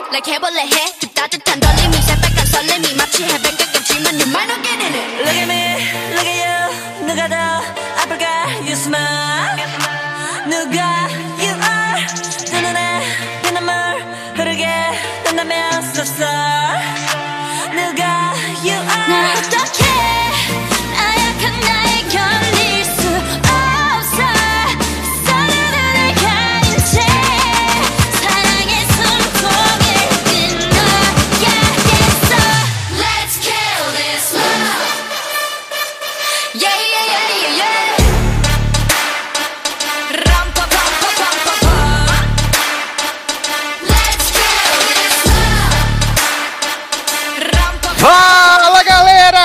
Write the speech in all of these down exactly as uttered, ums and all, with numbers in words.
like 해볼래 해 그 따뜻한 떨림이 새빨간 설렘이 마치 해변가 겹치면 you might not get in it. Look at me, look at you. 누가 더 아플까? You smile. 누가 you are. 두 눈에 피눈물 흐르게 된다면 so sorry. 누가 you are. 나 어떡해 나약한 나에 걸릴 수 없어 서로를 가린 채 사랑의 숨통을 끊어야겠어. Let's kill this love. Yeah yeah yeah yeah yeah. 람 pa pa pa pa pa pa. Let's kill this love. 람 pa pa. Fala, galera!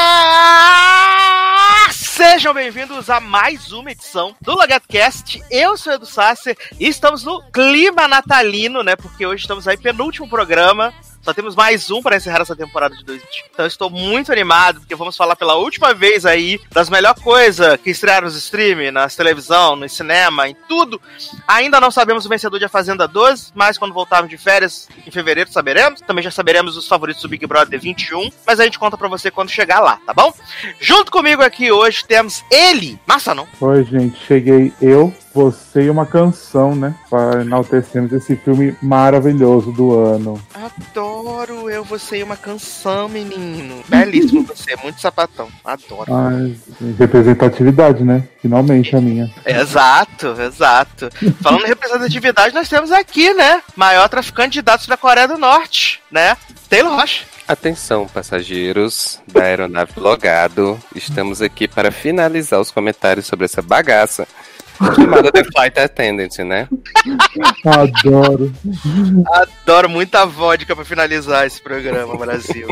Sejam bem-vindos a mais uma edição do LogadoCast. Eu sou o Edu Sasser e estamos no clima natalino, né? Porque hoje estamos aí penúltimo programa. Só temos mais um para encerrar essa temporada de dois mil e vinte. Então eu estou muito animado, porque vamos falar pela última vez aí das melhores coisas que estrearam nos streaming, nas televisão, no cinema, em tudo. Ainda não sabemos o vencedor de A Fazenda doze, mas quando voltarmos de férias em fevereiro saberemos. Também já saberemos os favoritos do Big Brother vinte e um, mas a gente conta pra você quando chegar lá, tá bom? Junto comigo aqui hoje temos ele, Massa não? Oi, gente, cheguei eu, você e uma canção, né? Para enaltecermos esse filme maravilhoso do ano. Adoro eu, você e uma canção, menino. Belíssimo você, muito sapatão. Adoro. Ai, representatividade, né? Finalmente a minha. Exato, exato. Falando em representatividade, nós temos aqui, né? Maior traficante de dados da Coreia do Norte, né? Taylor Rocha. Atenção, passageiros da aeronave Logado. Estamos aqui para finalizar os comentários sobre essa bagaça chamada The Flight Attendant, né? Adoro. Adoro muita vodka pra finalizar esse programa, Brasil.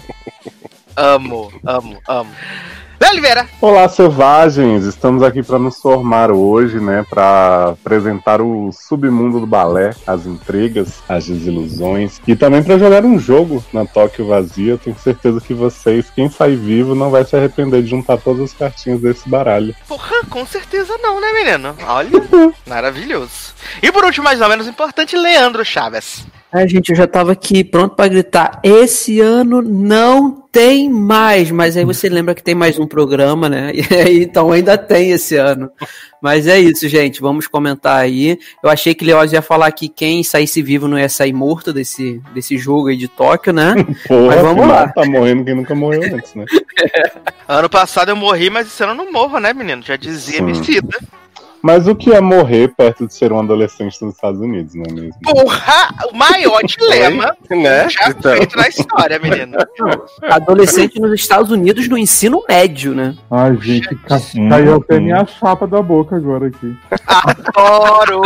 Amo, amo, amo. Zé Oliveira. Olá, selvagens! Estamos aqui para nos formar hoje, né? Para apresentar o submundo do balé, as intrigas, as desilusões e também para jogar um jogo na Tóquio Vazia. Tenho certeza que vocês, quem sair vivo, não vai se arrepender de juntar todas as cartinhas desse baralho. Porra, com certeza não, né, menino? Olha, maravilhoso. E por último, mais ou menos importante, Leandro Chaves. É, gente, eu já tava aqui pronto pra gritar, esse ano não tem mais, mas aí você lembra que tem mais um programa, né, e aí, então ainda tem esse ano, mas é isso, gente, vamos comentar aí. Eu achei que Leoz ia falar que quem saísse vivo não ia sair morto desse, desse jogo aí de Tóquio, né, Porra, mas vamos lá. Tá morrendo quem nunca morreu antes, né? É. Ano passado eu morri, mas esse ano eu não morro, né, menino, já dizia Emicida. Mas o que é morrer perto de ser um adolescente dos Estados Unidos, não é mesmo? Porra, o maior dilema né? já Então. feito na história, menino. Adolescente nos Estados Unidos no ensino médio, né. Ai, gente, ca- caiu até minha chapa da boca agora aqui. Adoro!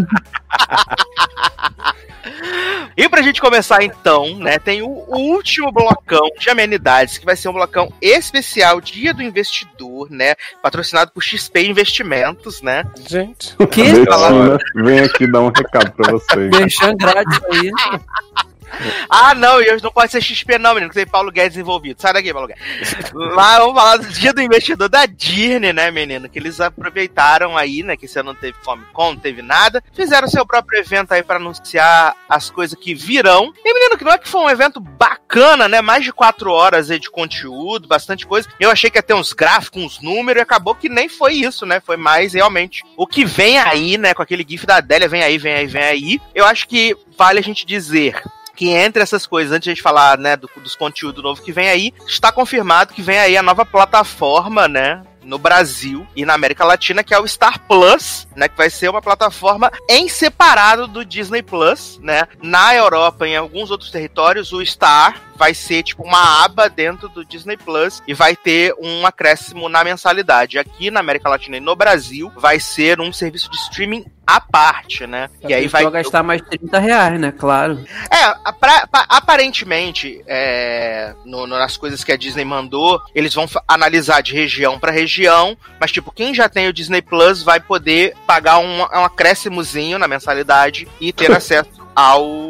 E pra gente começar então, né, tem o último blocão de amenidades, que vai ser um blocão especial Dia do Investidor, né, patrocinado por X P Investimentos, né. Gente. O quê? Betina, vem aqui dar um recado pra vocês. Merchan grátis aí. Ah, não, e hoje não pode ser X P não, menino, que tem Paulo Guedes envolvido. Sai daqui, Paulo Guedes. Lá vamos falar do Dia do Investidor da Disney, né, menino, que eles aproveitaram aí, né, que esse ano não teve Comic-Con, não teve nada, fizeram seu próprio evento aí pra anunciar as coisas que virão. E, menino, que não é que foi um evento bacana, né, mais de quatro horas aí de conteúdo, bastante coisa. Eu achei que ia ter uns gráficos, uns números, e acabou que nem foi isso, né, foi mais realmente o que vem aí, né, com aquele gif da Adélia, vem aí, vem aí, vem aí. Eu acho que vale a gente dizer que entre essas coisas, antes de a gente falar, né, do, dos conteúdos novos que vem aí, está confirmado que vem aí a nova plataforma, né, no Brasil e na América Latina, que é o Star Plus, né, que vai ser uma plataforma em separado do Disney Plus, né. Na Europa e em alguns outros territórios, o Star vai ser tipo uma aba dentro do Disney Plus e vai ter um acréscimo na mensalidade. Aqui na América Latina e no Brasil vai ser um serviço de streaming à parte, né? E aí vai gastar mais trinta reais, né? Claro. É, pra, pra, aparentemente, é, no, no, nas coisas que a Disney mandou, eles vão f- analisar de região pra região, mas tipo, quem já tem o Disney Plus vai poder pagar um, um acréscimozinho na mensalidade e ter acesso ao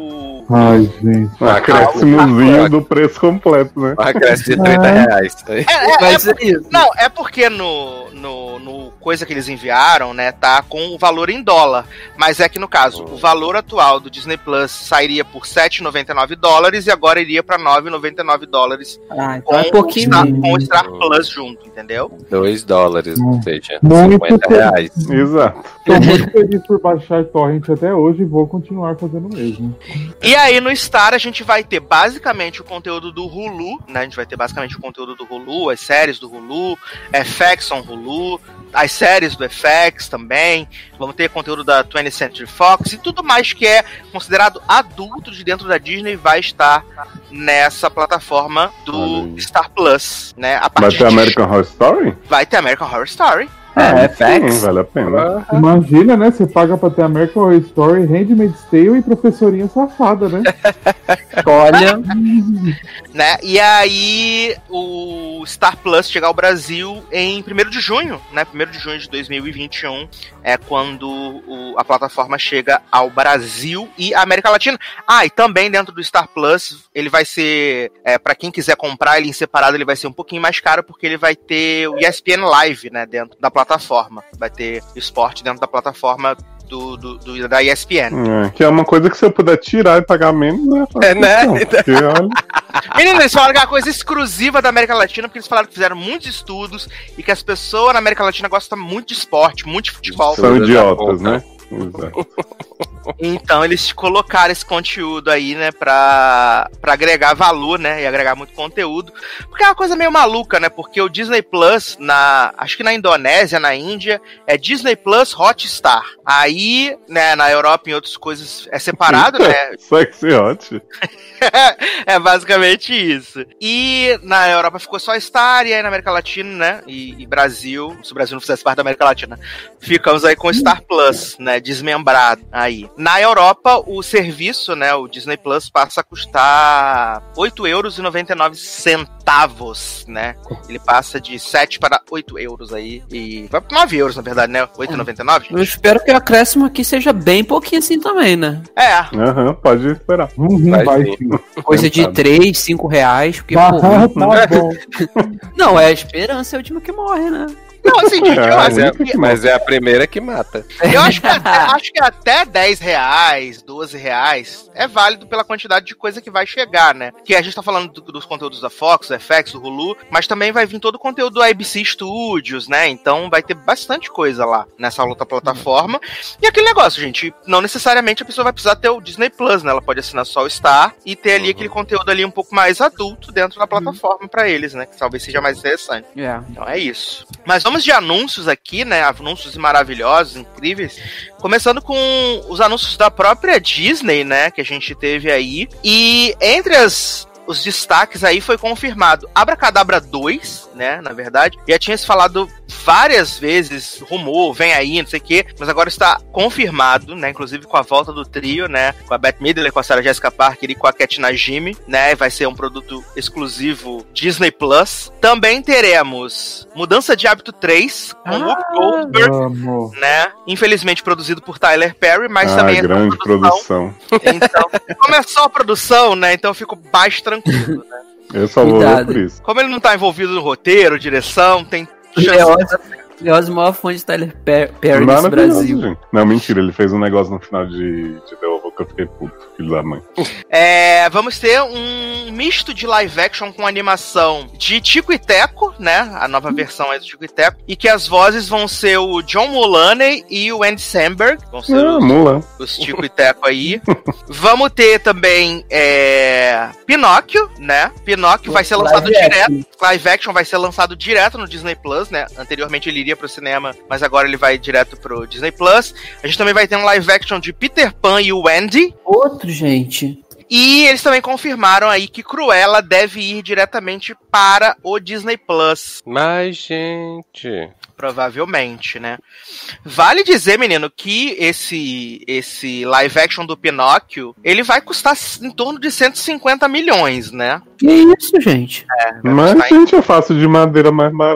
Ai, gente. Um acréscimozinho do preço completo, né? Um acréscimo de trinta reais. É, é, Mas é, é isso. não, é porque no, no, no coisa que eles enviaram, né, tá com o valor em dólar. Mas é que no caso, o valor atual do Disney Plus sairia por sete reais e noventa e nove dólares e agora iria pra nove reais e noventa e nove dólares Ah, então com, é o pouquinho. Star, com o Star Plus junto, entendeu? dois dólares, ou seja, Muito cinquenta reais. Exato. Tô muito feliz por baixar torrent até hoje e vou continuar fazendo o mesmo. E aí no Star a gente vai ter basicamente o conteúdo do Hulu, né? A gente vai ter basicamente o conteúdo do Hulu, as séries do Hulu, F X on Hulu, as séries do F X também. Vamos ter conteúdo da twentieth Century Fox e tudo mais que é considerado adulto de dentro da Disney vai estar nessa plataforma do Star Plus, né? A Vai partir ter de- American Horror Story? vai ter American Horror Story. É, F Sim, X. vale a pena. Imagina, né? Você paga pra ter American Horror Story, Handmaid's Tale e Professorinha Safada, né? Olha, Né? E aí o Star Plus chegar ao Brasil em primeiro de junho, né? primeiro de junho de dois mil e vinte e um é quando o- a plataforma chega ao Brasil e à América Latina. Ah, e também dentro do Star Plus, ele vai ser, é, para quem quiser comprar ele em separado, ele vai ser um pouquinho mais caro porque ele vai ter o E S P N Live, né, dentro da plataforma. Vai ter esporte dentro da plataforma do, do, do- da E S P N. É, que é uma coisa que se eu puder tirar e pagar menos, né? É, né? Não, porque, olha, Menino, eles falaram que é uma coisa exclusiva da América Latina, porque eles falaram que fizeram muitos estudos e que as pessoas na América Latina gostam muito de esporte, muito de futebol. são Todas idiotas, na né? Exato. Então eles colocaram esse conteúdo aí, né, pra, pra agregar valor, né, e agregar muito conteúdo. Porque é uma coisa meio maluca, né, porque o Disney Plus, na, acho que na Indonésia, na Índia, é Disney Plus Hotstar. Aí, né, na Europa e em outras coisas é separado, né, Sexy hot. é basicamente isso. E na Europa ficou só Star, e aí na América Latina, né? E, e Brasil, se o Brasil não fizesse parte da América Latina, ficamos aí com Star Plus, né? Desmembrado aí. Na Europa, o serviço, né? O Disney Plus passa a custar oito euros e noventa e nove centavos, né? Ele passa de sete para oito euros aí. E vai para nove euros, na verdade, né? oito e noventa e nove. eu espero que o acréscimo aqui seja bem pouquinho assim também, né? É. Aham, pode esperar. Uhum, Vai vai sim. sim. Coisa de três, cinco reais. Porque, Tá, pô, tá bom. não, é a esperança, é o último que morre, né? Não, assim, gente, eu É, acho Mas é, que... mas é a primeira que mata. Eu acho que, até, acho que até dez reais, doze reais é válido pela quantidade de coisa que vai chegar, né? Que a gente tá falando do- dos conteúdos da Fox, do F X, do Hulu, mas também vai vir todo o conteúdo do A B C Studios, né? Então vai ter bastante coisa lá nessa outra plataforma. E aquele negócio, gente, não necessariamente a pessoa vai precisar ter o Disney Plus, né? Ela pode assinar só o Star e ter ali aquele conteúdo ali um pouco mais adulto dentro da plataforma pra eles, né? Que talvez seja mais interessante. É. Então é isso. Mas vamos de anúncios aqui, né? Anúncios maravilhosos, incríveis. Começando com os anúncios da própria Disney, né? Que a gente teve aí. E entre as, os destaques aí foi confirmado Abracadabra dois, né? Na verdade. Já tinha se falado várias vezes, rumor, vem aí, não sei o quê. Mas agora está confirmado, né? Inclusive com a volta do trio, né? Com a Beth Midler, com a Sarah Jessica Parker e com a Cat Najimy, né? Vai ser um produto exclusivo Disney Plus. Também teremos Mudança de Hábito três, com Ah, Whoopi Goldberg, Vamos. né? Infelizmente produzido por Tyler Perry, mas Ah, também é grande produção. Então, começou a produção, né? Então eu fico mais tranquilo, né? Eu só vou ver Cuidado. por isso. Como ele não tá envolvido no roteiro, direção, tem O chance. Leoz, Leoz é o maior fã de Tyler Per- Perry nesse Maravilhoso, Brasil. gente. Não, mentira, ele fez um negócio no final de, de The Ovo que eu fiquei puto, filho da mãe. É, vamos ter um misto de live action com animação de Tico e Teco, né? A nova versão é do Tico e Teco. E que as vozes vão ser o John Mulaney e o Andy Samberg. Vão ser Ah, os, Mulan. os Tico e Teco aí. Vamos ter também é, Pinóquio, né? Pinóquio vai ser lançado Live direto. action. Live action vai ser lançado direto no Disney Plus, né? Anteriormente ele iria pro cinema, mas agora ele vai direto pro Disney Plus. A gente também vai ter um live action de Peter Pan e o Andy. Outro, gente. E eles também confirmaram aí que Cruella deve ir diretamente para o Disney Plus. Mas, gente... Provavelmente, né? Vale dizer, menino, que esse esse live action do Pinóquio, ele vai custar em torno de cento e cinquenta milhões, né? Que isso, gente? Mas, custar em- gente, eu faço de madeira mais barata.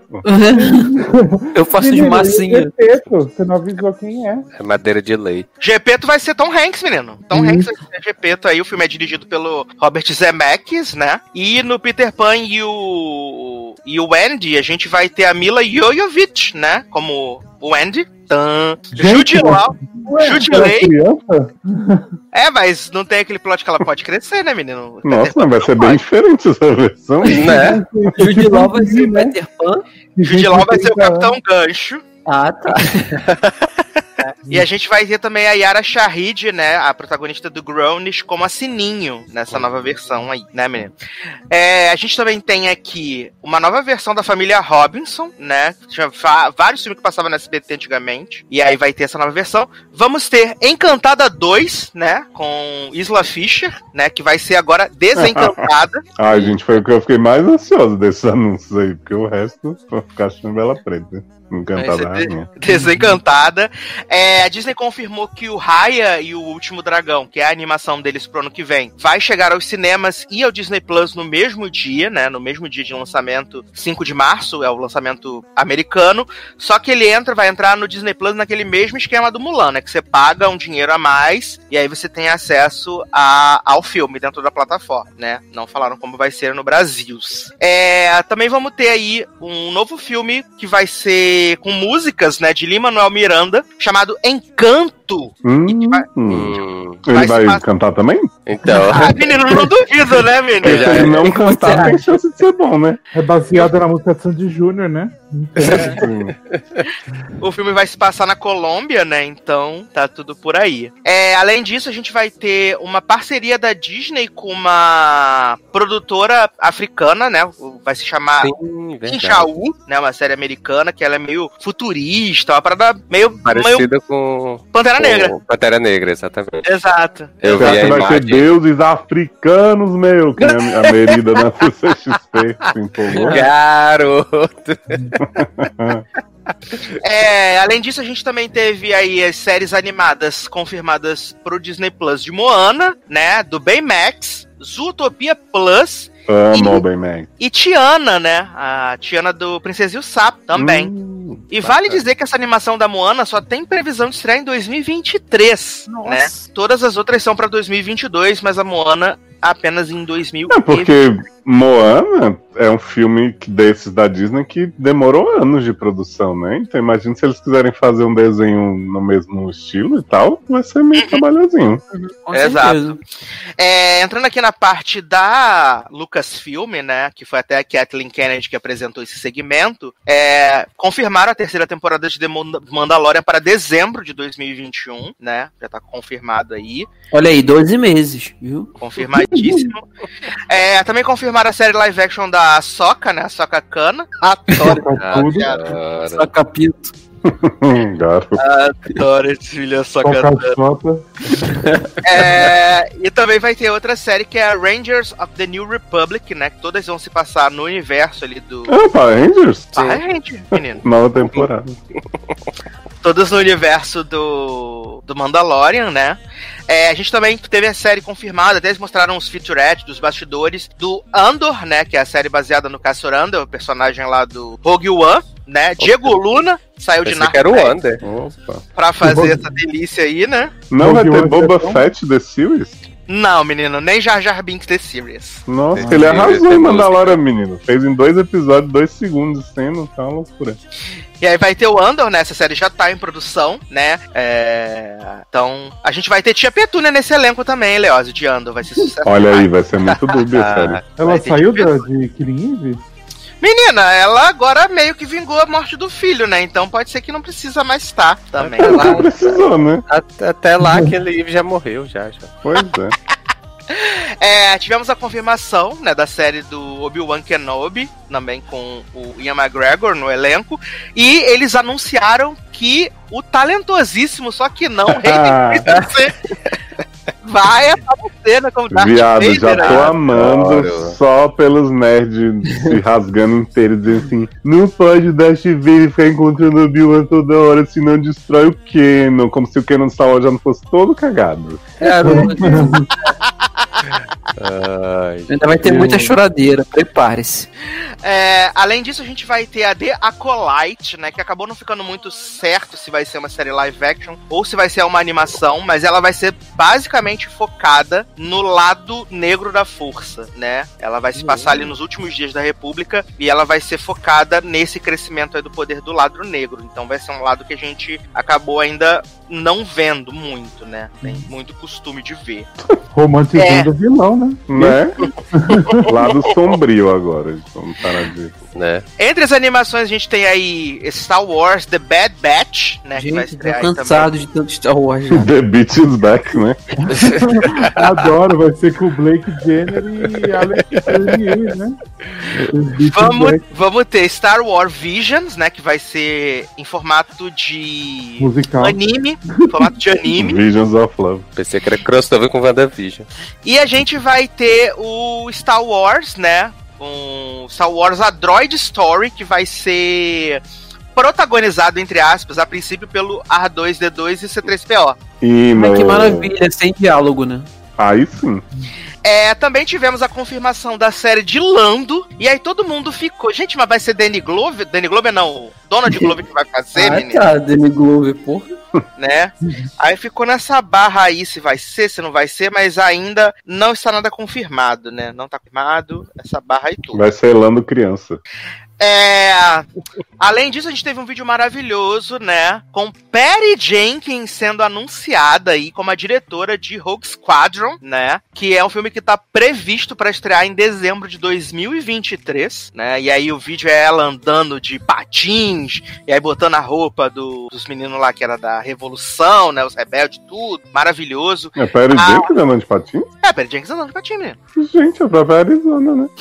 Eu faço de Menino, massinha. e o Gepeto? Você não avisou quem é. É madeira de lei. Gepeto vai ser Tom Hanks, menino. Tom Uhum. Hanks vai ser Gepeto aí. O filme é dirigido pelo Robert Zemeckis, né? E no Peter Pan e o... e o Andy, a gente vai ter a Mila Jovovich, né? Como o Andy. Tan. Jude Law. Jude Ela é Lay. criança? É, mas não tem aquele plot que ela pode crescer, né, menino? Nossa, mas vai ser bem diferente essa versão. Né? Jude Law vai ser né? Peter Pan. Jude Law vai ser o Capitão Gancho. Ah, tá. E a gente vai ter também a Yara Shahid, né, a protagonista do Grownish, como a Sininho nessa nova versão aí, né, menino? É, a gente também tem aqui uma nova versão da família Robinson, né? Tinha vários filmes que passavam na S B T antigamente. E aí vai ter essa nova versão. Vamos ter Encantada dois, né? Com Isla Fisher, né? Que vai ser agora Desencantada. Ai, gente, foi o que eu fiquei mais ansioso desses anúncios aí, porque o resto vai ficar achando Bela Preta. Encantada Vai ser rainha. de- Desencantada. É, a Disney confirmou que o Raya e o Último Dragão, que é a animação deles pro ano que vem, vai chegar aos cinemas e ao Disney Plus no mesmo dia, né? No mesmo dia de lançamento, cinco de março, é o lançamento americano. Só que ele entra, vai entrar no Disney Plus naquele mesmo esquema do Mulan, né? Que você paga um dinheiro a mais e aí você tem acesso a, ao filme dentro da plataforma, né? Não falaram como vai ser no Brasil. É, também vamos ter aí um novo filme que vai ser com músicas, né, de Lin-Manuel Miranda, chamado Encanto. Hum, vai- Hum, ele vai vai, se passar- cantar também? então. Ah, menino, não duvido, né, Porque menino? se ele não cantar, será? tem chance de ser bom, né? É baseada na música de Sandy Júnior, né? O filme vai se passar na Colômbia, né, então tá tudo por aí. É, além disso, a gente vai ter uma parceria da Disney com uma produtora africana, né, vai se chamar Sim, verdade. Injaú, né, uma série americana, que ela é meio futurista, uma parada meio, meio Parecida com. Pantera com Negra. Pantera Negra, exatamente. Exato. Eu vi Será a que vai ser imagem. deuses africanos, meu? Que nem a, a Merida na C C X P se empolgou. Garoto! É, além disso, a gente também teve aí as séries animadas confirmadas pro Disney Plus de Moana, né, do Baymax, Zootopia Plus Amo E- o Baymax. e Tiana, né, a Tiana do Princesa e o Sapo também. Hum, E vale bacana. dizer que essa animação da Moana só tem previsão de estrear em dois mil e vinte e três, né? Todas as outras são pra dois mil e vinte e dois, mas a Moana apenas em dois mil e vinte. É porque Moana é um filme que- desses da Disney que demorou anos de produção, né? Então imagina se eles quiserem fazer um desenho no mesmo estilo e tal, vai ser meio trabalhosinho. Com Exato. certeza. É, entrando aqui na parte da Lucasfilm, né, que foi até a Kathleen Kennedy que apresentou esse segmento, é, confirmaram a terceira temporada de The Mand- Mandalorian para dezembro de dois mil e vinte e um, né, já tá confirmado aí, Olha aí, doze meses, viu? confirmadíssimo. É, também confirmaram a série live action da Ahsoka, né, Ahsoka Kana. Adoro, Tá tudo. Agora. Só capítulo. Garoto. adoro esse filho Ahsoka Kana. Coca-Cola. É, e também vai ter outra série que é a Rangers of the New Republic, né, que todas vão se passar no universo ali do... Ah, Power Rangers? Ah, gente, menino. Nova temporada. Todas no universo do, do Mandalorian, né? É, a gente também teve a série confirmada, até eles mostraram os featurettes dos bastidores do Andor, né? Que é a série baseada no Cassian Andor, o personagem lá do Rogue One, né? Diego Luna saiu de Pensei que era o Narcos Wander. Opa. pra fazer essa delícia aí, né? Não vai Rogue ter One Boba é tão- Fett The Series? Não, menino, nem Jar Jar Binks The Series. Nossa, Tem ele música. arrasou em Mandalorian, menino. Fez em dois episódios, dois segundos de cena, tá uma loucura. E aí vai ter o Andor, né? Essa série já tá em produção, né? É... Então, a gente vai ter Tia Petúnia nesse elenco também, Leózio, de Andor. Vai ser sucesso. Olha aí, demais. vai ser muito dúbia, sério. Ela Vai ter saiu que da, de Killing Eve? Menina, ela agora meio que vingou a morte do filho, né? Então pode ser que não precisa mais estar também. Até Não lá, precisou, né? até, até lá aquele Eve já morreu, já. já. Pois é. É, tivemos a confirmação, né, da série do Obi-Wan Kenobi, também com o Ian McGregor no elenco. E eles anunciaram que o talentosíssimo, só que não, Hayden Christensen vai aparecer, né, como Darth Viado, Vader, já tô né? amando Adoro. só pelos nerds se rasgando inteiro, dizendo assim: não pode dar chuveiro e ficar encontrando o Obi-Wan toda hora, senão destrói o Kenon. Como se o Kenon de Star Wars já não fosse todo cagado. Garoto. Ai, Ainda vai ter Eu- muita choradeira, prepare-se. É, além disso, a gente vai ter a The Acolyte, né? Que acabou não ficando muito certo se vai ser uma série live action ou se vai ser uma animação, mas ela vai ser basicamente focada no lado negro da força, né? Ela vai se passar ali nos últimos dias da República e ela vai ser focada nesse crescimento aí do poder do lado negro. Então vai ser um lado que a gente acabou ainda não vendo muito, né? Tem muito costume de ver. Romantizando o vilão, né? Né? Lado sombrio agora, vamos parar de... né? Entre as animações a gente tem aí Star Wars The Bad Batch, né? que vai Gente, tô estrear aí cansado de tanto Star Wars já. The Beat is back, né? Adoro, vai ser com o Blake Jenner e Alex Perrier, né? Os Beatles Vamos, Black vamos ter Star Wars Visions, né? Que vai ser em formato de musical. anime. Em formato de anime. Visions of Love. Pensei que era crossover com WandaVision. E a gente vai ter o Star Wars, né? Um Star Wars A Droid Story, que vai ser protagonizado, entre aspas, a princípio pelo R dois D dois e C três P O. E Ai, no... que maravilha, sem diálogo, né? Aí sim. É, também tivemos a confirmação da série de Lando, e aí todo mundo ficou, gente, mas vai ser Danny Glover? Danny Glover não, Donald Glover que vai fazer, Ah, menino, tá, Demi Glover, porra. né? Aí ficou nessa barra aí se vai ser, se não vai ser, mas ainda não está nada confirmado, né? Não tá confirmado, essa barra aí tudo. Vai ser Lando criança. É, além disso, a gente teve um vídeo maravilhoso, né? Com Patty Jenkins sendo anunciada aí como a diretora de Rogue Squadron, né? Que é um filme que tá previsto para estrear em dezembro de dois mil e vinte e três, né? E aí o vídeo é ela andando de patins, e aí botando a roupa do- dos meninos lá que era da Revolução, né? Os rebeldes, tudo. Maravilhoso. É Perry Ah. Jenkins andando de patins? É, Patty Jenkins andando de patins mesmo. Gente, é pra Arizona, né?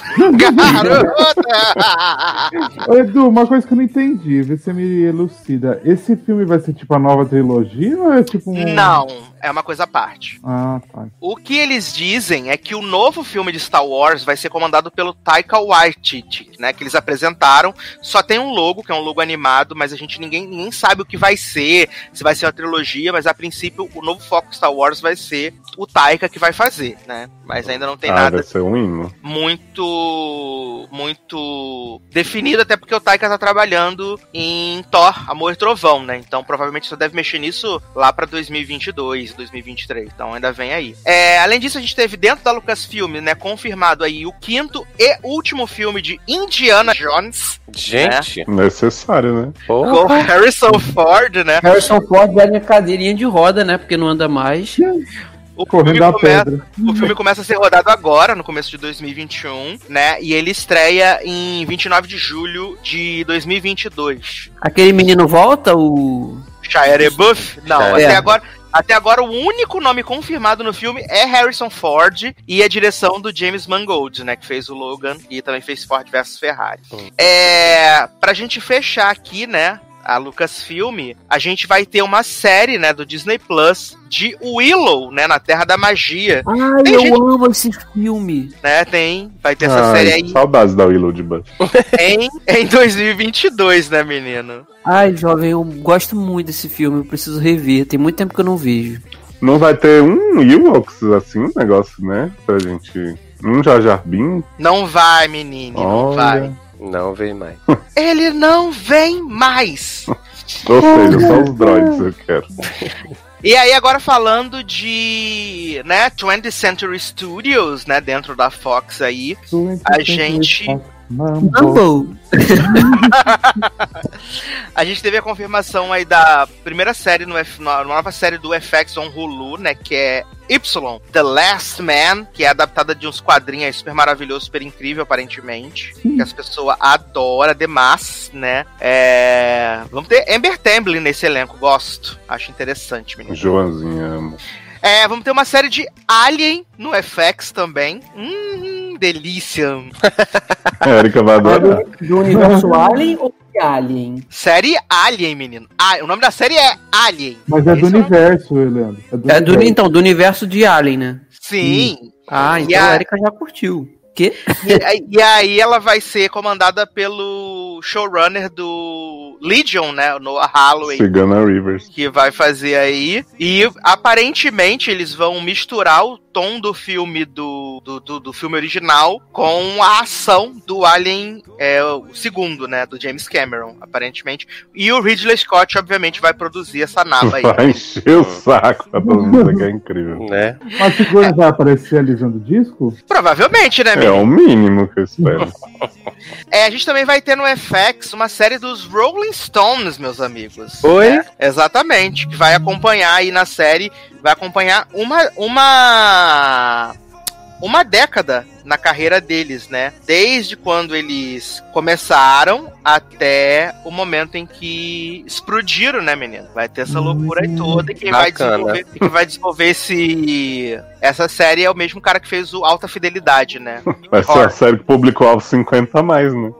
Garota! Ô, Edu, uma coisa que eu não entendi, vê se você me elucida. Esse filme vai ser tipo a nova trilogia ou é tipo um. Não, é uma coisa à parte. Ah, tá. O que eles dizem é que o novo filme de Star Wars vai ser comandado pelo Taika Waititi, né? Que eles apresentaram. Só tem um logo, que é um logo animado, mas a gente ninguém, ninguém sabe o que vai ser, se vai ser uma trilogia, mas a princípio o novo foco de Star Wars vai ser o Taika que vai fazer, né? Mas ainda não tem ah, nada vai ser um hino. muito muito definido, até porque o Taika tá trabalhando em Thor, Amor e Trovão, né? Então provavelmente só deve mexer nisso lá pra dois mil e vinte e dois, dois mil e vinte e três. Então ainda vem aí. É, além disso, a gente teve dentro da Lucasfilm, né, confirmado aí o quinto e último filme de Indiana Jones, Gente, Necessário, né? porra. com Harrison Ford, né? Harrison Ford vai na cadeirinha de roda, né? Porque não anda mais. O Correndo filme, da começa, pedra. o filme começa a ser rodado agora, no começo de dois mil e vinte e um, né? E ele estreia em vinte e nove de julho de dois mil e vinte e dois. Aquele menino volta, o. Shia LaBeouf? Não, Shia até LaBeouf. agora, até agora o único nome confirmado no filme é Harrison Ford e a direção do James Mangold, né, que fez o Logan e também fez Ford versus Ferrari. Hum. É, pra gente fechar aqui, né, a Lucasfilm, a gente vai ter uma série, né, do Disney Plus de Willow, né, na Terra da Magia, Ai, Tem eu gente- amo esse filme. né, tem, vai ter essa Ai, série aí Saudades da Willow de Buff. em, em dois mil e vinte e dois, né, menino? Ai, jovem, eu gosto muito desse filme, eu preciso rever. Tem muito tempo que eu não vejo. Não vai ter um Ewoks, assim, um negócio, né? Pra gente... Um Jar Jar Binks? Não vai, menino, não Olha. vai. Não vem mais. Ele não vem mais. Ou seja, só os droids eu quero. E aí, agora falando de, né, twentieth Century Studios, né, dentro da Fox aí, a gente- Mambo. Mambo. a gente teve a confirmação aí da primeira série, no F, uma nova série do F X on Hulu, né, que é Y, The Last Man, que é adaptada de uns quadrinhos super maravilhoso, super incrível, aparentemente, que as pessoas adoram demais, né. É... Vamos ter Amber Tamblyn nesse elenco, gosto, acho interessante, menino. Joãozinho, amo. É, vamos ter uma série de Alien no F X também. Hum, delícia. Érica vai adorar. Do universo Alien ou de Alien? Série Alien, menino. Ah, o nome da série é Alien. Mas é do Esse universo, Leandro. É do É do, universo. então, do universo de Alien, né? Sim. Ah, E então a- a Erika já curtiu. Quê? E, aí- e aí ela vai ser comandada pelo showrunner do Legion, né? O Noah Halloway. Cigana Rivers. Que vai fazer aí. E aparentemente eles vão misturar o tom do filme do, do, do, do filme original com a ação do Alien, é, o segundo, né? Do James Cameron, aparentemente. E o Ridley Scott, obviamente, vai produzir essa naba aí. Vai encher o saco pra todo mundo, que é incrível. Né? Mas se Sigourney vai aparecer ali usando disco? Provavelmente, né, É menino? o mínimo que eu espero. É, a gente também vai ter no F X uma série dos Rolling Stones, meus amigos. Oi? É, exatamente, que vai acompanhar aí na série, vai acompanhar uma uma uma década na carreira deles, né? Desde quando eles começaram até o momento em que explodiram, né, menino? Vai ter essa loucura aí toda, e quem vai Bacana. desenvolver, e quem vai desenvolver esse essa série é o mesmo cara que fez o Alta Fidelidade, né? Vai ser a série que publicou alvo cinquenta a mais, né?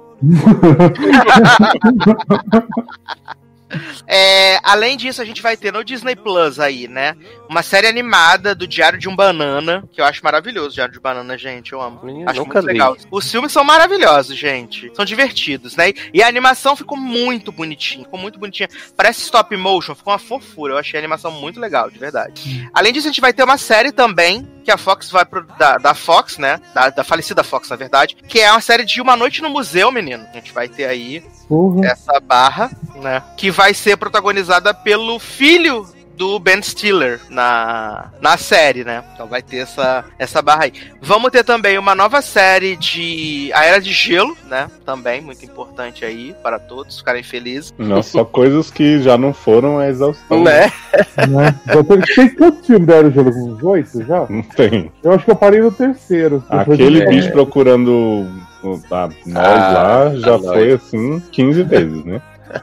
É, além disso, a gente vai ter no Disney Plus aí, né? Uma série animada do Diário de um Banana, que eu acho maravilhoso. Diário de um Banana, gente, eu amo. Menino, Acho nunca muito li. legal. Os filmes são maravilhosos, gente. São divertidos, né? E a animação ficou muito bonitinha. Ficou muito bonitinha. Parece stop motion, ficou uma fofura. Eu achei a animação muito legal, de verdade. Além disso, a gente vai ter uma série também que a Fox vai pro, da, da Fox, né? Da, da falecida Fox, na verdade. Que é uma série de Uma Noite no Museu, menino. A gente vai ter aí Porra. essa barra, né? Que vai ser protagonizada pelo filho do Ben Stiller na, na série, né? Então vai ter essa, essa barra aí. Vamos ter também uma nova série de A Era de Gelo, né? Também, muito importante aí para todos ficarem felizes. Não, só coisas que já não foram a exaustão. Né? Né? Já teve- Tem quantos filmes da Era de Gelo? Uns oito já? Não tem. Eu acho que eu parei no terceiro. Depois Aquele de- bicho procurando o- a nós Ah, lá já a foi nós. assim quinze vezes, né?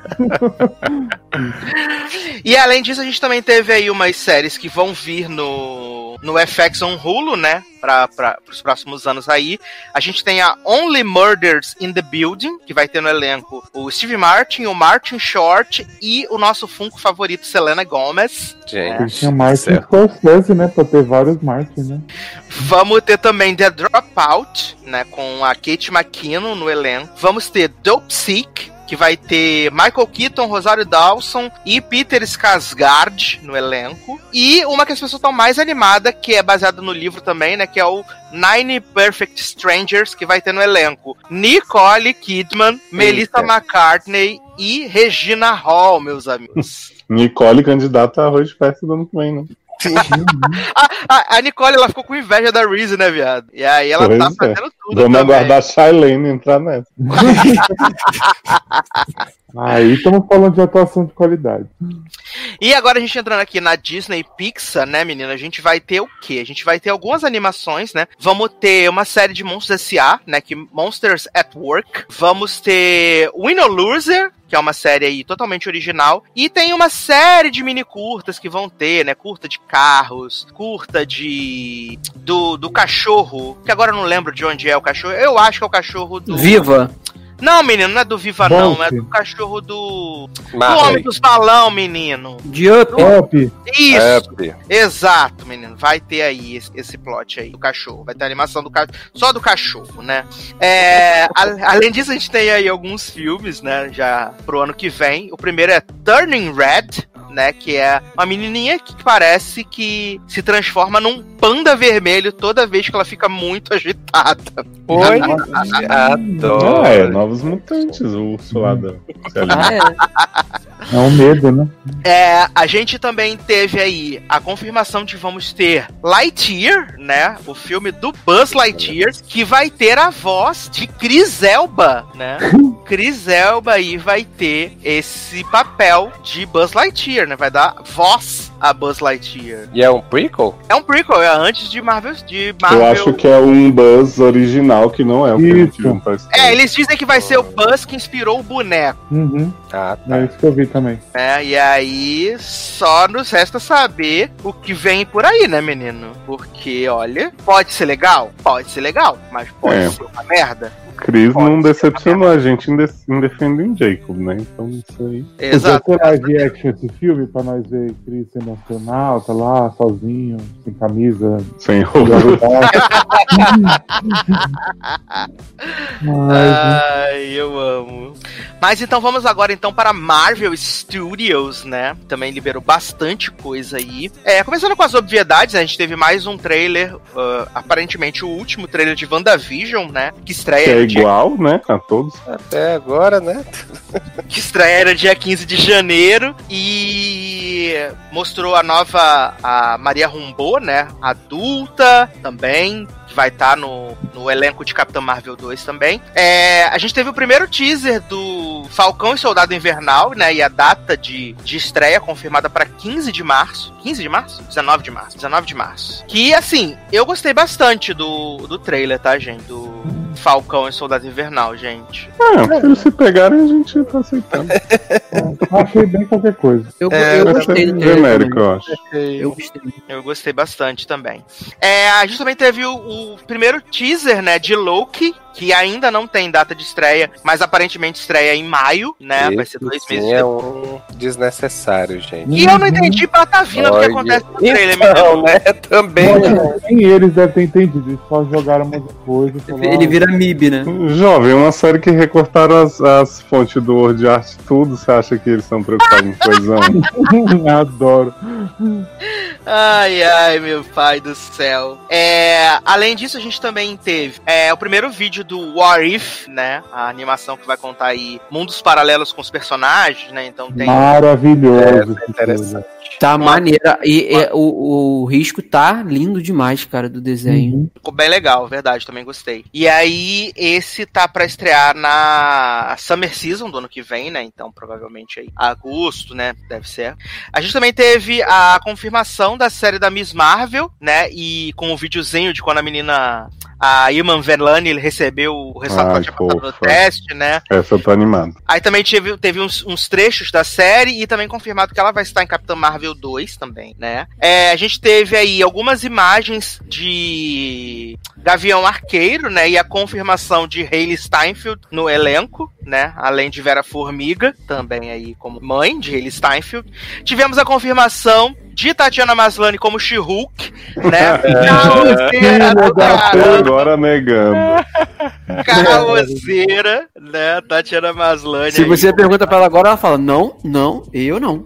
E além disso, a gente também teve aí umas séries que vão vir no, no F X on Hulu, né? Para os próximos anos aí. A gente tem a Only Murders in the Building, que vai ter no elenco o Steve Martin, o Martin Short e o nosso Funko favorito, Selena Gomez. É. Gente, Tinha do Martin céu. Scorsese, né? Pra ter vários Martin, né? Vamos ter também The Dropout, né? Com a Kate McKinnon no elenco. Vamos ter Dope Sick, que vai ter Michael Keaton, Rosário Dawson e Peter Skarsgård no elenco. E uma que as pessoas estão mais animadas, que é baseada no livro também, né? Que é o Nine Perfect Strangers, que vai ter no elenco Nicole Kidman, Melissa McCartney e Regina Hall, meus amigos. Nicole candidata a arroz de festa do ano que vem, né? a, a, a Nicole, ela ficou com inveja da Reese, né, viado? E aí ela Pois tá é. fazendo tudo Vamos também. aguardar a Shailene entrar nessa. Aí estamos falando de atuação de qualidade. E agora a gente entrando aqui na Disney Pixar, né, menina? A gente vai ter o quê? A gente vai ter algumas animações, né? Vamos ter uma série de Monstros S A, né? Que Monsters at Work. Vamos ter Win or Loser, que é uma série aí totalmente original. E tem uma série de mini curtas que vão ter, né? Curta de carros, curta de... Do, do cachorro, que agora eu não lembro de onde é o cachorro. Eu acho que é o cachorro do... Viva! Não, menino, não é do Viva, não. Bolt. É do cachorro do... Do Marley. Homem dos Balão, menino. De up! Top! Isso! Up. Exato, menino. Vai ter aí esse, esse plot aí do cachorro. Vai ter a animação do cachorro. Só do cachorro, né? É, a- além disso, a gente tem aí alguns filmes, né? Já pro ano que vem. O primeiro é Turning Red, né? Que é uma menininha que parece que se transforma num panda vermelho toda vez que ela fica muito agitada. Oi? Adoro. Ah, é, Novos Mutantes, o urso lá da... Ah, é. É um medo, né? É, a gente também teve aí a confirmação de vamos ter Lightyear, né? O filme do Buzz Lightyear, que vai ter a voz de Chris Elba, né? Chris Elba aí vai ter esse papel de Buzz Lightyear, né? Vai dar voz a Buzz Lightyear. E é um prequel? É um prequel, é antes de Marvel. De Marvel. Eu acho que é um Buzz original que não é o que Isso. eles tiram pra história. É, eles dizem que vai ser o Buzz que inspirou o boneco, Uhum. Ah, tá. É isso que eu vi também. né? E aí só nos resta saber o que vem por aí, né, menino? Porque, olha, pode ser legal? Pode ser legal, mas pode É. ser uma merda? Chris não decepcionou a gente em, de- em Defending Jacob, né? Então isso aí. Exato. Podia ser live action esse filme pra nós ver Chris sendo astronauta lá, sozinho, sem camisa. Sem de roupa. verdade. Mas, Ai, eu amo. Mas então vamos agora então para Marvel Studios, né? Também liberou bastante coisa aí. É, começando com as obviedades, a gente teve mais um trailer, uh, aparentemente o último trailer de WandaVision, né? Que estreia Que é no dia- igual, né? A todos. Até agora, né? que estreia no dia quinze de janeiro e mostrou a nova a Maria Rambeau, né? Adulta também. Que vai estar no, no elenco de Capitã Marvel dois também. É, a gente teve o primeiro teaser do Falcão e Soldado Invernal, né? E a data de, de estreia confirmada para quinze de março. quinze de março? dezenove de março. dezenove de março. Que, assim, eu gostei bastante do, do trailer, tá, gente? Do Falcão e Soldado Invernal, gente. Ah, se eles se pegarem, a gente tá aceitando. eu achei bem qualquer coisa. Eu, É, eu Vai gostei ser do trailer genérico, também. eu acho. Eu gostei. Eu gostei bastante também. É, a gente também teve o, o primeiro teaser, né, de Loki, que ainda não tem data de estreia, mas aparentemente estreia em maio, né? Vai ser dois Esse meses sim é depois. um desnecessário, gente. E eu não entendi patavina do que acontece no trailer, Então, menino. né? Também. Nem eles devem ter entendido, eles só jogaram muita coisa. falaram, Ele vira M I B, né? Jovem, uma série que recortaram as, as fontes do Word Art tudo, você acha que eles estão preocupados em coisão? "Ah, adoro. Ai, ai, meu pai do céu. É, além disso, a gente também teve é, o primeiro vídeo do What If, né? A animação que vai contar aí mundos paralelos com os personagens, né? Então tem... Maravilhoso. É, esse interessante. Tá Uma- maneira. E, e o, o risco tá lindo demais, cara, do desenho. Uhum. Ficou bem legal, verdade, também gostei. E aí, esse tá pra estrear na Summer Season do ano que vem, né? Então, provavelmente aí, agosto, né? Deve ser. A gente também teve a confirmação da série da Miss Marvel, né? E com o videozinho de quando a menina, a Iman Verlani, ele recebeu o resultado Ai, que ela tinha passado no fofa. teste, né? Essa eu tô animado. Aí também teve, teve uns, uns trechos da série e também confirmado que ela vai estar em Capitã Marvel dois também, né? É, a gente teve aí algumas imagens de Gavião Arqueiro, né? E a confirmação de Hailey Steinfeld no elenco, né? Além de Vera Formiga, também aí como mãe de Hailey Steinfeld. Tivemos a confirmação de Tatiana Maslany como She-Hulk, né? Caoseira do caramba, Agora negando. caoseira, né? Tatiana Maslany. Se aí. você pergunta pra ela agora, ela fala: não, não, eu não.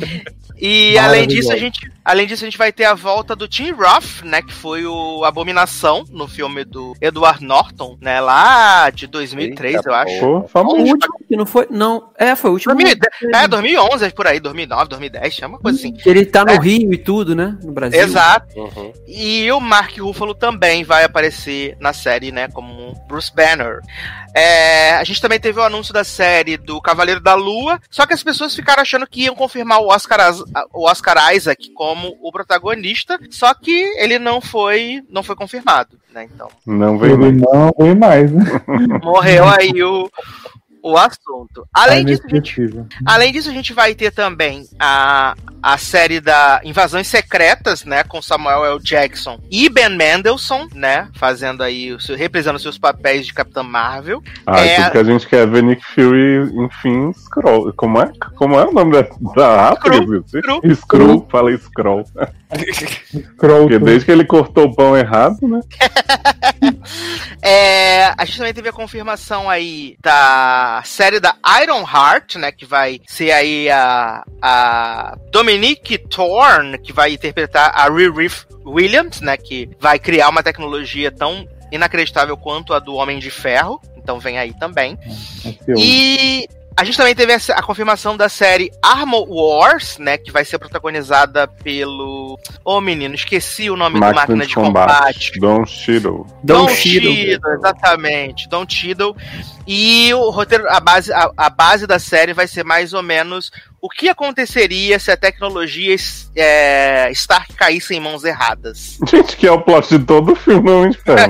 E além Maravilhoso. disso, a gente, além disso, a gente vai ter a volta do Tim Roth, né? Que foi o Abominação no filme do Edward Norton, né? Lá de dois mil e três, Eita, eu acho. Pô, O famoso. último que não foi. Não, é, foi o último. dois mil e dez, é, dois mil e onze, é por aí, dois mil e nove, dois mil e dez, é uma coisa assim. Que ele tá no É. Rio e tudo, né? No Brasil. Exato. Uhum. E o Mark Ruffalo também vai aparecer na série, né, como Bruce Banner. É, a gente também teve o anúncio da série do Cavaleiro da Lua, só que as pessoas ficaram achando que iam confirmar o Oscar, As- o Oscar Isaac como o protagonista, só que ele não foi, não foi confirmado, né, então Não vem Ele mais. não vem mais, né? morreu aí o, o assunto. Além É disso, a gente inesquecível. Além disso, a gente vai ter também a, a série da Invasões Secretas, né, com Samuel L. Jackson e Ben Mendelsohn, né, fazendo aí, o seu, represando seus papéis de Capitã Marvel. Ah, É. tudo que a gente quer é ver Nick Fury, enfim, Skrull. Como é? Como é o nome da, da raça? Skrull, que eu Skrull. esqueci? Skrull, fala Skrull. Crow, Porque desde que ele cortou o pão errado, né? É, a gente também teve a confirmação aí da série da Iron Heart, né, que vai ser aí a, a Dominique Thorne, que vai interpretar a Riri Williams, né, que vai criar uma tecnologia tão inacreditável quanto a do Homem de Ferro. Então vem aí também. ansioso. E a gente também teve a, a confirmação da série Armor Wars, né? Que vai ser protagonizada pelo... Ô, menino, esqueci o nome da máquina de combate. Don Cheadle. Don Cheadle, Cheadle. exatamente. Don Cheadle. E o roteiro, a base, a, a base da série vai ser mais ou menos o que aconteceria se a tecnologia é, Stark caísse em mãos erradas? Gente, que é o plot de todo o filme, não é um inferno.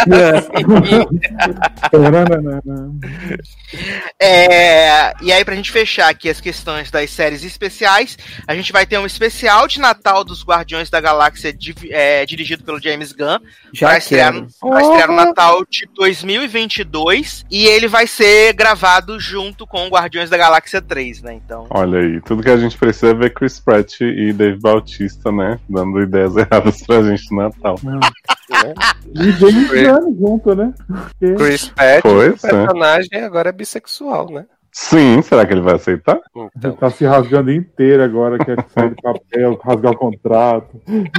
É, e aí, pra gente fechar aqui as questões das séries especiais, a gente vai ter um especial de Natal dos Guardiões da Galáxia div- é, dirigido pelo James Gunn. Já vai estrear, quero. no- vai estrear no Natal de dois mil e vinte e dois e ele vai ser gravado junto com Guardiões da Galáxia três, né? Então, Olha aí, tudo que a gente precisa é ver Chris Pratt e Dave Bautista, né? Dando ideias erradas pra gente no Natal. E James Gunn junto, né? Porque- Chris Pratt, Pois o é. personagem agora é bissexual, né? Sim, será que ele vai aceitar? Então, Tá se rasgando inteiro agora, quer sair do papel, rasgar o contrato.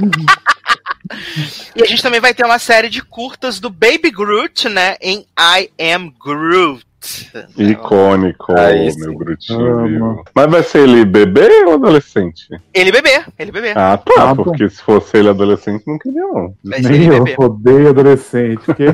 e a gente também vai ter uma série de curtas do Baby Groot, né? Em I Am Groot. Icônico, Aí sim. meu Grutinho Amo. vivo. Mas vai ser ele bebê ou adolescente? Ele bebê, ele bebê. Ah, tá, Ah, bom. porque se fosse ele adolescente, não queria não. Vai ser Nem ele eu bebê. odeio adolescente. Porque...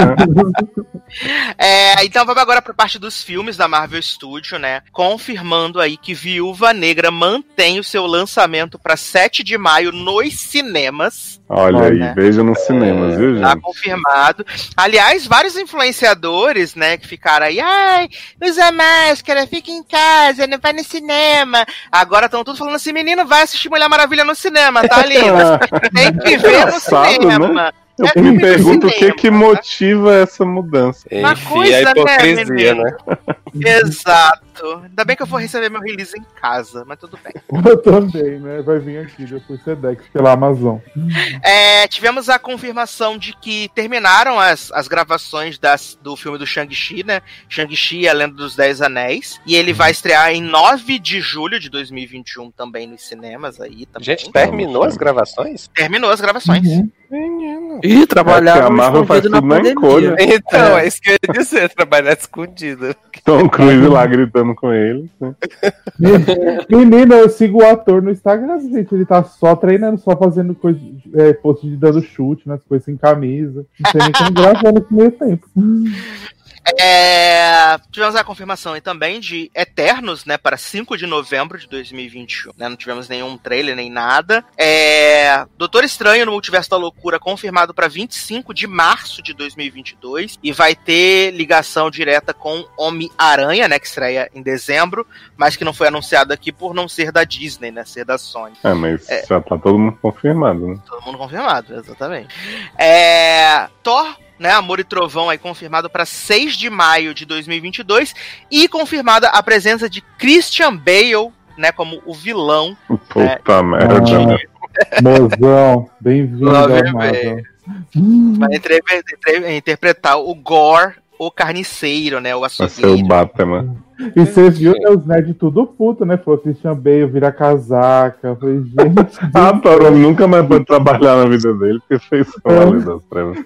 É, então vamos agora pra parte dos filmes da Marvel Studio, né? Confirmando aí que Viúva Negra mantém o seu lançamento pra sete de maio nos cinemas. Olha aí, né? veja nos cinemas, viu, Tá gente? confirmado. Aliás, vários influenciadores, né, que ficaram aí, ai, usa máscara, fica em casa, não vai no cinema. Agora estão todos falando assim, menino, vai assistir Mulher Maravilha no cinema, tá, linda? Tem que ver no Engraçado, cinema. né? Eu É me filme de pergunto o que cinema, que tá? motiva essa mudança. Uma enfim, coisa, a né, hipocrisia, menino? né? Exato. Ainda bem que eu vou receber meu release em casa, mas tudo bem. Eu também, né? Vai vir aqui depois Sedex pela Amazon. É, tivemos a confirmação de que terminaram as, as gravações das, do filme do Shang-Chi, né? Shang-Chi e a Lenda dos Dez Anéis. E ele vai estrear em nove de julho de dois mil e vinte e um também nos cinemas aí. Também. Gente, terminou as gravações? Terminou as gravações. Uhum. Menino. Ih, É trabalhava porque a Marvel faz escondido na tudo na pandemia. encolha. Então, é. isso que eu ia dizer, trabalhar escondido. Tom Cruise lá gritando com ele. Né? Menina, eu sigo o ator no Instagram, gente. Ele tá só treinando, só fazendo coisa, é, post de dando chute nas coisas sem camisa. Não sei nem como gravar nesse meio tempo. É, tivemos a confirmação aí também de Eternos, né, para cinco de novembro de dois mil e vinte e um, né, não tivemos nenhum trailer nem nada. É, Doutor Estranho no Multiverso da Loucura confirmado para vinte e cinco de março de dois mil e vinte e dois e vai ter ligação direta com Homem-Aranha, né, que estreia em dezembro, mas que não foi anunciado aqui por não ser da Disney, né, ser da Sony. É, mas já tá todo mundo confirmado, né? Todo mundo confirmado, exatamente. É, Thor, né, Amor e Trovão aí confirmado para seis de maio de dois mil e vinte e dois e confirmada a presença de Christian Bale, né, como o vilão. Puta merda, né? Mozão, bem-vindo Love ao you, Marvel. Vai entre- entre- interpretar o Gore, o carniceiro, né, o Vai ser o açougueiro. Batman. E você viu, né, os nerds tudo puto, né? Falou Christian Bale, vira casaca. Foi gente. Ah, Toro nunca mais pode trabalhar na vida dele, porque fez Cavaleiro das Trevas.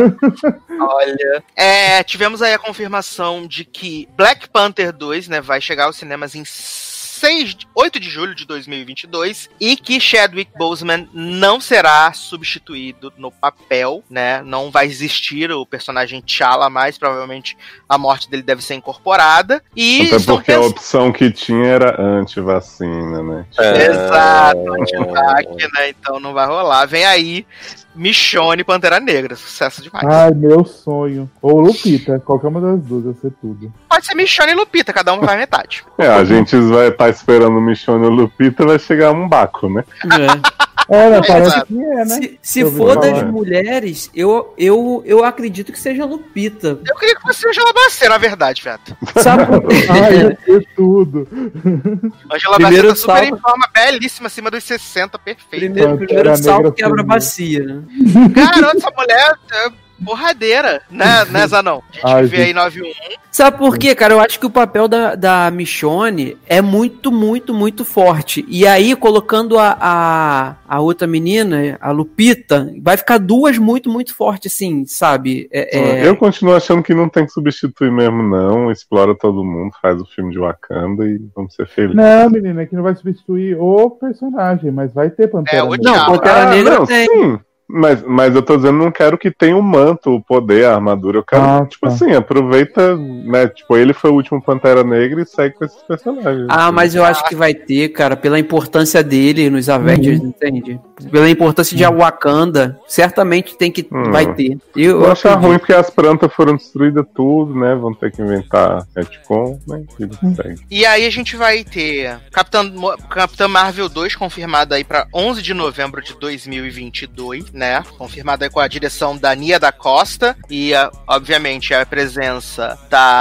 Olha. É, tivemos aí a confirmação de que Black Panther dois, né, vai chegar aos cinemas em seis, de- oito de julho de dois mil e vinte e dois e que Chadwick Boseman não será substituído no papel, né? Não vai existir o personagem T'Challa mais, provavelmente a morte dele deve ser incorporada. E Até estão porque a pensando... opção que tinha era anti-vacina, né? Exato, anti-vac, né? Então não vai rolar. Vem aí Michonne Pantera Negra, sucesso demais. Ai, meu sonho. Ou Lupita, qualquer uma das duas, eu sei tudo. Pode ser Michonne e Lupita, cada um vai metade. É, a gente vai estar esperando o Michonne e o Lupita, vai chegar um Baco, né? É, né, parece Exato. que é, né? Se, se Eu ouvi for falar. das mulheres, eu, eu, eu acredito que seja Lupita. Eu queria que fosse Angela Bassett, na verdade, Veto. Sabe por quê? Ai, eu sei tudo. Angela Primeiro Bassett tá super salto. em forma, belíssima, acima dos sessenta, perfeito. Primeiro, Pantera primeiro salto Negra quebra a sumiu. bacia, né? Garoto, essa mulher é porradeira, né, né, Zanon? A gente Ai, vê gente. aí nove um. Sabe por quê, cara? Eu acho que o papel da, da Michonne é muito, muito, muito forte. E aí, colocando a, a, a outra menina, a Lupita, vai ficar duas muito, muito fortes, assim, sabe? É, é- Eu continuo achando que não tem que substituir mesmo, não. Explora todo mundo, faz o filme de Wakanda e vamos ser felizes. Não, menina, é que não vai substituir o personagem, mas vai ter Pantera É, o Negra. Não, Pantera Ah, Negra não, tem. sim. Mas, mas eu tô dizendo, não quero que tenha o manto, o poder, a armadura. Eu quero, Ah, tipo tá. assim, aproveita, né? Tipo, ele foi o último Pantera Negra e segue com esses personagens. Ah, mas eu acho que vai ter, cara, pela importância dele nos Avengers, entende? Pela importância de Wakanda, certamente tem que, Hum. vai ter. Eu, Eu acho acredito. ruim porque as plantas foram destruídas tudo, né? Vão ter que inventar retcon, né? E segue. E aí a gente vai ter Capitã, Mo- Capitã Marvel dois confirmado aí pra onze de novembro de dois mil e vinte e dois, né? Confirmado aí com a direção da Nia da Costa e, a- obviamente, a presença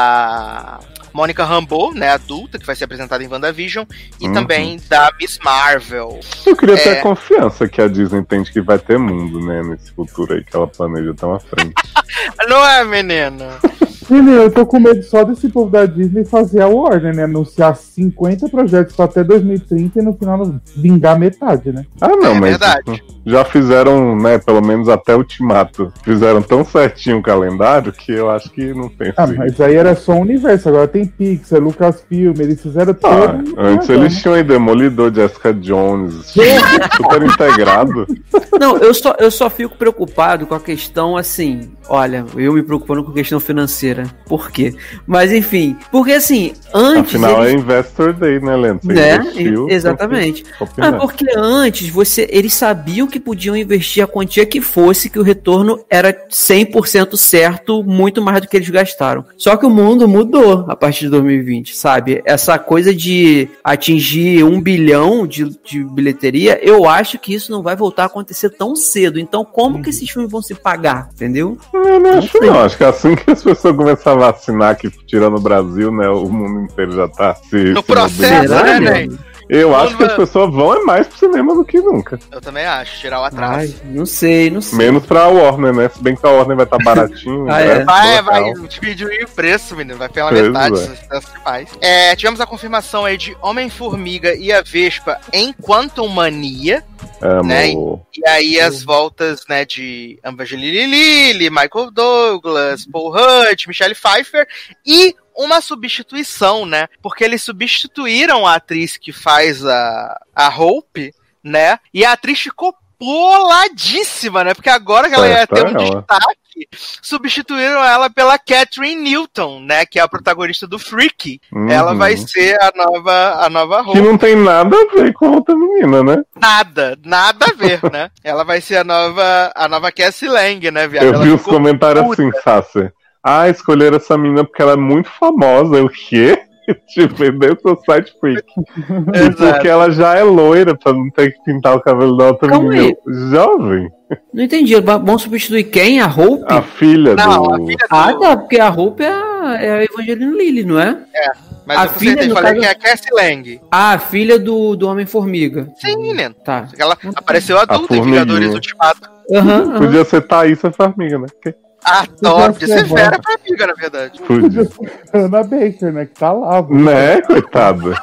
da Mônica Rambeau, né, adulta, que vai ser apresentada em WandaVision, e Uhum. também da Miss Marvel. Eu queria ter É. a confiança que a Disney entende que vai ter mundo, né? Nesse futuro aí que ela planeja tão à frente. Não é, menino? Menino, eu tô com medo só desse povo da Disney fazer a Warner, né? Anunciar cinquenta projetos pra até dois mil e trinta e no final vingar metade, né? Ah, não, É mas verdade. já fizeram, né? Pelo menos até Ultimato. Fizeram tão certinho o calendário que eu acho que não tem Ah, assim. mas aí era só o universo, agora tem Pixar, Lucasfilm, eles fizeram Ah, todo. antes eles tinham aí Demolidor, Jessica Jones, super integrado. Não, eu só, eu só fico preocupado com a questão assim. Olha, eu me preocupando com a questão financeira. Por quê? Mas enfim, porque assim, antes. Afinal eles- é Investor Day, né, Lento? Você né? investiu, Exatamente. tem que opinar. Ah, porque antes você, eles sabiam que podiam investir a quantia que fosse, que o retorno era cem por cento certo, muito mais do que eles gastaram. Só que o mundo mudou a partir de dois mil e vinte, sabe? Essa coisa de atingir um bilhão de, de bilheteria, eu acho que isso não vai voltar a acontecer tão cedo. Então, como que esses filmes vão se pagar? Entendeu? Eu não acho sei. não, acho que assim que as pessoas começarem a vacinar, que tirando o Brasil, né, o mundo inteiro já tá se... No se processo, mobilizando. né, Ney? Eu Todo acho que as mundo- pessoas vão é mais pro cinema do que nunca. Eu também acho, tirar o atraso. Ai, não sei, não sei. Menos pra Warner, né? Se bem que a Warner vai estar baratinho. Ah, né? é. Vai, Local. vai diminuir o preço, menino. Vai pela Pois metade é. das das demais. É, tivemos a confirmação aí de Homem-Formiga e a Vespa em Quantum Mania. Amo. né? E aí as voltas, né, de Evangeline Lilly, Michael Douglas, Paul Rudd, Michelle Pfeiffer e uma substituição, né? Porque eles substituíram a atriz que faz a, a Hope, né? E a atriz ficou boladíssima, né? Porque agora que ela ia Certo, ter um é ela. destaque, substituíram ela pela Catherine Newton, né? Que é a protagonista do Freaky. Uhum. Ela vai ser a nova, a nova Que Hope. não tem nada a ver com a outra menina, né? Nada, nada a ver, né? Ela vai ser a nova, a nova Cassie Lang, né, viado? Eu Ela vi os ficou comentários puta. assim, Sácia. Ah, escolheram essa menina porque ela é muito famosa. Eu, o quê? Tipo, dentro do site freak. E Exato. porque ela já é loira, pra não ter que pintar o cabelo da outra Calma menina. Jovem. Não entendi. Vão substituir quem? A Hope? A filha Não, do... a filha do... Ah, tá, porque a Hope é a, é a Evangeline Lilly, não é? Mas a eu filha, consertei, no falei caso- que é a Cassie Lang. Ah, a filha do, do Homem-Formiga. Sim, menino. Tá. Ela apareceu adulta em formiguinha. Vingadores Ultimato. Aham, aham. Podia ser Thaísa Farmiga, né? Que- Adoro, Podia podia ser ser bom. Vera pra amiga, na verdade. Podia. Ana Baker, né? Que tá lá. Né, coitada?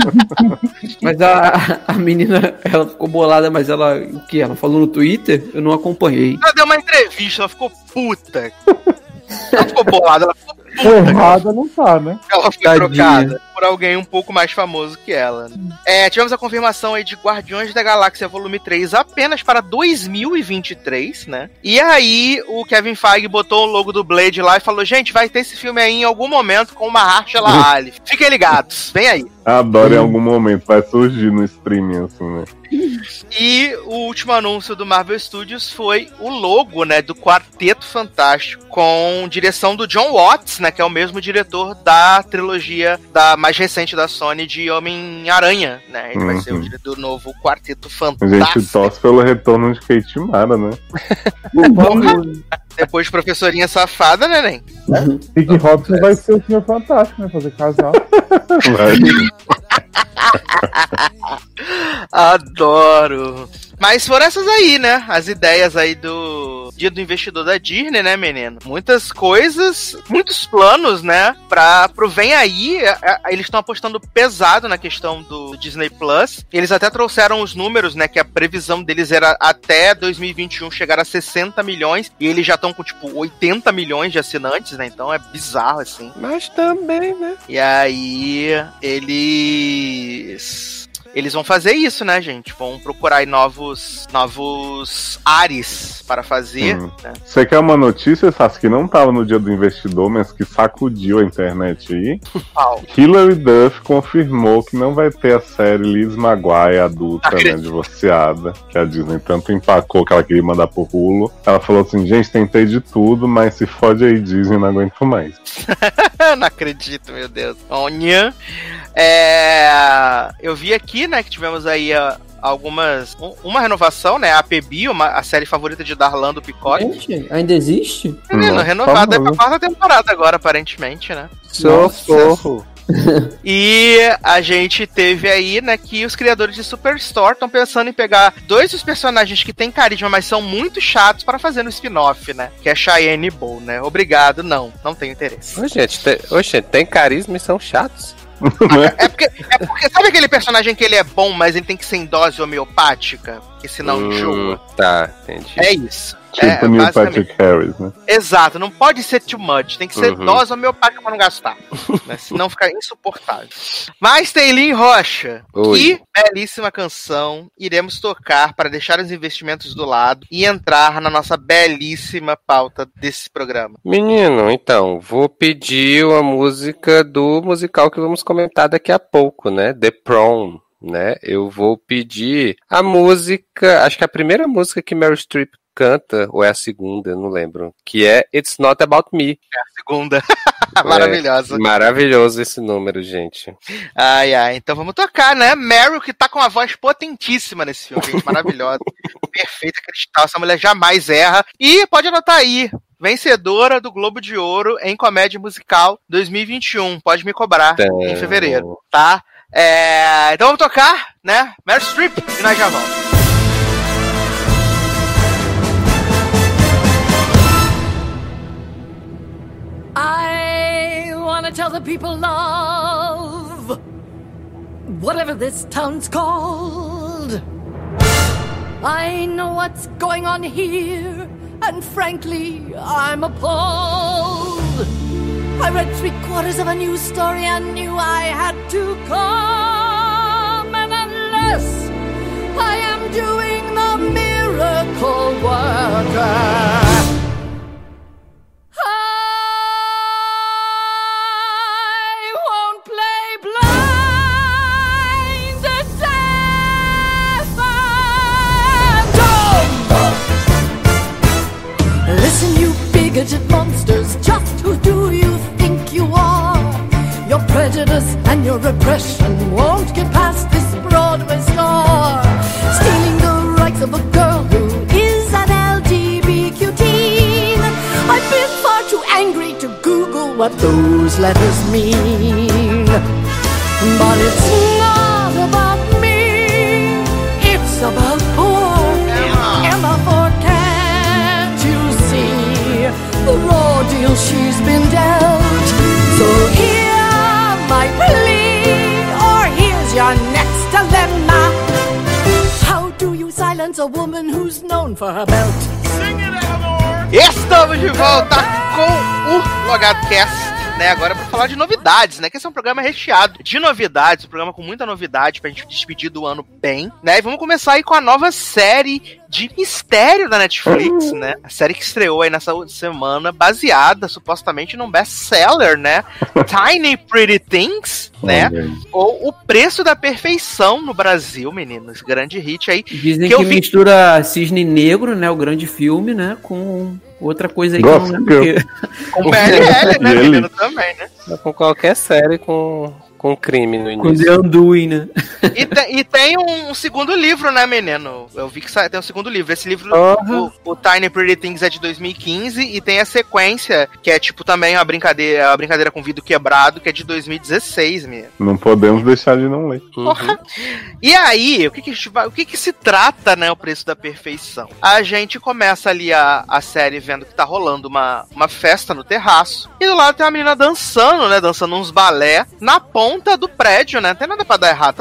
Mas a, a menina, ela ficou bolada, mas ela, o que? Ela falou no Twitter? Eu não acompanhei. Ela deu uma entrevista, ela ficou puta. Ela ficou bolada, ela ficou puta. Errada não tá, né? Ela foi Tadinha. trocada por alguém um pouco mais famoso que ela. Né? É, tivemos a confirmação aí de Guardiões da Galáxia Volume três apenas para dois mil e vinte e três, né? E aí o Kevin Feige botou o logo do Blade lá e falou, gente, vai ter esse filme aí em algum momento com uma Mahershala Ali. Fiquem ligados, vem aí. Adoro em algum momento, vai surgir no streaming, assim, né? E o último anúncio do Marvel Studios foi o logo, né, do Quarteto Fantástico, com direção do John Watts, né, que é o mesmo diretor da trilogia da mais recente da Sony de Homem-Aranha, né? Ele vai ser o Uhum. diretor do novo Quarteto A Fantástico. gente torce pelo retorno de Kate Mara, né? Depois de Professorinha Safada, né, Nen? Big Robson vai ser o Senhor Fantástico, né? Fazer casal. Vai. Adoro. Mas foram essas aí, né? As ideias aí do Dia do Investidor da Disney, né, menino? Muitas coisas, muitos planos, né? Pra, pro Vem Aí, a- a- eles estão apostando pesado na questão do Disney Plus. Eles até trouxeram os números, né? Que a previsão deles era até dois mil e vinte e um chegar a sessenta milhões. E eles já estão com, tipo, oitenta milhões de assinantes, né? Então é bizarro, assim. Mas também, né? E aí, eles... eles vão fazer isso, né, gente? Vão procurar aí novos, novos ares para fazer. Hum. Né? Você quer uma notícia, Sassi, que não tava no Dia do Investidor, mas que sacudiu a internet aí? Pau. Hilary Duff confirmou que não vai ter a série Liz Maguire adulta, né, divorciada, que a Disney tanto empacou que ela queria mandar pro Hulu. Ela falou assim, gente, tentei de tudo, mas se fode aí, Disney, não aguento mais. Não acredito, meu Deus. Onha. É... Eu vi aqui, né, que tivemos aí a... algumas... Uma renovação, né? A P B, uma, a série favorita de Darlan do Picote. Gente, ainda existe? Menino, renovada é pra quarta temporada agora, aparentemente, né? Socorro! E a gente teve aí, né, que os criadores de Superstore estão pensando em pegar dois dos personagens que tem carisma, mas são muito chatos para fazer no spin-off, né? Que é Cheyenne e Bo, né? Obrigado, não. Não tenho interesse. Ô, gente, tem, ô, gente, tem carisma e são chatos. É porque, é porque, sabe aquele personagem que ele é bom, mas ele tem que ser em dose homeopática? Porque senão hum, enjoa. Tá, entendi. É isso. Tipo é, Neil Patrick Harris, né? Exato, não pode ser too much, tem que ser Uhum. dose homeopática pra não gastar, né? Senão fica insuportável. Mas Teilin Rocha, Oi. que belíssima canção iremos tocar para deixar os investimentos do lado e entrar na nossa belíssima pauta desse programa. Menino, então, vou pedir uma música do musical que vamos comentar daqui a pouco, né? The Prom, né? Eu vou pedir a música, acho que a primeira música que Meryl Streep canta, ou é a segunda, eu não lembro, que é It's Not About Me. É a segunda. Maravilhosa. É, maravilhoso esse número, gente. Ai, ai, então vamos tocar, né? Meryl, que tá com uma voz potentíssima nesse filme, gente, maravilhosa. Perfeita, cristal, essa mulher jamais erra. E pode anotar aí, vencedora do Globo de Ouro em Comédia Musical dois mil e vinte e um. Pode me cobrar Então... em fevereiro, tá? É... Então vamos tocar, né? Meryl Streep e nós já voltamos. I wanna tell the people of whatever this town's called. I know what's going on here, and frankly, I'm appalled. I read three quarters of a news story and knew I had to come. And unless I am doing the miracle worker, I won't play blind, deaf and dumb. Listen, you bigoted monsters, just who do you think you are? Your prejudice and your repression won't get past this Broadway star. Stealing the rights of a girl who is an L G B T Q teen. I've been far too angry to Google what those letters mean. But it's not about me, it's about poor Emma, Emma for can't you see the raw deal she's been dealt? So hear my plea, or here's your next dilemma. How do you silence a woman who's known for her belt? Estamos de volta com o Logado Cast, né? Agora pra falar de novidades, né? Que esse é um programa recheado de novidades, um programa com muita novidade pra gente despedir do ano bem, né? E vamos começar aí com a nova série de mistério da Netflix, né? A série que estreou aí nessa semana, baseada supostamente num best-seller, né? Tiny Pretty Things, né? Ou O Preço da Perfeição no Brasil, meninos. Grande hit aí. Dizem que que, eu vi- mistura Cisne Negro, né? O grande filme, né? Com outra coisa aí que eu não lembro. Gospel. que- Com P L L, né, E ele? menino? Também, né? Com qualquer série com, com crime no Com início. The Undoing, né? E, te- e tem um, um segundo livro, né, menino? Eu vi que sa- tem um segundo livro. Esse livro, Uhum. o, o Tiny Pretty Things, é de dois mil e quinze e tem a sequência, que é tipo também uma brincadeira, uma brincadeira com vidro quebrado, que é de dois mil e dezesseis, menino. Não podemos deixar de não ler. Porra. E aí, o que que, a gente vai- o que que se trata, né, o Preço da Perfeição? A gente começa ali a, a série vendo que tá rolando uma, uma festa no terraço, e do lado tem uma menina dançando, né, dançando uns balé, na ponta do prédio, né, não tem nada pra dar errado, tá tranquilo.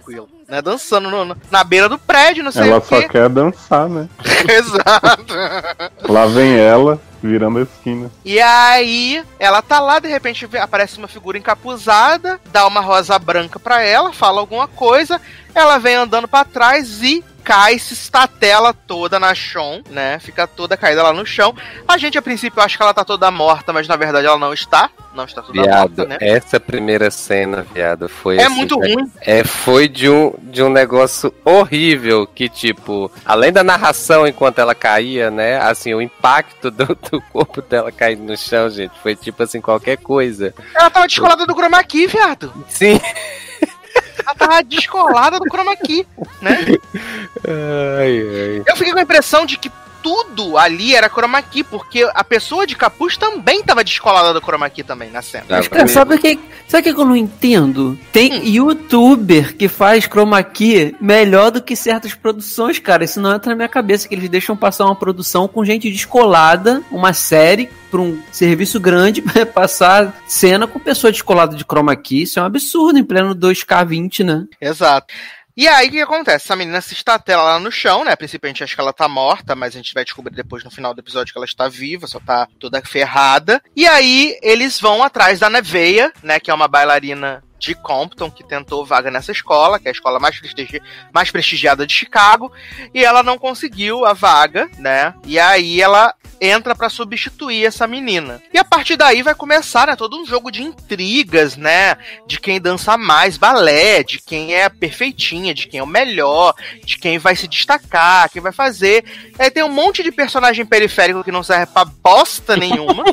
tranquilo, né? Dançando no- no- na beira do prédio, não sei Ela o só quê. quer dançar, né? Exato. Lá vem ela, virando a esquina. E aí, ela tá lá, de repente vê- aparece uma figura encapuzada, dá uma rosa branca pra ela, fala alguma coisa, ela vem andando pra trás e cai, se estatela toda na chão, né? Fica toda caída lá no chão. A gente, a princípio, acha que ela tá toda morta, mas na verdade ela não está. Não está toda Viado, morta, né? essa primeira cena, viado, foi É assim, muito é- ruim. É, foi de um, de um negócio horrível que, tipo, além da narração enquanto ela caía, né, assim, o impacto do, do corpo dela caindo no chão, gente, foi tipo assim, qualquer coisa. Ela tava descolada do chroma key, viado. Sim. Ela tava descolada do chroma key, né? Ai, ai. Eu fiquei com a impressão de que tudo ali era chroma key, porque a pessoa de capuz também tava descolada do chroma key também na cena. Tá Cara, sabe o que, sabe o que eu não entendo? Tem youtuber que faz chroma key melhor do que certas produções, cara. Isso não entra na minha cabeça, que eles deixam passar uma produção com gente descolada, uma série pra um serviço grande, pra passar cena com pessoa descolada de chroma key. Isso é um absurdo em pleno dois K vinte, né? Exato. E aí, o que acontece? Essa menina se estatela lá no chão, né? A princípio a gente acha que ela tá morta, mas a gente vai descobrir depois no final do episódio que ela está viva, só tá toda ferrada. E aí, eles vão atrás da Neveia, né? Que é uma bailarina de Compton, que tentou vaga nessa escola, que é a escola mais, prestigi- mais prestigiada de Chicago, e ela não conseguiu a vaga, né? E aí ela entra pra substituir essa menina. E a partir daí vai começar, né, todo um jogo de intrigas, né? De quem dança mais balé, de quem é a perfeitinha, de quem é o melhor, de quem vai se destacar, quem vai fazer. Aí tem um monte de personagem periférico que não serve pra bosta nenhuma,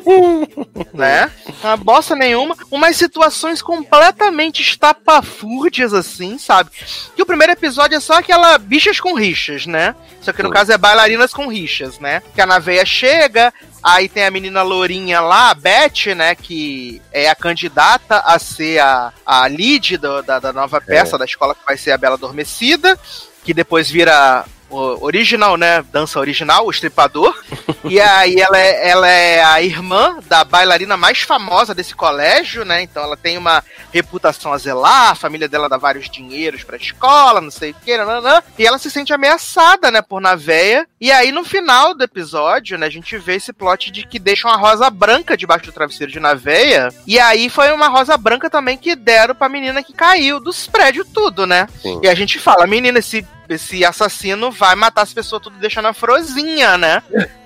né? Uma bosta nenhuma. Umas situações completamente estapafúrdias, assim, sabe? Que o primeiro episódio é só aquela bichas com rixas, né? Só que no caso é bailarinas com rixas, né? Que a Neveia chega, aí tem a menina lourinha lá, a Beth, né? Que é a candidata a ser a, a lead do- da, da nova peça da escola, que vai ser a Bela Adormecida, que depois vira o original, né? Dança original, o estripador. E aí ela é, ela é a irmã da bailarina mais famosa desse colégio, né? Então ela tem uma reputação a zelar, a família dela dá vários dinheiros pra escola, não sei o que, nananã. E ela se sente ameaçada, né, por Neveia. E aí no final do episódio, né, a gente vê esse plot de que deixam a rosa branca debaixo do travesseiro de Neveia. E aí foi uma rosa branca também que deram pra menina que caiu dos prédios tudo, né? Sim. E a gente fala, menina, esse esse assassino vai matar as pessoas tudo deixando a frozinha, né?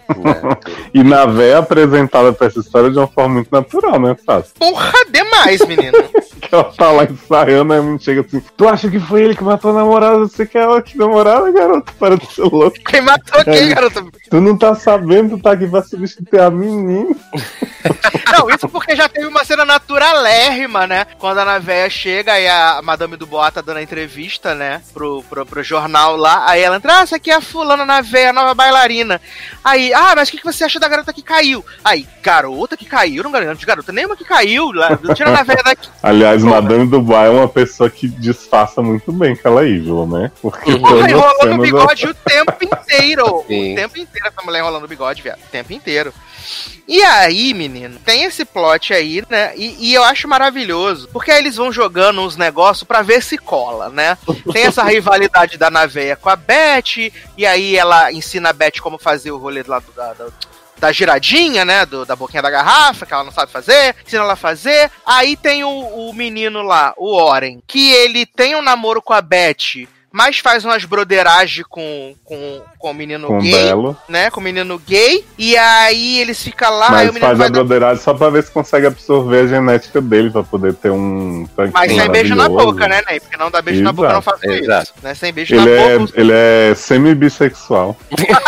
E na véia apresentada pra essa história de uma forma muito natural, né, Fácil? Porra, demais, menina. Que ela tá lá ensaiando, aí a menina chega assim: tu acha que foi ele que matou a namorada? Você quer ela que namorada, garota? Para de ser louco. Quem matou quem, garota? Tu não tá sabendo, tu tá aqui pra substituir a menina. Não, isso porque já teve uma cena naturalérrima, né? Quando a Neveia chega e a Madame Dubois tá dando a entrevista, né? Pro, pro, pro jornal lá. Aí ela entra, ah, essa aqui é a fulana Neveia, a nova bailarina. Aí, ah, mas o que, que você acha da garota que caiu? Aí, garota que caiu? Não garanto de garota nenhuma que caiu. Lá, tira a Neveia daqui. Aliás, Madame Dubois é uma pessoa que disfarça muito bem que ela é evil, né? Porque Porra, todas as enrolando o cenas bigode o tempo inteiro. Sim. O tempo inteiro essa mulher enrolando o bigode, viado. O tempo inteiro. E aí, menino, tem esse plot aí, né? E, e eu acho maravilhoso. Porque aí eles vão jogando uns negócios pra ver se cola, né? Tem essa rivalidade da Neveia com a Beth. E aí ela ensina a Beth como fazer o rolê lá do, da, da, da giradinha, né? Do, da boquinha da garrafa, que ela não sabe fazer. Ensina ela a fazer. Aí tem o, o menino lá, o Oren, que ele tem um namoro com a Beth, mas faz umas broderagem com, com, com o menino com gay, Belo. né? Com o menino gay. E aí eles ficam lá, aí Mas o menino faz vai a dar... broderagem só pra ver se consegue absorver a genética dele, pra poder ter um tanque Mas sem beijo na maravilhoso. boca, né, Ney? Porque não dá beijo na boca, não faz Exato. isso. Né? Sem beijo Ele na é, boca. ele é semi-bissexual.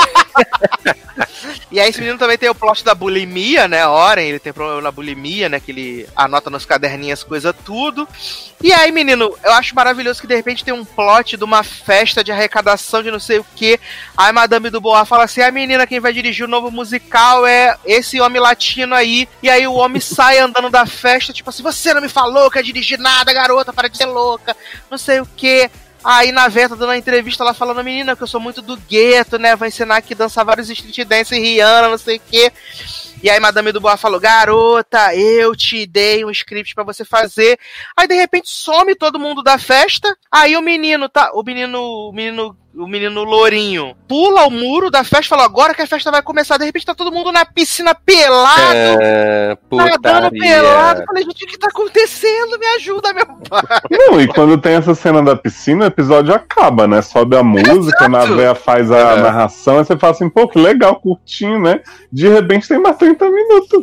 E aí esse menino também tem o plot da bulimia, né? Oren, ele tem problema na bulimia, né? Que ele anota nos caderninhos coisa tudo. E aí, menino, eu acho maravilhoso que de repente tem um plot de uma festa de arrecadação de não sei o que. Aí Madame Dubois fala assim, a menina quem vai dirigir o novo musical é esse homem latino aí. E aí o homem sai andando da festa, tipo assim, você não me falou que ia dirigir nada, garota, para de ser louca, não sei o que. Aí na Vera tá dando uma entrevista lá falando, menina, que eu sou muito do gueto, né? Vou ensinar aqui a dançar vários street dance em Rihanna, não sei o quê. E aí Madame Dubois falou, garota, eu te dei um script pra você fazer. Aí de repente some todo mundo da festa. Aí o menino, tá, o menino, o menino, o menino lourinho pula o muro da festa e fala, agora que a festa vai começar, de repente tá todo mundo na piscina pelado, É, nadando putaria. pelado. Eu falei, gente, o que tá acontecendo? Me ajuda, meu pai. Não, e quando tem essa cena da piscina, o episódio acaba, né? Sobe a música, na véia faz a É. narração, aí você fala assim, pô, que legal, curtinho, né? De repente tem mais trinta minutos.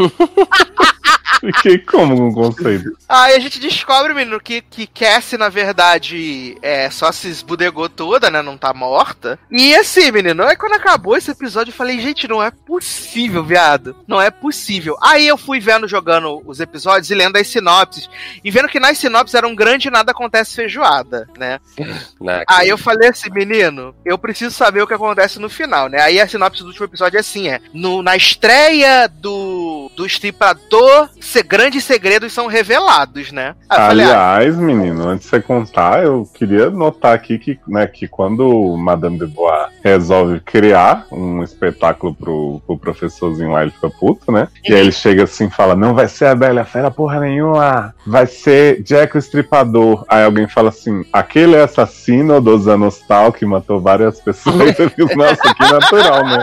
Fiquei como com o conceito? Aí a gente descobre, menino, que, que Cassie, na verdade, é, só se esbudegou toda, né? Não tá morta. E assim, menino, aí quando acabou esse episódio, eu falei, gente, não é possível, viado. Não é possível. Aí eu fui vendo, jogando os episódios e lendo as sinopses. E vendo que nas sinopses era um grande nada acontece feijoada, né? Na- Aí eu falei assim, menino, eu preciso saber o que acontece no final, né? Aí a sinopse do último episódio é assim, é. No, na estreia do, do estripador, se, grandes segredos são revelados, né? Aí eu falei, ah, Aliás, menino, antes de você contar, eu queria notar aqui que, né, que quando Madame de Bois resolve criar um espetáculo pro, pro professorzinho lá, ele fica puto, né? E aí ele chega assim e fala, não vai ser a Bela Fera porra nenhuma, vai ser Jack o Estripador. Aí alguém fala assim, aquele é assassino dos anos tal que matou várias pessoas. Eu fiz, nossa, que natural, né?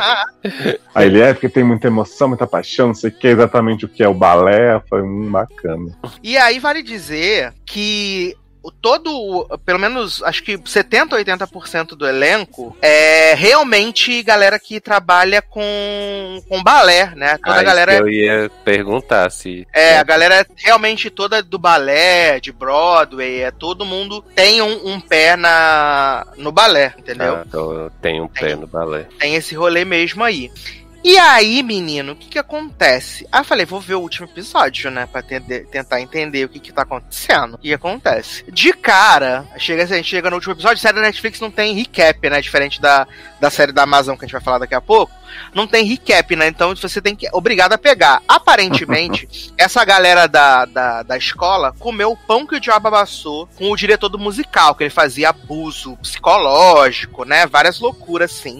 Aí ele é, porque tem muita emoção, muita paixão, não sei o que, exatamente o que é o balé. Foi um bacana. E aí vale dizer que o todo, pelo menos, acho que setenta, oitenta por cento do elenco é realmente galera que trabalha com, com balé, né? Toda Ah, a galera isso que eu ia perguntar se. é, a galera realmente toda do balé, de Broadway, é, todo mundo tem um, um pé na, no balé, entendeu? Ah, então tem um pé no balé. Tem esse rolê mesmo aí. E aí, menino, o que que acontece? Ah, eu falei, vou ver o último episódio, né? Pra tende- tentar entender o que que tá acontecendo. O que que acontece? De cara, chega, a gente chega no último episódio, a série da Netflix não tem recap, né? Diferente da, da série da Amazon que a gente vai falar daqui a pouco. Não tem recap, né? Então você tem que obrigado a pegar. Aparentemente, essa galera da, da, da escola comeu o pão que o diabo amassou com o diretor do musical, que ele fazia abuso psicológico, né? Várias loucuras, assim,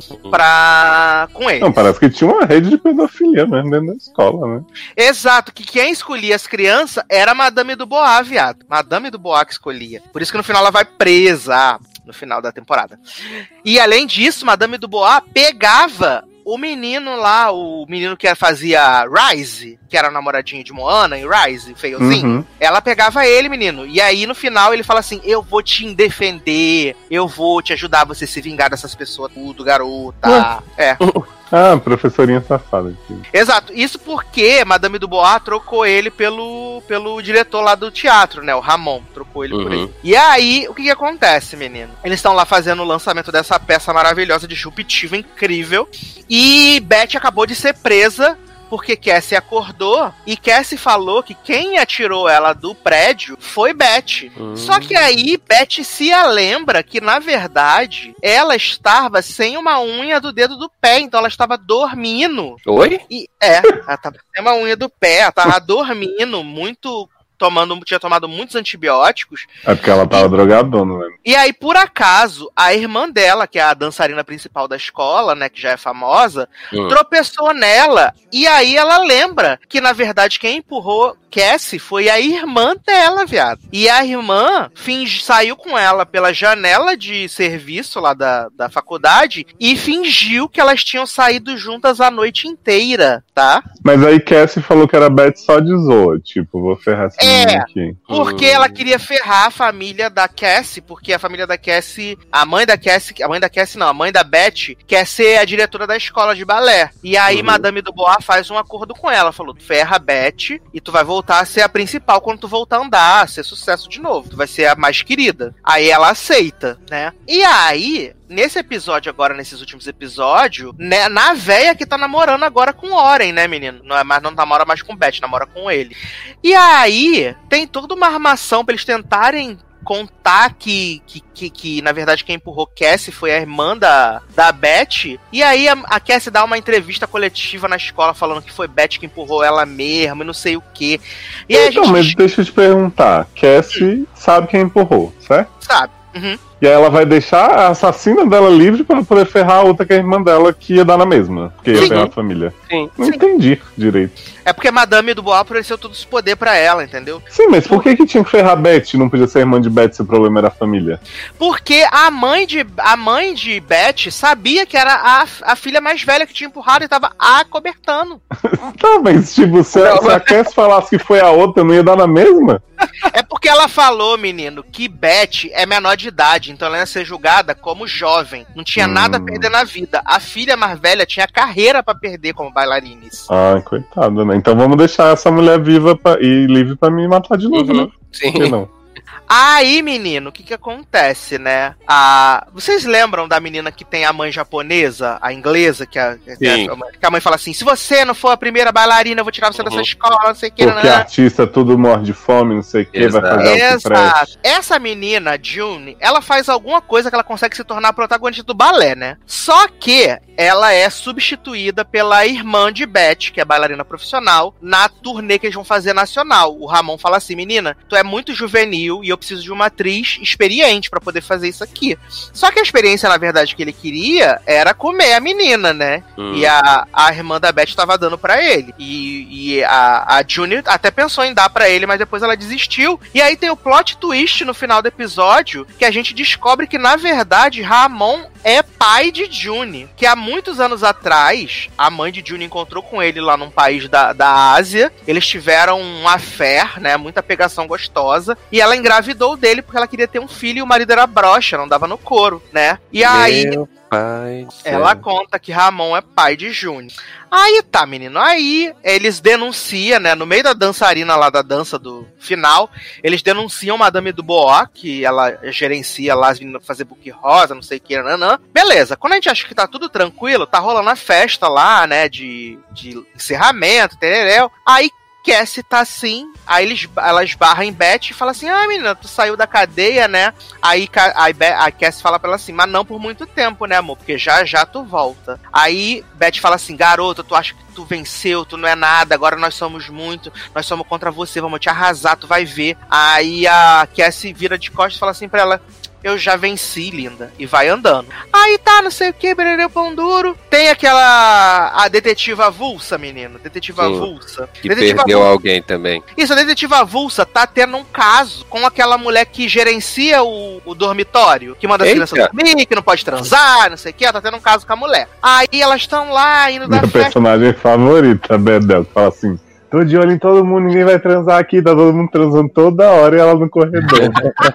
pra... com eles. Não, parece que tinha uma rede de pedofilia mesmo dentro da escola, né? Exato, que quem escolhia as crianças era a Madame do Bois, viado. Madame do Bois que escolhia. Por isso que no final ela vai presa, no final da temporada. E além disso, Madame do Bois pegava o menino lá, o menino que fazia Rise, que era o namoradinho de Moana, em Rise, feiozinho. Uhum. Ela pegava ele, menino. E aí, no final, ele fala assim, eu vou te defender, eu vou te ajudar a você se vingar dessas pessoas tudo, garota. É. Ah, professorinha safada. Aqui. Exato, isso porque Madame do Bois trocou ele pelo, pelo diretor lá do teatro, né, o Ramon, trocou ele por Uhum. ele. E aí, o que que acontece, menino? Eles estão lá fazendo o lançamento dessa peça maravilhosa, disruptiva, incrível, e Beth acabou de ser presa porque Cassie acordou e Cassie falou que quem atirou ela do prédio foi Beth. Hum. Só que aí Beth se lembra que, na verdade, ela estava sem uma unha do dedo do pé, então ela estava dormindo. Oi? E é, ela tava sem uma unha do pé, ela tava dormindo muito. Tomando, tinha tomado muitos antibióticos. É porque ela tava E- drogadona, né? E aí, por acaso, a irmã dela, que é a dançarina principal da escola, né, que já é famosa, Hum. tropeçou nela. E aí ela lembra que, na verdade, quem empurrou Cassie foi a irmã dela, viado. E a irmã fingi, saiu com ela pela janela de serviço lá da, da faculdade e fingiu que elas tinham saído juntas a noite inteira, tá? Mas aí Cassie falou que era Beth só de zoa. Tipo, vou ferrar essa É. menina aqui. Porque Hum. ela queria ferrar a família da Cassie, porque a família da Cassie, a mãe da Cassie, a mãe da Cassie não, a mãe da Beth quer ser a diretora da escola de balé. E aí Uhum. Madame do Bois faz um acordo com ela, falou, ferra a Beth e tu vai voltar a ser a principal quando tu voltar a andar, a ser sucesso de novo, tu vai ser a mais querida. Aí ela aceita, né? E aí... Nesse episódio agora, nesses últimos episódios, né, na véia que tá namorando agora com Oren, né, menino? Não é mais, não namora mais com Beth, namora com ele. E aí, tem toda uma armação pra eles tentarem contar que, que, que, que, na verdade, quem empurrou Cassie foi a irmã da, da Beth. E aí, a, a Cassie dá uma entrevista coletiva na escola falando que foi Beth que empurrou ela mesmo e não sei o quê. E aí Então, a mas gente deixa eu te perguntar. Cassie sabe quem empurrou, certo? sabe. Uhum. E aí ela vai deixar a assassina dela livre pra poder ferrar a outra que é a irmã dela, que ia dar na mesma. Porque ia Sim. ferrar a família. Sim. Não entendi direito. É porque Madame Dubois ofereceu todo esse poder pra ela, entendeu? Sim, mas por que que tinha que ferrar a Beth? Não podia ser a irmã de Beth se o problema era a família? Porque a mãe de, a mãe de Beth sabia que era a, a filha mais velha que tinha empurrado e tava acobertando. Tá, mas tipo, se, a- se a Cass falasse que foi a outra, não ia dar na mesma? É porque ela falou, menino, que Beth é menor de idade, então ela ia ser julgada como jovem. Não tinha Hum. nada a perder na vida. A filha mais velha tinha carreira pra perder como bailarines. Ai, coitada, né? Então vamos deixar essa mulher viva pra, e livre pra me matar de novo, Uhum. né? Sim. Por que não? Aí, menino, o que que acontece, né? A... Vocês lembram da menina que tem a mãe japonesa, a inglesa, que a, que Sim. a, que a mãe fala assim, se você não for a primeira bailarina, eu vou tirar você Uhum. dessa escola, não sei o que, Porque nananã. artista tudo morre de fome, não sei o que, vai Exato. fazer o que Exato. presta. Essa menina, June, ela faz alguma coisa que ela consegue se tornar a protagonista do balé, né? Só que ela é substituída pela irmã de Beth, que é bailarina profissional, na turnê que eles vão fazer nacional. O Ramon fala assim, menina, tu é muito juvenil e eu preciso de uma atriz experiente pra poder fazer isso aqui. Só que a experiência, na verdade, que ele queria era comer a menina, né? Hum. E a, a irmã da Beth tava dando pra ele. E, e a, a June até pensou em dar pra ele, mas depois ela desistiu. E aí tem o plot twist no final do episódio, que a gente descobre que, na verdade, Ramon é pai de June. Que há muitos anos atrás, a mãe de June encontrou com ele lá num país da, da Ásia. Eles tiveram um affair, né? Muita pegação gostosa. E ela engravidou dele porque ela queria ter um filho e o marido era broxa, não dava no couro, né? E aí... Meu pai do céu. Ela conta que Ramon é pai de June. Aí tá, menino. Aí eles denunciam, né? No meio da dançarina lá da dança do final, eles denunciam Madame Dubois, que ela gerencia lá as meninas fazer book rosa, não sei o que, nanã. Beleza. Quando a gente acha que tá tudo tranquilo, tá rolando a festa lá, né? De, de encerramento, tereréu. Aí Cassie tá assim, aí eles, ela esbarra em Beth e fala assim, ah, menina, tu saiu da cadeia, né? Aí a, a Cassie fala pra ela assim, mas não por muito tempo, né, amor? Porque já já tu volta. Aí Beth fala assim, garota, tu acha que tu venceu, tu não é nada, agora nós somos muito, nós somos contra você, vamos te arrasar, tu vai ver. Aí a Cassie vira de costas e fala assim pra ela, eu já venci, linda. E vai andando. Aí tá, não sei o que, berereu pão duro. Tem aquela... A detetiva avulsa, menino. Detetiva Sim. avulsa. Que detetiva perdeu avulsa. alguém também. Isso, a detetiva avulsa tá tendo um caso com aquela mulher que gerencia o, o dormitório. Que manda as Eita. crianças dormir, que não pode transar, não sei o que. Ela tá tendo um caso com a mulher. Aí elas estão lá, indo da Minha festa. personagem favorita, Bedel, que fala assim: tô de olho em todo mundo, ninguém vai transar aqui, tá todo mundo transando toda hora e ela no corredor.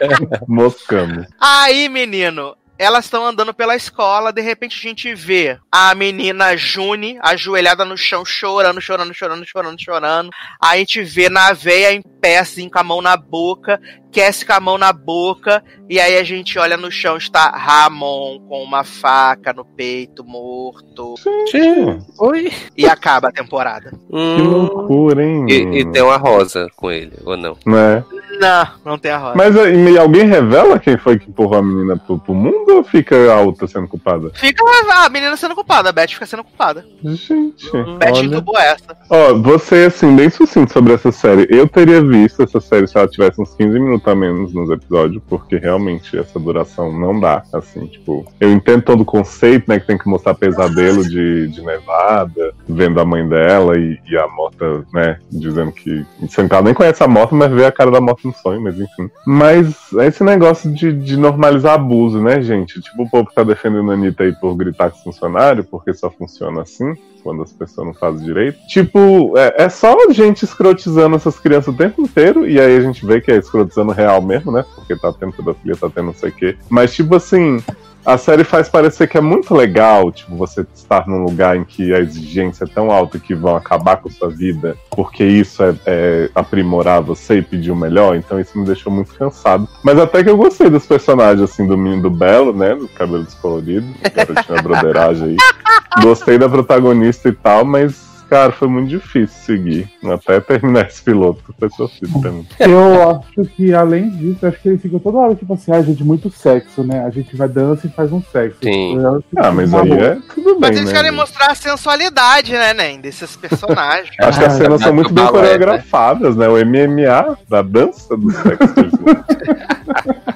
Moscando. Aí, menino, elas estão andando pela escola, de repente a gente vê a menina June ajoelhada no chão, chorando, chorando, chorando, chorando, chorando. Aí a gente vê na veia em pé, assim, com a mão na boca, Cassie com a mão na boca, e aí a gente olha no chão, está Ramon com uma faca no peito, morto, Sim. Oi. e acaba a temporada. Que Hum. loucura, hein? E, e tem uma rosa com ele, ou não? Né? Não, não tem a roda. Mas e, alguém revela quem foi que empurrou a menina pro, pro mundo ou fica a outra sendo culpada? Fica a menina sendo culpada, a Beth fica sendo culpada. Gente, Beth olha. entubou essa. Ó, você, assim, bem sucinto sobre essa série. Eu teria visto essa série se ela tivesse uns quinze minutos a menos nos episódios, porque realmente essa duração não dá, assim, tipo... Eu entendo todo o conceito, né, que tem que mostrar pesadelo de, de Nevada, vendo a mãe dela e, e a morta, né, dizendo que... Sendo que ela nem conhece a morta, mas vê a cara da morta no sonho, mas enfim. Mas esse negócio de, de normalizar abuso, né, gente? Tipo, o povo tá defendendo a Anitta aí por gritar com os funcionários, porque só funciona assim, quando as pessoas não fazem direito. Tipo, é, é só gente escrotizando essas crianças o tempo inteiro, e aí a gente vê que é escrotizando real mesmo, né? Porque tá tendo pedofilia, tá tendo não sei o quê. Mas, tipo assim, a série faz parecer que é muito legal, tipo, você estar num lugar em que a exigência é tão alta que vão acabar com sua vida, porque isso é, é aprimorar você e pedir o melhor, então isso me deixou muito cansado. Mas até que eu gostei dos personagens, assim, do menino do Belo, né, do cabelo descolorido, garotinha broderagem aí. Gostei da protagonista e tal, mas... Cara, foi muito difícil seguir. Até terminar esse piloto. Foi sofrido pra mim. Eu acho que, além disso, acho que ele fica toda hora, tipo assim, ah, gente, muito sexo, né? A gente vai dança e faz um sexo. Sim. Eu acho que Ah, mas tá aí bom. é tudo Mas bem, eles né? querem gente? mostrar a sensualidade, né, Nen, desses personagens. Acho que as Ah, cenas são muito bem balé, né? coreografadas, né? O M M A da dança do sexo.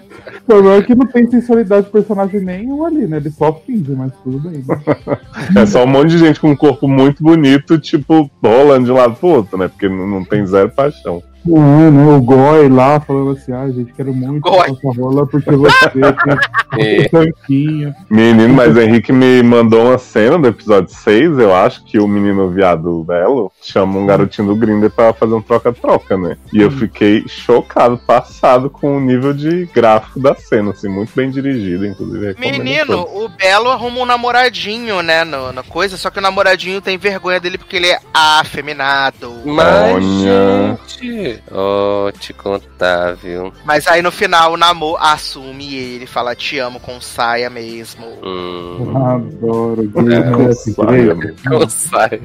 O problema é que não tem sensualidade de personagem nenhum ali, né? Ele só finge, mas tudo bem. Né? É só um monte de gente com um corpo muito bonito, tipo, rolando de um lado pro outro, né? Porque não, não tem zero paixão. Não, né? O Goi lá falando assim, ah, gente, quero muito Goi. essa rola porque você tem É. um tanquinho. Menino, mas o Henrique me mandou uma cena do episódio seis, eu acho, que o menino viado belo chama um garotinho do Grindr pra fazer um troca-troca, né? E eu fiquei chocado, passado com o nível de gráfico da cena, assim, muito bem dirigido, inclusive. recomendo Menino, todos. o Belo arruma um namoradinho, né, no, na coisa, só que o namoradinho tem vergonha dele porque ele é afeminado. Mas, Olha. gente, ó, te contar, viu? Mas aí no final o namoro assume ele, fala te amo com saia mesmo. Hum, Adoro. É, Gay, saia, né? não sai.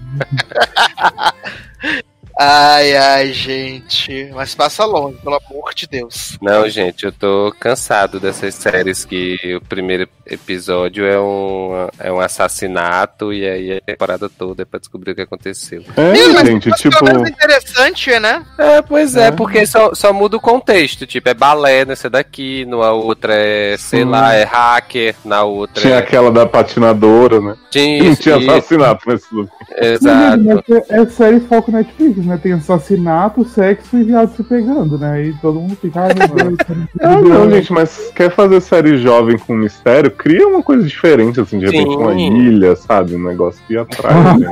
Ai, ai, gente. Mas passa longe, pelo amor de Deus. Não, gente, eu tô cansado dessas séries que o primeiro episódio é um, é um assassinato e aí a temporada toda é pra descobrir o que aconteceu. É, Menino, mas gente, mas tipo... pelo menos é interessante, né? É, pois é, É. porque só, só muda o contexto. Tipo, é balé nessa daqui, na outra é, sei Sim. lá, é hacker, na outra Tinha é... aquela da patinadora, né? Tinha Não isso, tinha isso, assassinato nesse lugar. exato. Mas é, é série foco Netflix, né? Tem assassinato, sexo e viado se pegando, né? E todo mundo fica, ah, meu Deus, Ah, não, gente, mas quer fazer série jovem com mistério? Cria uma coisa diferente, assim, de repente Sim. uma ilha, sabe? Um negócio que atrai. né?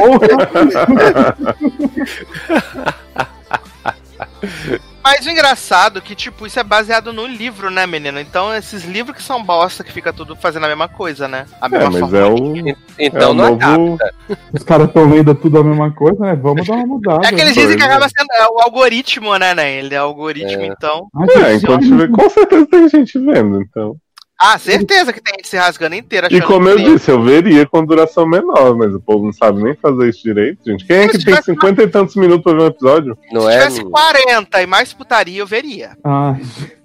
Mas o engraçado é que, tipo, isso é baseado no livro, né, menino? Então, esses livros que são bosta, que fica tudo fazendo a mesma coisa, né? A É, mesma mas forma. é o, Então é o não novo. adapta. Os caras estão vendo tudo a mesma coisa, né? Vamos dar uma mudada. É que eles né? dizem que Pois é. acaba sendo é, o algoritmo, né, né? Ele é algoritmo, É. então. Ah, É, gente, enquanto tiver, com certeza tem gente vendo, então. Ah, certeza que tem gente se rasgando inteira E achando como eu incrível. disse, eu veria com duração menor, mas o povo não sabe nem fazer isso direito, gente. Quem é Se que tem tivesse cinquenta e tantos minutos pra ver um episódio? Não Se é? tivesse quarenta e mais putaria, eu veria. Ai,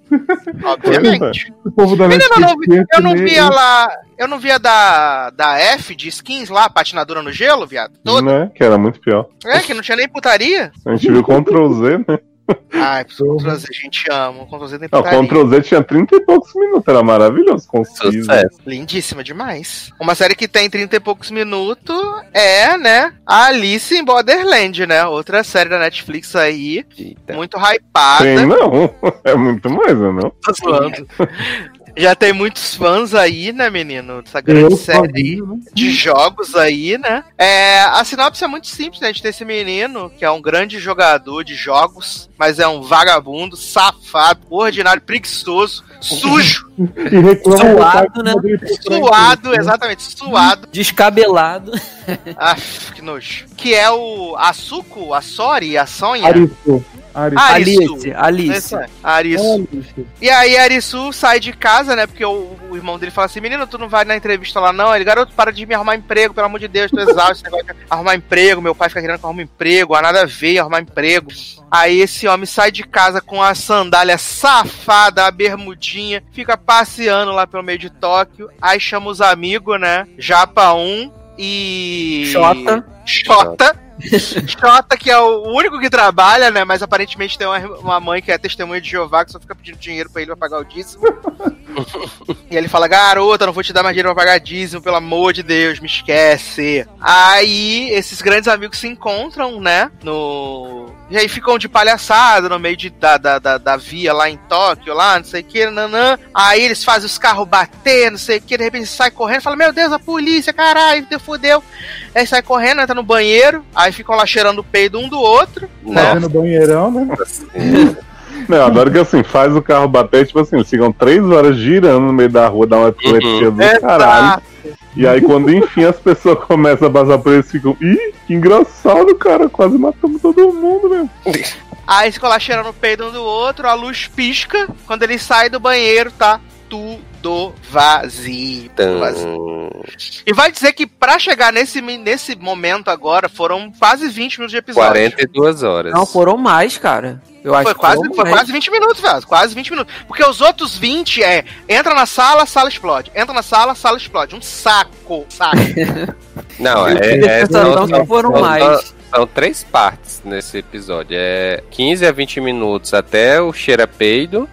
Obviamente. o povo da Menino, eu não, Netflix. vi, eu não né? via lá. Eu não via da, da F de skins lá, patinadora no gelo, viado. Toda. Né? Que era muito pior. É, que não tinha nem putaria. A gente viu Ctrl Z, né? Ai, Ctrl Z, gente ama. Ctrl Z tem Não, putaria. Ctrl Z tinha trinta e poucos minutos, era maravilhoso, conciso. Sucesso. Lindíssima demais. Uma série que tem trinta e poucos minutos é, né, a Alice em Borderland, né? Outra série da Netflix aí, Eita. muito hypada. Tem não, é muito mais, né, não? Tô zoando. Já tem muitos fãs aí, né, menino? Dessa grande Eu série aí. sozinho, né? De jogos aí, né? É, a sinopse é muito simples, né? A gente tem esse menino que é um grande jogador de jogos, mas é um vagabundo, safado, ordinário, preguiçoso, sujo, E reclama Suado, do né? suado, exatamente, suado. Descabelado. Aff, que nojo. Que é o Asuko, a Sori, a Sonha. Aristo. Aristo. Arisu. Alice, Alice. Esse é, Arisu. Aristo. E aí a Arisu sai de casa, né? Porque o, o irmão dele fala assim: menino, tu não vai na entrevista lá, não? Ele, garoto, para de me arrumar emprego, pelo amor de Deus, tô exausto, esse negócio de arrumar emprego, meu pai fica querendo que eu arrume emprego, há nada a ver, arrumar emprego. Aí esse homem sai de casa com a sandália safada, a bermudinha, fica passeando lá pelo meio de Tóquio, aí chama os amigos, né? Japa um e. Xota. Xota. Xota, que é o único que trabalha, né? Mas aparentemente tem uma, uma mãe que é testemunha de Jeová que só fica pedindo dinheiro pra ele pra pagar o dízimo. E ele fala: garota, não vou te dar mais dinheiro pra pagar dízimo, pelo amor de Deus, me esquece. Aí esses grandes amigos se encontram, né? No. E aí ficam de palhaçada no meio de, da, da, da, da via lá em Tóquio, lá, não sei o que, nanã. Aí eles fazem os carros bater, não sei o que, de repente sai correndo, fala: meu Deus, a polícia, caralho, Deus fodeu. Aí sai correndo, entra no banheiro, aí ficam lá cheirando o peido um do outro, né? Fazendo banheirão, né? Não, eu adoro que assim, faz o carro bater, tipo assim, eles ficam três horas girando no meio da rua, dá uma epilepsia do Exato. caralho. E aí quando enfim as pessoas começam a passar por eles, ficam, ih, que engraçado, cara, quase matamos todo mundo mesmo. Aí ficam lá cheirando o peido um do outro, a luz pisca, quando eles saem do banheiro, tá tudo vazio. Tudo vazio. E vai dizer que pra chegar nesse, nesse momento agora, foram quase vinte minutos de episódio. quarenta e duas horas. Não, foram mais, cara. Eu acho Foi que quase, foram foi mais. quase vinte minutos, velho. Quase vinte minutos. Porque os outros vinte é: entra na sala, sala explode. Entra na sala, sala explode. Um saco. Saco. Não, Eu é, tive a é sensação são, que foram são, mais. são três partes nesse episódio. É quinze a vinte minutos até o cheira peido.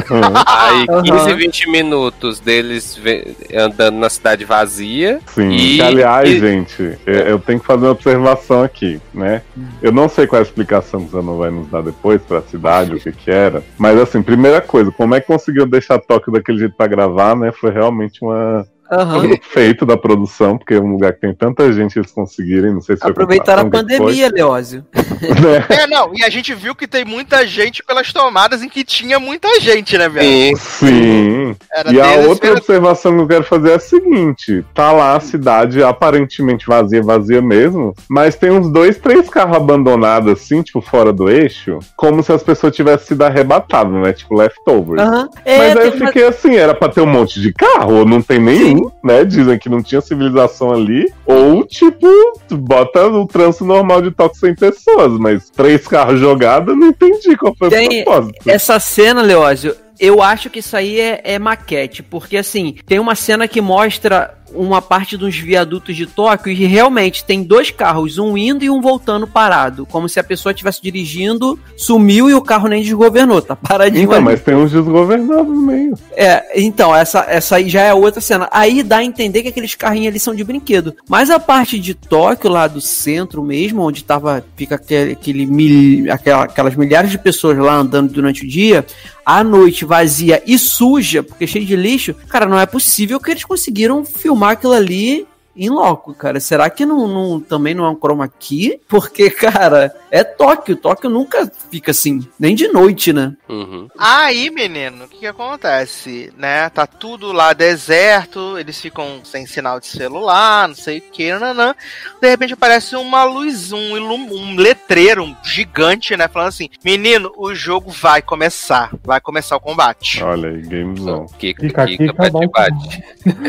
Aí quinze, vinte minutos deles ve- andando na cidade vazia. Sim, e, que, aliás, e... gente, eu tenho que fazer uma observação aqui, né? Eu não sei qual é a explicação que o Zanon vai nos dar depois pra cidade, o que que era. Mas assim, primeira coisa, como é que conseguiu deixar Tóquio daquele jeito pra gravar, né? Foi realmente uma... Aham. feito da produção, porque é um lugar que tem tanta gente eles conseguirem, não sei se foi Aproveitaram a comparação, o que pandemia, Leózio. foi, né? É, não, e a gente viu que tem muita gente pelas tomadas em que tinha muita gente, né, velho? Sim. Sim. Era E a deles, outra era- observação que eu quero fazer é a seguinte: tá lá a cidade aparentemente vazia, vazia mesmo, mas tem uns dois, três carros abandonados assim, tipo, fora do eixo, como se as pessoas tivessem sido arrebatadas, né? Tipo, leftovers. Aham. É, Mas aí eu teve uma- fiquei assim, era pra ter um monte de carro, ou não tem nenhum, né? Dizem que não tinha civilização ali, ou tipo, bota o trânsito normal de Tóquio sem pessoas, mas três carros jogados, não entendi qual foi Tem o propósito. essa cena, Leózio, eu acho que isso aí é, é maquete, porque assim, tem uma cena que mostra uma parte dos viadutos de Tóquio e realmente tem dois carros, um indo e um voltando parado, como se a pessoa estivesse dirigindo, sumiu e o carro nem desgovernou, tá paradinho Então, ali. mas tem uns desgovernados no meio. É, então, essa, essa aí já é outra cena. Aí dá a entender que aqueles carrinhos ali são de brinquedo. Mas a parte de Tóquio, lá do centro mesmo, onde tava, fica aquele, aquele mil, aquela, aquelas milhares de pessoas lá andando durante o dia, à noite vazia e suja, porque cheio de lixo, cara, não é possível que eles conseguiram filmar aquilo ali em loco, cara. Será que não, não, também não é um chroma key? Porque, cara, é Tóquio. Tóquio nunca fica assim, nem de noite, né? Uhum. Aí, menino, o que, que acontece, né? Tá tudo lá deserto, eles ficam sem sinal de celular, não sei o que, nanã. De repente aparece uma luz, um, ilum, um letreiro um gigante, né? Falando assim, menino, o jogo vai começar, vai começar o combate. Olha aí, gamezão. Kika, Fica Kika, aqui, bate, cada um- bate.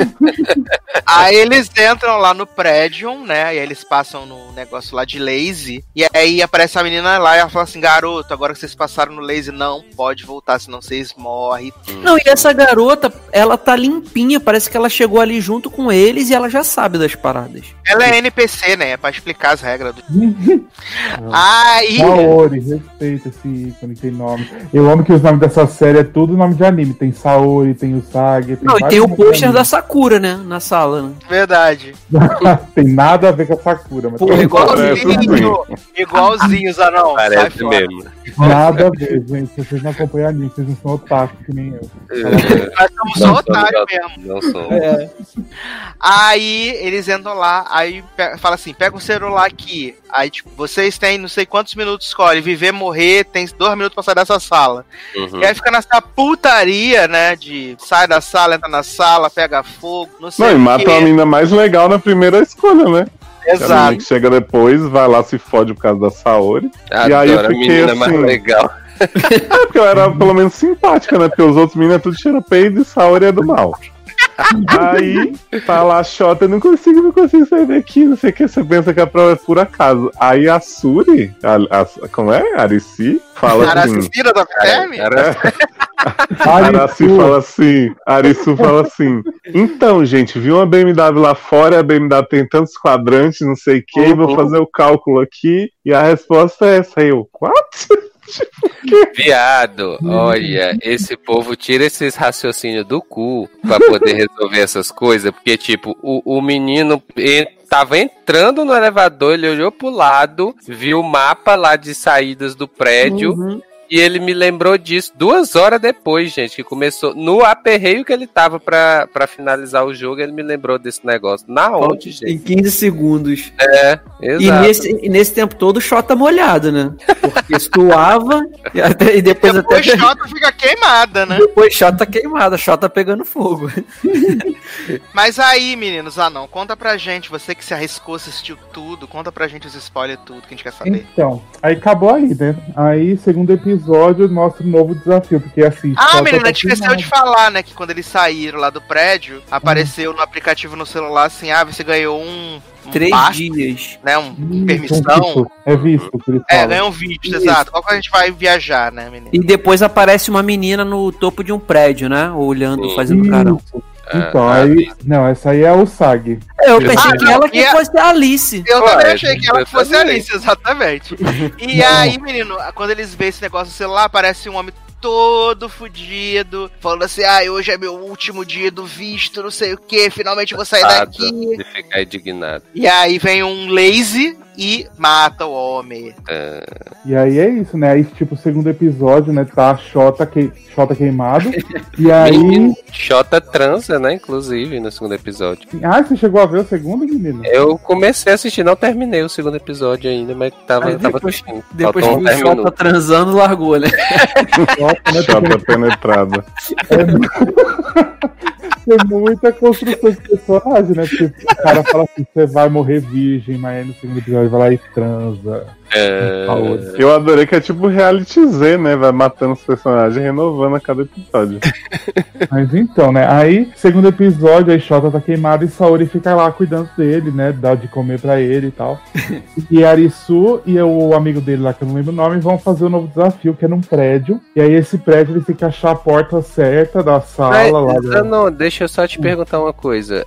Aí eles entram lá no prédio, né? E aí eles passam no negócio lá de lazy. E aí aparece a menina lá e ela fala assim, garoto, agora que vocês passaram no lazy, não pode voltar, senão vocês morrem. Não, e essa garota, ela tá limpinha, parece que ela chegou ali junto com eles e ela já sabe das paradas. Ela é N P C, né? É pra explicar as regras do... Aí... Saori, respeita esse ícone, tem nome. Eu amo que os nomes dessa série é tudo nome de anime. Tem Saori, tem Usagi, tem Não, e vários tem o nomes de pôster anime. da Sakura, né, na sala, né? Verdade. Tem nada a ver com a Sakura, mas Pô, tem Igualzinho. Igualzinho, Zanão. Sai Parece fora. mesmo. nada a ver, gente. Vocês não acompanham anime, vocês não são otaku que nem eu. Nós somos só Não, otários não, mesmo. Não sou. É. Aí eles entram lá, aí pe- fala assim, pega o celular aqui. Aí, tipo, vocês têm não sei quantos minutos, escolhe, viver, morrer, tem dois minutos pra sair dessa sala. Uhum. E aí fica nessa putaria, né, de sai da sala, entra na sala, pega fogo, não sei Não, e o mata quê. a menina mais legal na primeira escolha, né? A menina Exato. que chega depois, vai lá, se fode por causa da Saori. E aí eu Adoro a fiquei menina mais assim- legal. É porque ela era pelo menos simpática, né? Porque os outros meninos é tudo cheira peido e Saori é do mal. Aí, tá lá a Xota, eu não consigo, não consigo sair daqui, não sei o que, você pensa que a prova é por acaso. Aí a Suri, a, a- como é? A Arici, fala assim... Aracicira da Femi? Cara, A Araci fala assim, a Arisu fala assim, então, gente, vi uma B M W lá fora, a B M W tem tantos quadrantes, não sei o que, vou fazer o cálculo aqui, e a resposta é essa. Aí eu, what? viado, olha, esse povo tira esses raciocínios do cu pra poder resolver essas coisas, porque, tipo, o, o menino en- tava entrando no elevador, ele olhou pro lado, viu o mapa lá de saídas do prédio, Uhum. e ele me lembrou disso duas horas depois, gente, que começou, no aperreio que ele tava pra, pra finalizar o jogo, ele me lembrou desse negócio. Na onde, Em gente? quinze segundos. É, E exato. nesse, e nesse tempo todo o Xota molhado, né? Porque suava e, até- e depois, Depois até. Xota fica queimada, né? Depois Xota queimada, Xota pegando fogo. Mas aí, meninos, ah não, conta pra gente, você que se arriscou, assistiu tudo, conta pra gente os spoilers, tudo que a gente quer saber. Então, aí acabou aí, né? Aí, segundo episódio, mostra um novo desafio, porque assim... Ah, falta menina, a pra gente esqueceu final. de falar, né, que quando eles saíram lá do prédio, apareceu no aplicativo no celular assim, ah, você ganhou um... um Três passe, dias. né, um Hum, permissão. visto. É visto, por isso É, fala. ganhou um vídeo, Isso. exato. Qual que a gente vai viajar, né, menina? E depois aparece uma menina no topo de um prédio, né? Olhando, Sim. fazendo carão. Isso. Então, Ah, aí. Não, essa aí é o S A G. Eu pensei Ah, que não, ela que e a- fosse a Alice. Eu Ué, também achei que ela eu fosse também. Alice, exatamente. E aí, menino, quando eles veem esse negócio no celular, aparece um homem todo fudido, falando assim, ah, hoje é meu último dia do visto, não sei o que, finalmente eu vou sair Nada daqui. de ficar indignado. E aí vem um lazy e mata o homem. E aí é isso, né? Aí, tipo, o segundo episódio, né? Tá a Xota, que... Xota queimado. E aí. Menino, Xota transa, né? Inclusive, no segundo episódio. Ah, você chegou a ver o segundo, menino? Eu comecei a assistir, não terminei o segundo episódio ainda, mas tava, Aí tava depois- assistindo. Depois Faltou que um o Sol tá minutos. transando, largou, né? Xota, né? Chota penetrada. É mu- Tem muita construção de personagem, né? Porque o cara fala assim, você vai morrer virgem, mas aí no segundo episódio vai lá e transa. É, Saúde. Eu adorei que é tipo reality Z, né? Vai matando os personagens e renovando a cada episódio. Mas então, né? Aí, segundo episódio, aí Xota tá queimado e Saori fica lá cuidando dele, né? Dá de comer pra ele e tal. E Arisu e o amigo dele lá, que eu não lembro o nome, vão fazer um novo desafio, que é num prédio. E aí esse prédio eles têm que achar a porta certa da sala Mas, lá. ah, não, deixa eu só te perguntar uma coisa.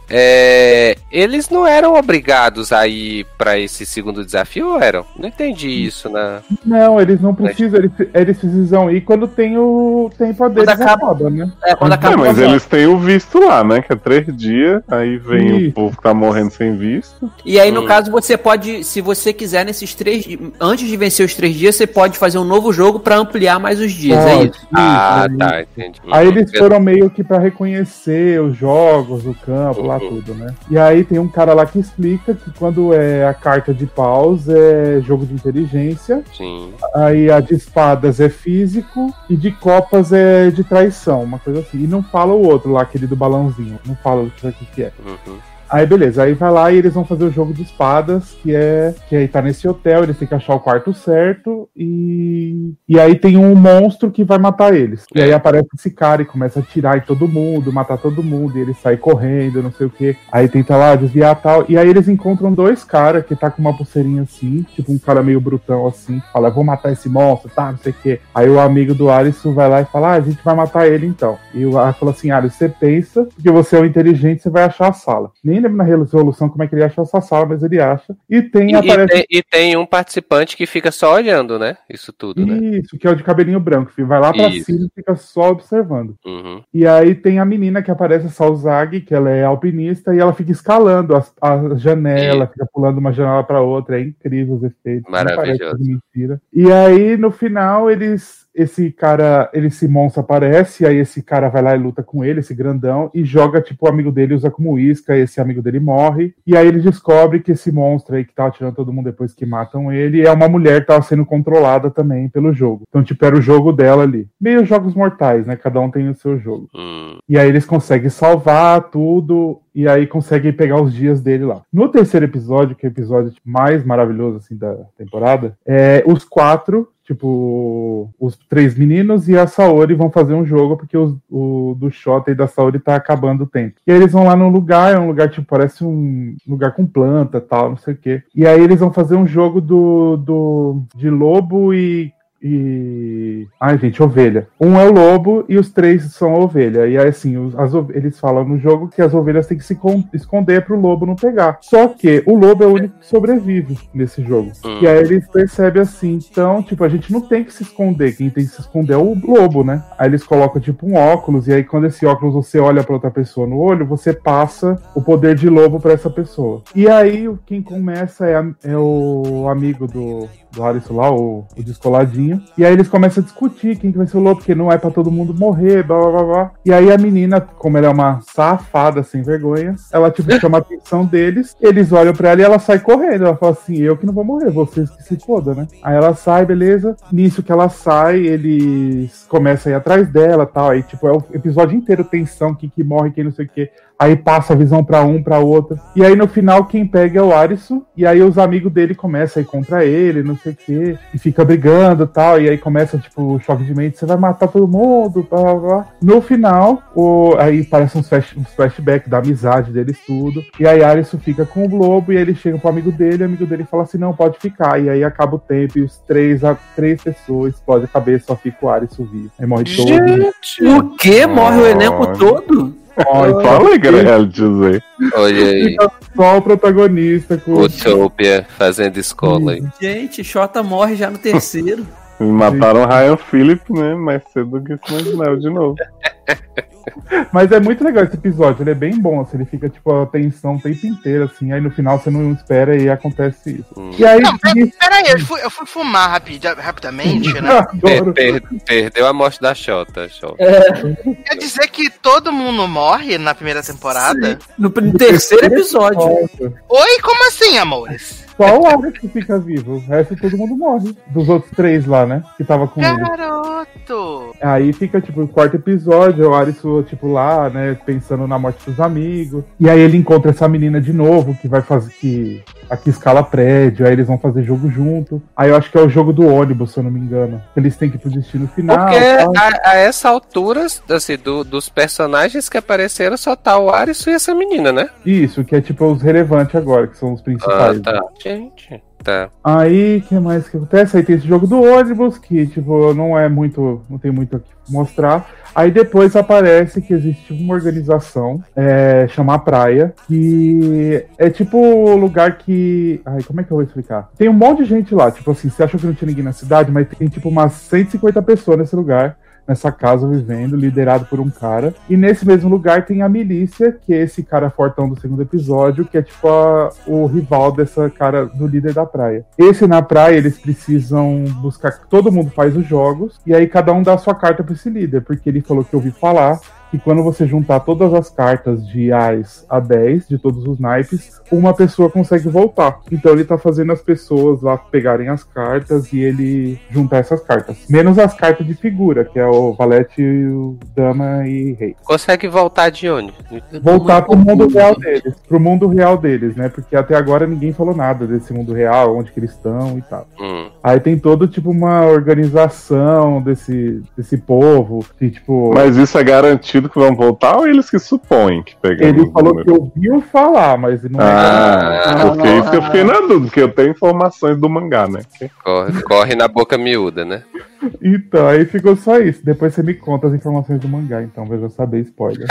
É, eles não eram obrigados a ir pra esse segundo desafio ou eram? Não entendi isso na. Não, eles não precisam, eles, eles precisam ir quando tem o tempo deles Quando acaba- acaba, né? É, quando É, acaba mas o eles têm o visto lá, né? Que é três dias, aí vem Isso. o povo que tá morrendo sem visto. E aí, no Hum. caso, você pode, se você quiser, nesses três di- antes de vencer os três dias, você pode fazer um novo jogo pra ampliar mais os dias, é Pode, isso? isso, Ah, isso. tá, entendi. Aí Uhum. eles foram meio que pra reconhecer os jogos, o campo, lá Uhum. tudo, né? E aí tem um cara lá que explica que quando é a carta de paus é jogo de inteligência, Sim. aí a de espadas é físico e de copas é de traição, uma coisa assim. E não fala o outro lá, aquele do balãozinho, não fala o que, o que é. Uhum. Aí beleza, aí vai lá e eles vão fazer o jogo de espadas, que é que aí tá nesse hotel, eles têm que achar o quarto certo e e aí tem um monstro que vai matar eles. E aí aparece esse cara e começa a atirar em todo mundo, matar todo mundo, e ele sai correndo, não sei o que. Aí tenta lá desviar tal, e aí eles encontram dois caras que tá com uma pulseirinha assim, tipo um cara meio brutão assim, que fala, vou matar esse monstro, tá, não sei o que. Aí o amigo do Alisson vai lá e fala, ah, a gente vai matar ele então. E o Alisson fala assim, Alisson, você pensa, porque você é o inteligente, você vai achar a sala. Nem lembro na resolução como é que ele acha essa sala, mas ele acha. E tem, E, aparece... e tem, e tem um participante que fica só olhando, né? Isso tudo, né? Isso, que é o de cabelinho branco, filho. Vai lá pra Isso. cima e fica só observando. Uhum. E aí tem a menina que aparece, a Salzag, que ela é alpinista, e ela fica escalando a, a janela, fica pulando uma janela pra outra. É incrível os efeitos. não Maravilhoso. parece de mentira. E aí, no final, eles. Esse cara, ele, esse monstro aparece, e aí esse cara vai lá e luta com ele, esse grandão, e joga, tipo, o amigo dele, usa como isca, esse amigo dele morre, e aí ele descobre que esse monstro aí que tá atirando todo mundo depois que matam ele, é uma mulher que tava sendo controlada também pelo jogo. Então, tipo, era o jogo dela ali. Meio jogos mortais, né? Cada um tem o seu jogo. Hum. E aí eles conseguem salvar tudo, e aí conseguem pegar os dias dele lá. No terceiro episódio, que é o episódio mais maravilhoso, assim, da temporada, é os quatro... Tipo, os três meninos e a Saori vão fazer um jogo, porque os, o do Xota e da Saori tá acabando o tempo. E aí eles vão lá num lugar, é um lugar, tipo, parece um lugar com planta tal, não sei o quê. E aí eles vão fazer um jogo do, do de lobo e... E. Ai, gente, ovelha. Um é o lobo e os três são a ovelha. E aí, assim, os, as, ove- eles falam no jogo que as ovelhas têm que se con- esconder pro lobo não pegar. Só que o lobo é o único que sobrevive nesse jogo. Hum. E aí eles percebem assim. Então, tipo, a gente não tem que se esconder. Quem tem que se esconder é o lobo, né? Aí eles colocam, tipo, um óculos. E aí, quando esse óculos você olha pra outra pessoa no olho, você passa o poder de lobo pra essa pessoa. E aí, o- quem começa é, a- é o amigo do, do Alisson lá, o, o descoladinho. E aí eles começam a discutir quem que vai ser o lobo, porque não é pra todo mundo morrer, blá blá blá blá. E aí a menina, como ela é uma safada sem vergonha, ela tipo chama a atenção deles, eles olham pra ela e ela sai correndo. Ela fala assim, eu que não vou morrer, vocês que se fodam, né? Aí ela sai, beleza. Nisso que ela sai, eles começam a ir atrás dela, tal. Aí tipo, é o episódio inteiro tensão, quem que morre, quem não sei o quê. Aí passa a visão pra um, pra outra. E aí no final quem pega é o Arisu. E aí os amigos dele começam a ir contra ele, não sei o quê. E fica brigando e tal. E aí começa tipo o choque de mente. Você vai matar todo mundo, blá blá blá. No final, o... aí parece uns, flash... uns flashbacks da amizade deles tudo. E aí Arisu fica com o lobo. E aí ele chega pro amigo dele. E o amigo dele fala assim, não, pode ficar. E aí acaba o tempo. E os três, a... três pessoas explodem a cabeça. Só fica o Arisu vivo. Aí morre todo mundo. O quê? Morre o elenco Olha. todo? Ó, Fala, Grelhos, aí. Olha aí, fica só o protagonista com Utopia fazendo escola aí. Gente, Xota morre já no terceiro. Mataram o Ryan Phillip, né? Mais cedo do que se imaginava de novo. Mas é muito legal esse episódio, ele é bem bom, assim, ele fica, tipo, a tensão o tempo inteiro, assim, aí no final você não espera e acontece isso. Hum. E aí... Não, pera- peraí, eu fui, eu fui fumar rapid, rapidamente, né? Per- Adoro. per- perdeu a morte da Xota, Xota. Quer dizer que todo mundo morre na primeira temporada? No, no terceiro episódio. Oi, como assim, amores? Só o Alex que fica vivo, o resto todo mundo morre. Dos outros três lá, né? Que tava com ele. Garoto! Aí fica, tipo, o quarto episódio, o Arisu, tipo, lá, né, pensando na morte dos amigos. E aí ele encontra essa menina de novo, que vai fazer, que aqui escala prédio, aí eles vão fazer jogo junto. Aí eu acho que é o jogo do ônibus, se eu não me engano. Eles têm que ir pro destino final. Porque tal. a, a essa altura, assim, do- dos personagens que apareceram, só tá o Arisu e essa menina, né? Isso, que é, tipo, os relevantes agora, que são os Ah, principais. tá. Gente, tá. Aí, o que mais que acontece? Aí tem esse jogo do ônibus, que, tipo, não é muito, não tem muito o que mostrar. Aí depois aparece que existe uma organização, é, chama Praia, que é tipo o lugar que... Ai, como é que eu vou explicar? Tem um monte de gente lá, tipo assim, você achou que não tinha ninguém na cidade, mas tem, tipo, umas cento e cinquenta pessoas nesse lugar, nessa casa vivendo, liderado por um cara. E nesse mesmo lugar tem a milícia, que é esse cara fortão do segundo episódio, que é tipo a- o rival dessa cara, do líder da praia. Esse na praia, eles precisam buscar... Todo mundo faz os jogos, e aí cada um dá a sua carta pra esse líder, porque ele falou que eu ouvi falar que quando você juntar todas as cartas de Ais a dez, de todos os naipes, uma pessoa consegue voltar. Então ele tá fazendo as pessoas lá pegarem as cartas e ele juntar essas cartas. Menos as cartas de figura, que é o valete, o dama e rei. Consegue voltar de onde? Voltar pro mundo real deles. Pro mundo real deles, né? Porque até agora ninguém falou nada desse mundo real, onde que eles estão e tal. Hum. Aí tem todo, tipo, uma organização desse, desse povo, que, tipo... Mas isso é garantido que vão voltar ou eles que supõem que pegaram Ele os falou números? que ouviu falar, mas não é. Ah, porque isso que eu fiquei na dúvida, porque eu tenho informações do mangá, né? Corre, corre na boca miúda, né? Então, aí ficou só isso. Depois você me conta as informações do mangá, então, veja saber spoiler.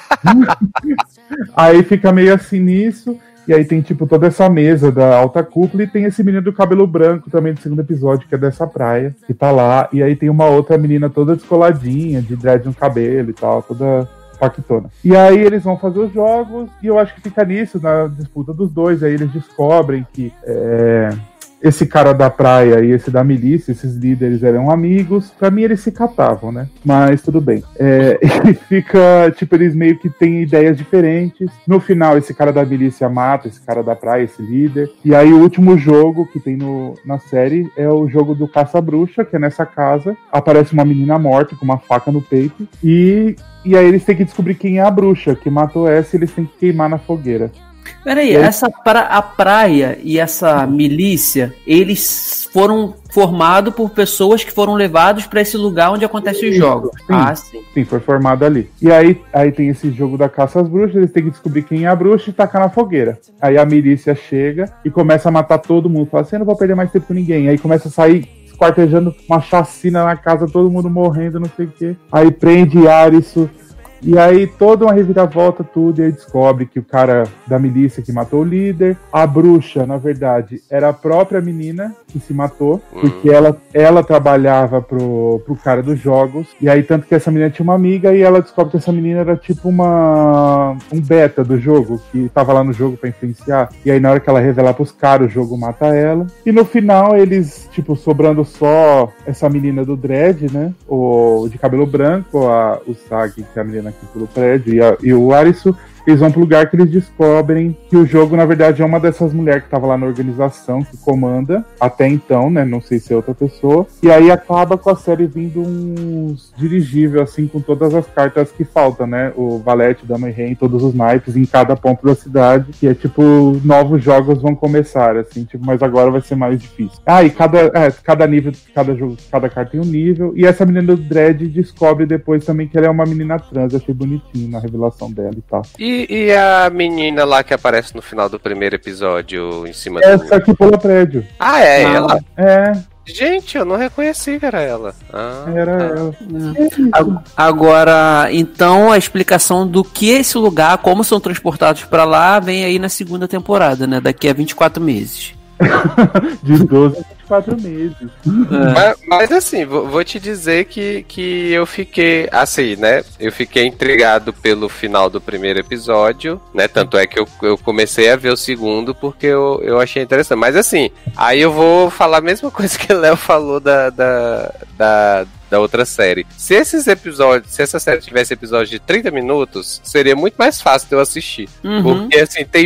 Aí fica meio assim nisso. E aí tem, tipo, toda essa mesa da alta cúpula e tem esse menino do cabelo branco também do segundo episódio, que é dessa praia, que tá lá. E aí tem uma outra menina toda descoladinha, de dread no cabelo e tal, toda paquitona. E aí eles vão fazer os jogos e eu acho que fica nisso, na disputa dos dois. Aí eles descobrem que é, esse cara da praia e esse da milícia, esses líderes eram amigos. Pra mim eles se catavam, né? Mas tudo bem. É, e fica, tipo, eles meio que têm ideias diferentes. No final, esse cara da milícia mata esse cara da praia, esse líder. E aí o último jogo que tem no, na série é o jogo do caça-bruxa, que é nessa casa. Aparece uma menina morta com uma faca no peito. E, e aí eles têm que descobrir quem é a bruxa que matou essa e eles têm que queimar na fogueira. Peraí, essa pra, a praia e essa milícia, eles foram formados por pessoas que foram levados pra esse lugar onde acontecem os jogos. Sim. Ah, sim. Sim, foi formado ali. E aí, aí tem esse jogo da caça às bruxas, eles têm que descobrir quem é a bruxa e tacar na fogueira. Aí a milícia chega e começa a matar todo mundo. Fala assim, eu não vou perder mais tempo com ninguém. Aí começa a sair esquartejando uma chacina na casa, todo mundo morrendo, não sei o quê. Aí prende Arisu. E aí toda uma reviravolta, tudo, e aí descobre que o cara da milícia que matou o líder, a bruxa, na verdade, era a própria menina que se matou, porque ela, ela trabalhava pro, pro cara dos jogos, e aí tanto que essa menina tinha uma amiga, e ela descobre que essa menina era tipo uma um beta do jogo, que tava lá no jogo pra influenciar, e aí na hora que ela revelar pros caras, o jogo mata ela, e no final eles, tipo, sobrando só essa menina do dread, né, o de cabelo branco, a, o Sagi, que é a menina aqui pelo prédio, e, a, e o Arisu, eles vão pro lugar que eles descobrem que o jogo, na verdade, é uma dessas mulheres que tava lá na organização, que comanda, até então, né, não sei se é outra pessoa, e aí acaba com a série vindo uns dirigível, assim, com todas as cartas que faltam, né, o Valete, Dama e Rei, em todos os naipes, em cada ponto da cidade, que é, tipo, novos jogos vão começar, assim, tipo, mas agora vai ser mais difícil. Ah, e cada, é, cada nível, cada jogo, cada carta tem um nível, e essa menina do Dread descobre depois também que ela é uma menina trans, eu achei bonitinho na revelação dela e tal. E, e a menina lá que aparece no final do primeiro episódio em cima Essa do... aqui pula prédio. Ah, é Ah, ela? É, Gente, eu não reconheci que era ela. Ah, Era tá. ela. Ag- Agora, então, a explicação do que é esse lugar, como são transportados pra lá, vem aí na segunda temporada, né? Daqui a vinte e quatro meses. De doze a vinte e quatro meses. Mas, mas assim, vou, vou te dizer que, que eu fiquei, assim, né? Eu fiquei intrigado pelo final do primeiro episódio, né? Tanto é que eu, eu comecei a ver o segundo porque eu, eu achei interessante. Mas assim, aí eu vou falar a mesma coisa que o Léo falou da, da, da, da outra série. Se esses episódios, se essa série tivesse episódios de trinta minutos, seria muito mais fácil de eu assistir. Uhum. Porque, assim, tem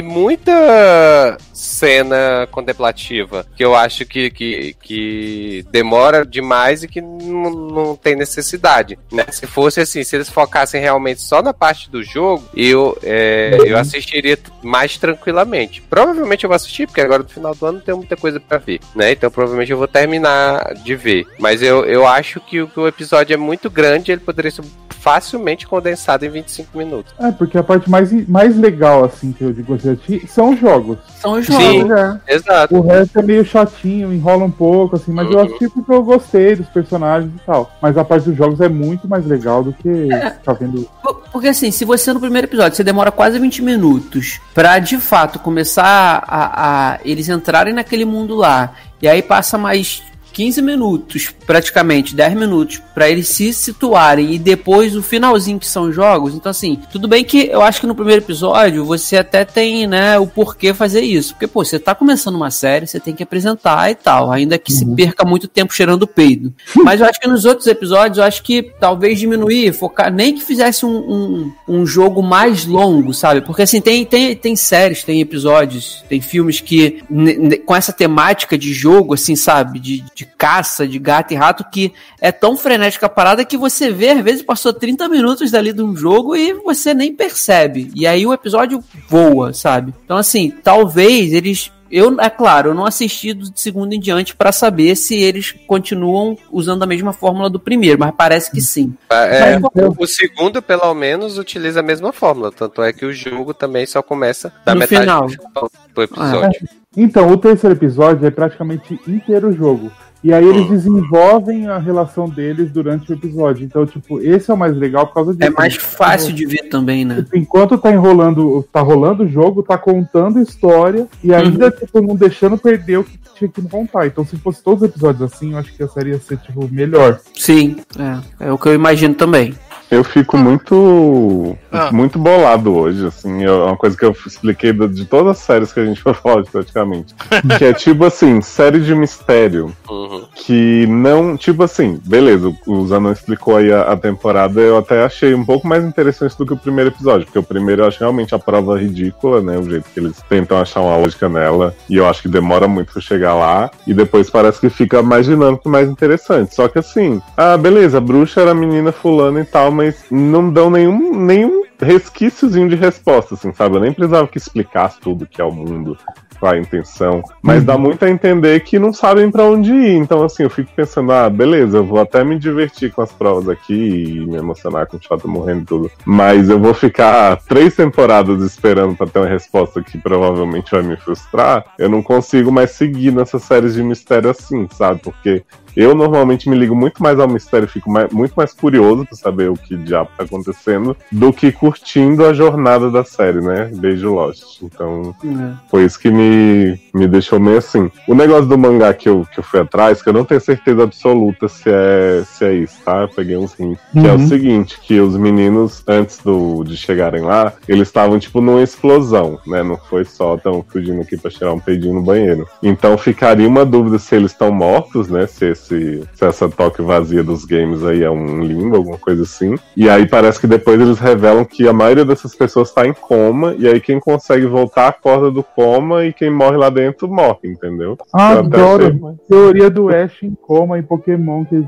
muita cena contemplativa que eu acho que, que, que demora demais e que não, não tem necessidade, né? Se fosse assim, se eles focassem realmente só na parte do jogo, eu, é, eu assistiria mais tranquilamente. Provavelmente eu vou assistir, porque agora no final do ano não tem muita coisa pra ver, né? Então provavelmente eu vou terminar de ver. Mas eu, eu acho que o, que o episódio é muito grande e ele poderia ser facilmente condensado em vinte e cinco minutos. É, porque a parte mais, mais legal, assim, que eu digo assim, são os jogos. São os Sim. jogos, né? Exato. O resto é meio chatinho, enrola um pouco, assim, mas eu assisti porque eu gostei dos personagens e tal. Mas a parte dos jogos é muito mais legal do que ficar vendo. Por- Porque assim, se você no primeiro episódio, você demora quase vinte minutos pra de fato começar a, a eles entrarem naquele mundo lá, e aí passa mais quinze minutos, praticamente dez minutos, pra eles se situarem, e depois o finalzinho que são jogos. Então assim, tudo bem que eu acho que no primeiro episódio você até tem, né, o porquê fazer isso, porque pô, você tá começando uma série, você tem que apresentar e tal, ainda que se perca muito tempo cheirando peido. Mas eu acho que nos outros episódios, eu acho que talvez diminuir, focar, nem que fizesse um, um, um jogo mais longo, sabe? Porque assim, tem, tem, tem séries, tem episódios, tem filmes que ne- ne- com essa temática de jogo, assim, sabe? De, de caça, de gato e rato, que é tão frenética a parada que você vê, às vezes passou trinta minutos dali de um jogo e você nem percebe. E aí o episódio voa, sabe? Então assim, talvez eles... Eu, é claro, eu não assisti do segundo em diante pra saber se eles continuam usando a mesma fórmula do primeiro, mas parece que sim. É, Mas, o, o segundo, pelo menos, utiliza a mesma fórmula. Tanto é que o jogo também só começa da No metade final. do final do episódio. Então, o terceiro episódio é praticamente inteiro o jogo. E aí eles desenvolvem a relação deles durante o episódio. Então, tipo, esse é o mais legal por causa disso. É mais fácil de ver também, né? Enquanto tá enrolando, tá rolando o jogo, tá contando história e ainda, tipo, não deixando perder o que tinha que contar. Então, se fosse todos os episódios assim, eu acho que a série ia ser, tipo, melhor. Sim, é, é o que eu imagino também. Eu fico muito Ah. muito bolado hoje, assim, é uma coisa que eu expliquei de, de todas as séries que a gente foi falar praticamente. Que é tipo assim, série de mistério, Uhum. que não, tipo assim, beleza, o Zanon explicou aí a, a temporada, eu até achei um pouco mais interessante do que o primeiro episódio, porque o primeiro eu acho realmente a prova ridícula, né, o jeito que eles tentam achar uma lógica nela, e eu acho que demora muito pra chegar lá, e depois parece que fica mais dinâmico e mais interessante. Só que assim, ah, beleza, a bruxa era a menina fulana e tal, mas não dão nenhum, nenhum resquíciozinho de resposta, assim, sabe? Eu nem precisava que explicasse tudo que é o mundo, qual a intenção, mas dá muito a entender que não sabem pra onde ir. Então, assim, eu fico pensando, ah, beleza, eu vou até me divertir com as provas aqui e me emocionar com o Chata morrendo e tudo, mas eu vou ficar três temporadas esperando pra ter uma resposta que provavelmente vai me frustrar. Eu não consigo mais seguir nessas séries de mistério assim, sabe? Porque eu normalmente me ligo muito mais ao mistério, fico mais, muito mais curioso pra saber o que diabo tá acontecendo, do que curtindo a jornada da série, né? Beijo Lost. Então, foi isso que me, me deixou meio assim. O negócio do mangá que eu, que eu fui atrás, que eu não tenho certeza absoluta se é, se é isso, tá? Eu peguei uns hints. Que Uhum. é o seguinte, que os meninos, antes do, de chegarem lá, eles estavam, tipo, numa explosão, né? Não foi só, tão fugindo aqui pra tirar um peidinho no banheiro. Então, ficaria uma dúvida se eles estão mortos, né? Se esse Se, se essa toque vazia dos games aí é um limbo, alguma coisa assim. E aí parece que depois eles revelam que a maioria dessas pessoas tá em coma, e aí quem consegue voltar acorda do coma e quem morre lá dentro morre, entendeu? Ah, Eu até adoro. achei- Teoria do Ash em coma em Pokémon. Que...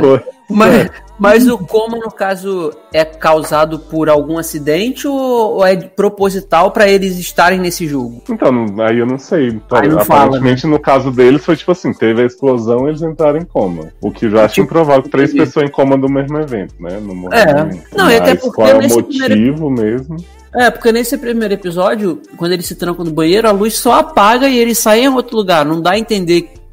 Mas, mas o coma, no caso, é causado por algum acidente ou, ou é proposital pra eles estarem nesse jogo? Então, não- aí eu não sei. Aí não fala, Aparentemente, no caso deles, foi tipo assim: teve a explosão e eles entraram em coma. O que eu já acho Tipo, improvável que três entendi. pessoas em coma do mesmo evento, né? No É. momento. Não, e até Mas porque qual é o nesse motivo primeiro- mesmo? É, porque nesse primeiro episódio, quando eles se trancam no banheiro, a luz só apaga e eles saem em outro lugar. Não dá a entender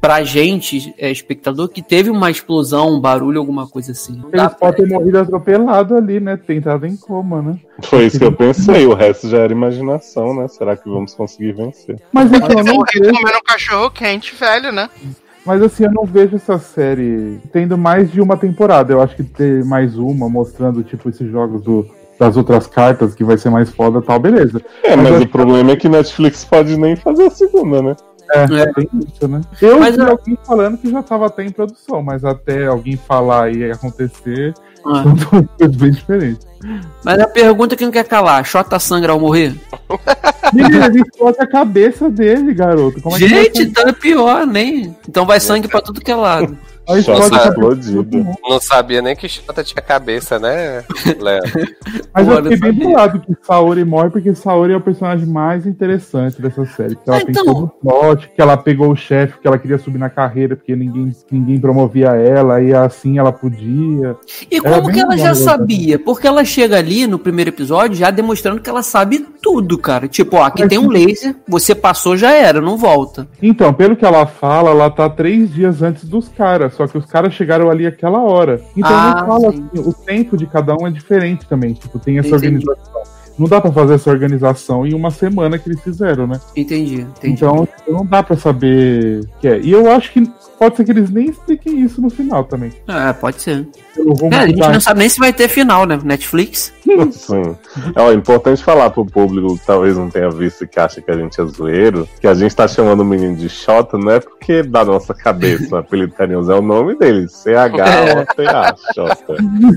pra gente, é, espectador, que teve uma explosão, um barulho, alguma coisa assim. Não dá Eles pra- podem ter morrido atropelado ali, né? Tentado em coma, né? Foi isso que eu pensei, o resto já era imaginação, né? Será que vamos conseguir vencer? Mas assim, eu Eles não morreram vejo, comendo um cachorro quente, velho, né? mas assim, eu não vejo essa série tendo mais de uma temporada. Eu acho que ter mais uma, mostrando, tipo, esses jogos do, das outras cartas, que vai ser mais foda e tal, beleza. É, Mas mas eu o acho que- problema é que Netflix pode nem fazer a segunda, né? É, É. tem isso, né? Eu Mas vi eu- alguém falando que já tava até em produção, mas até alguém falar e acontecer, Ah. são duas coisas bem diferentes. Mas a pergunta que não quer calar, Xota sangra ao morrer? Menina, ele explode a cabeça dele, garoto. Como é que Gente, vai então é pior, nem. Então vai sangue pra tudo que é lado. Aí Só explode se a cabeça de explodido. todo mundo. Não sabia nem que Xota tinha cabeça, né, Léo? Mas Pô, eu eu fiquei bem sabia. do lado que Saori morre, porque Saori é o personagem mais interessante dessa série. Que ela Ah, tem então- todo o plot, que ela pegou o chefe, que ela queria subir na carreira, porque ninguém, ninguém promovia ela, e assim ela podia. E Era como bem que ela legal, já né? sabia? Porque ela chega ali no primeiro episódio já demonstrando que ela sabe tudo, cara. Tipo, ó, aqui Mas tem um laser, você passou, já era, não volta. Então, pelo que ela fala, ela tá três dias antes dos caras, só que os caras chegaram ali aquela hora. Então Ah, não fala sim. assim, o tempo de cada um é diferente também. Tipo, tem essa Entendi. organização. Não dá pra fazer essa organização em uma semana que eles fizeram, né? Entendi, entendi. Então, tipo, não dá pra saber o que é. E eu acho que pode ser que eles nem expliquem isso no final também. É, pode ser. Pelo rumo É, a que gente tá. não sabe nem se vai ter final, né? Netflix. Sim. Ó, é importante falar pro público que talvez não tenha visto e que acha que a gente é zoeiro, que a gente tá chamando o menino de Xota, não é porque da nossa cabeça o apelido carinhoso é o nome dele, C H O T A, Xota.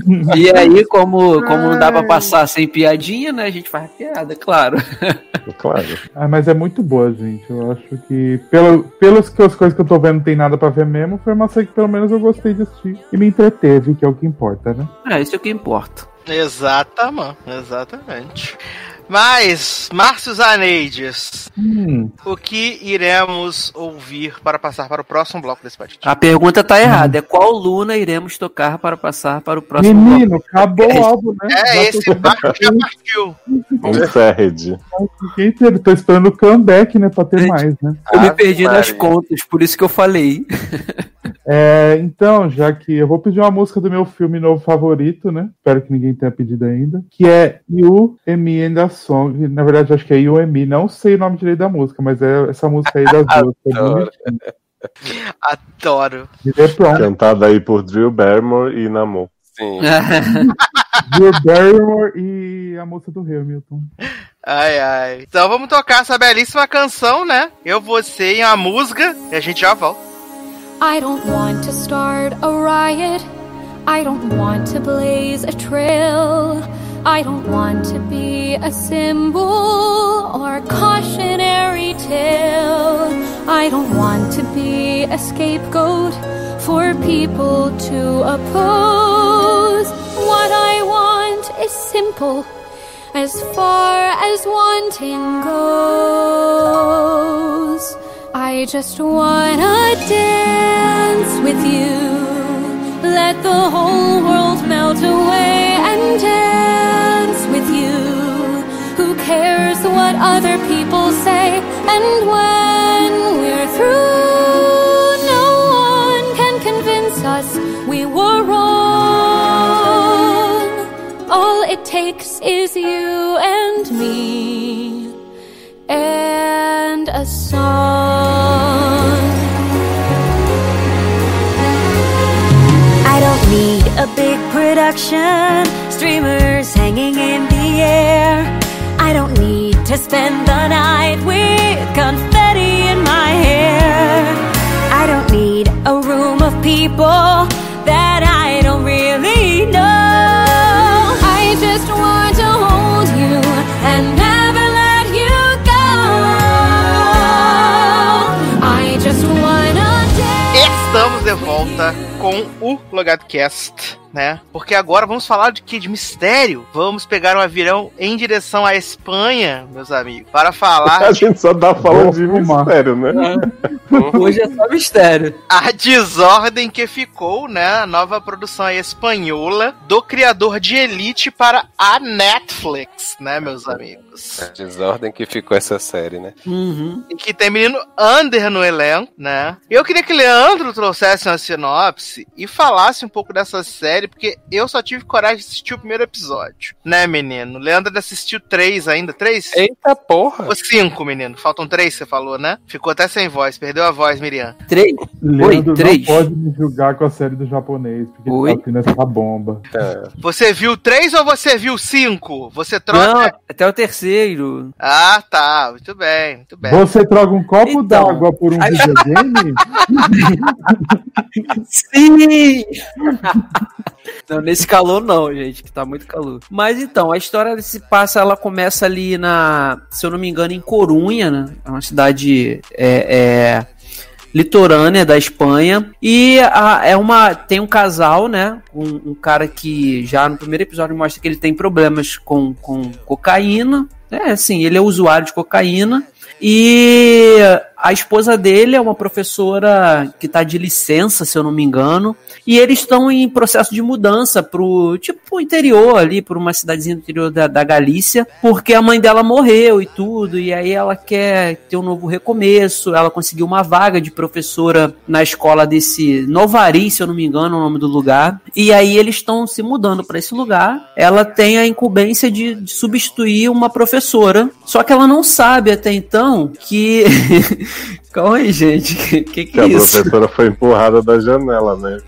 E aí, como, como não dá pra passar sem piadinha, né? A gente faz piada, claro. Claro. Ah, mas é muito boa, gente. Eu acho que, pelo, pelas que as coisas que eu tô vendo, não tem nada pra ver mesmo. Foi uma série que pelo menos eu gostei de assistir. E me entreteve, que é o que importa, né? É, isso é o que importa. Exatamente, exatamente. Mas, Márcio Zaneides, Hum, o que iremos ouvir para passar para o próximo bloco desse podcast? A pergunta tá errada. É qual Luna iremos tocar para passar para o próximo bloco? menino, acabou o álbum, né? É, Já esse tô- barco já partiu. Encerred. Fiquei inteiro, tô esperando o comeback, né? Pra ter Gente. mais, né? Eu me Ave perdi nas Maria. contas, por isso que eu falei. É, então, já que eu vou pedir uma música do meu filme novo favorito, né? Espero que ninguém tenha pedido ainda. Que é You and Me and the Song. Na verdade, acho que é You and Me. Não sei o nome direito da música, mas é essa música aí das duas. que é Adoro. bonitinha. Adoro. E é pronto. Cantada aí por Drew Barrymore e Namor. Sim. Drew Barrymore e a moça do Hamilton. Ai, ai. Então vamos tocar essa belíssima canção, né? Eu, você e a música. E a gente já volta. I don't want to start a riot. I don't want to blaze a trail. I don't want to be a symbol or cautionary tale. I don't want to be a scapegoat for people to oppose. What I want is simple as far as wanting goes. I just wanna dance with you. Let the whole world melt away and dance with you. Who cares what other people say? And when we're through, no one can convince us we were wrong. All it takes is you and me and a song. I don't need a big production, streamers hanging in the air. I don't need to spend the night with confetti in my hair. I don't need a room of people that I don't really know. I just want to hold you and never let you go. I just wanna dance. Estamos de volta com o LogadoCast, né? Porque agora vamos falar de que? De mistério. Vamos pegar um avião em direção à Espanha, meus amigos, para falar A de gente só dá falando de Vamos mistério, né? Hoje é só mistério. A Desordem que ficou, né? A nova produção aí espanhola do criador de Elite para a Netflix, né, meus amigos? A Desordem que ficou essa série, né? Uhum. E que tem menino Ander no elenco, né? Eu queria que Leandro trouxesse uma sinopse e falasse um pouco dessa série, porque eu só tive coragem de assistir o primeiro episódio, né, menino? Leandro assistiu três ainda, três? Eita porra! Ou cinco, menino. Faltam três, você falou, né? Ficou até sem voz, perdeu a voz, Miriam. Três? Leandro Oi, três. não pode me julgar com a série do japonês, porque Oi? ele tá tendo essa bomba. Você viu três ou você viu cinco? Você troca... Não, até o terceiro. Ah, tá. Muito bem, muito bem. Você troca um copo Então, d'água por um aí- videogame? Sim! Não, nesse calor não, gente, que tá muito calor. Mas então, a história se passa, ela começa ali na, se eu não me engano, em Corunha, né? É uma cidade é, é, litorânea da Espanha. E a, é uma, tem um casal, né? Um, um cara que já no primeiro episódio mostra que ele tem problemas com, com cocaína. É, assim, ele é usuário de cocaína. E a esposa dele é uma professora que está de licença, se eu não me engano, e eles estão em processo de mudança pro tipo interior ali, por uma cidadezinha do interior da, da Galícia, porque a mãe dela morreu e tudo, e aí ela quer ter um novo recomeço. Ela conseguiu uma vaga de professora na escola desse Novari, se eu não me engano, o nome do lugar, e aí eles estão se mudando para esse lugar. Ela tem a incumbência de, de substituir uma professora, só que ela não sabe até então que... Calma aí, gente. Que que, Que é a isso? professora foi empurrada da janela, né?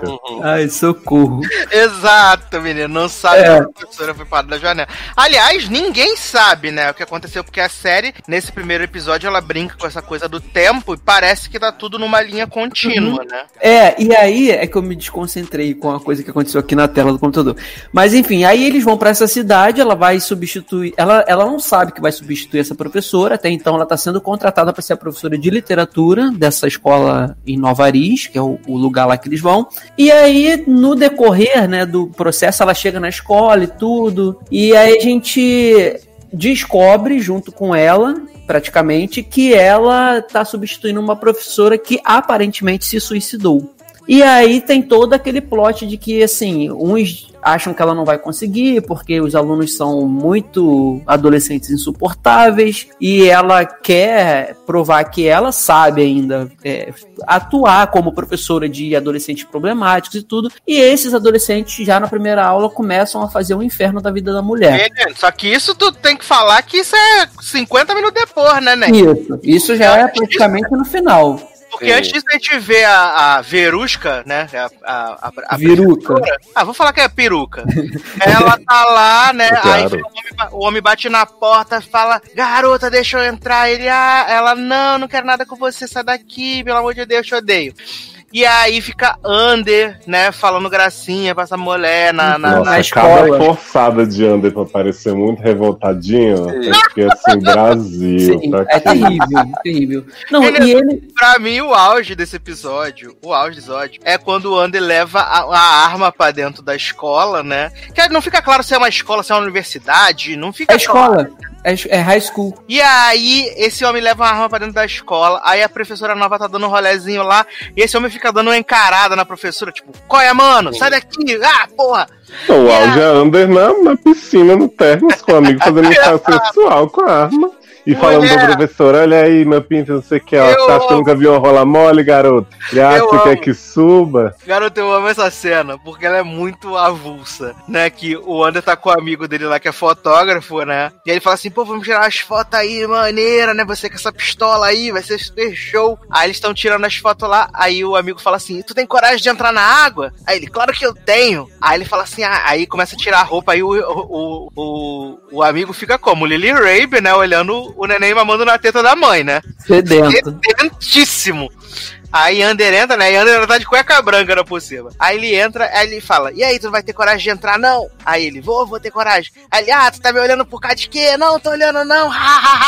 Ai, socorro. Exato, menino. Não sabe É. que a professora foi parada da janela. Aliás, ninguém sabe, né, o que aconteceu, porque a série, nesse primeiro episódio, ela brinca com essa coisa do tempo e parece que tá tudo numa linha contínua, né? É, e aí é que eu me desconcentrei com a coisa que aconteceu aqui na tela do computador. Mas enfim, aí eles vão pra essa cidade, ela vai substituir... Ela, ela não sabe que vai substituir essa professora, até então ela tá sendo contratada para ser a professora de literatura dessa escola em Nova Aris, que é o, o lugar lá que eles vão. E aí, no decorrer, né, do processo, ela chega na escola e tudo, e aí a gente descobre, junto com ela, praticamente, que ela tá substituindo uma professora que aparentemente se suicidou. E aí tem todo aquele plot de que, assim, uns acham que ela não vai conseguir porque os alunos são muito adolescentes insuportáveis, e ela quer provar que ela sabe ainda é, atuar como professora de adolescentes problemáticos e tudo, e esses adolescentes já na primeira aula começam a fazer o inferno da vida da mulher. Menino, só que isso tu tem que falar que isso é cinquenta minutos depois, né, né? Isso, isso já é praticamente no final. Porque Sim. antes disso a gente vê a, a Verusca, né? A, a, a, a Viruca. professora. Ah, vou falar que é a peruca. Ela tá lá, né? Claro. Aí vem o, homem, ba- o homem bate na porta, fala: garota, deixa eu entrar. Ele, ah, ela, não, não quero nada com você, sai daqui, pelo amor de Deus, te odeio. E aí fica Ander, né, falando gracinha pra essa mulher na, na, Nossa, na escola. cada forçada de Ander pra parecer muito revoltadinho, eu fiquei assim, Brasil. Sim, pra é quê? terrível, terrível. Não, Ele- e ele... Pra mim, o auge desse episódio, o auge desse episódio, é quando o Ander leva a, a arma pra dentro da escola, né? Que não fica claro se é uma escola, se é uma universidade, não fica É claro. escola, é, é high school. E aí, esse homem leva uma arma pra dentro da escola, aí a professora nova tá dando um rolezinho lá, e esse homem fica dando uma encarada na professora, tipo, qual é, mano? Sai daqui! Ah, porra! Não, o E auge é Ander na, na piscina, no termos, com o amigo fazendo ensaio sensual com a arma. E falando Mulher. pra professora, olha aí, meu pinto, não sei o que, ó. Eu Você acha que amo. nunca viu uma rola mole, garoto? Você acha Eu que quer amo. que suba? Garoto, eu amo essa cena, porque ela é muito avulsa, né? Que o Ander tá com o amigo dele lá, que é fotógrafo, né? E aí ele fala assim, pô, vamos tirar as fotos aí, maneira, né? Você com essa pistola aí, vai ser super show. Aí eles estão tirando as fotos lá, aí o amigo fala assim, tu tem coragem de entrar na água? Aí ele, claro que eu tenho. Aí ele fala assim, ah, aí começa a tirar a roupa, aí o, o, o, o amigo fica como? Lily Rabe, né? Olhando o neném mamando na teta da mãe, né? Sedento. Sedentíssimo. Aí Ander entra, né? E Ander tá de cueca branca na por cima. Aí ele entra, aí ele fala, e aí, tu não vai ter coragem de entrar, não? Aí ele, vou, vou ter coragem. Aí ele, ah, tu tá me olhando por causa de quê? Não, tô olhando não, ha, ha, ha.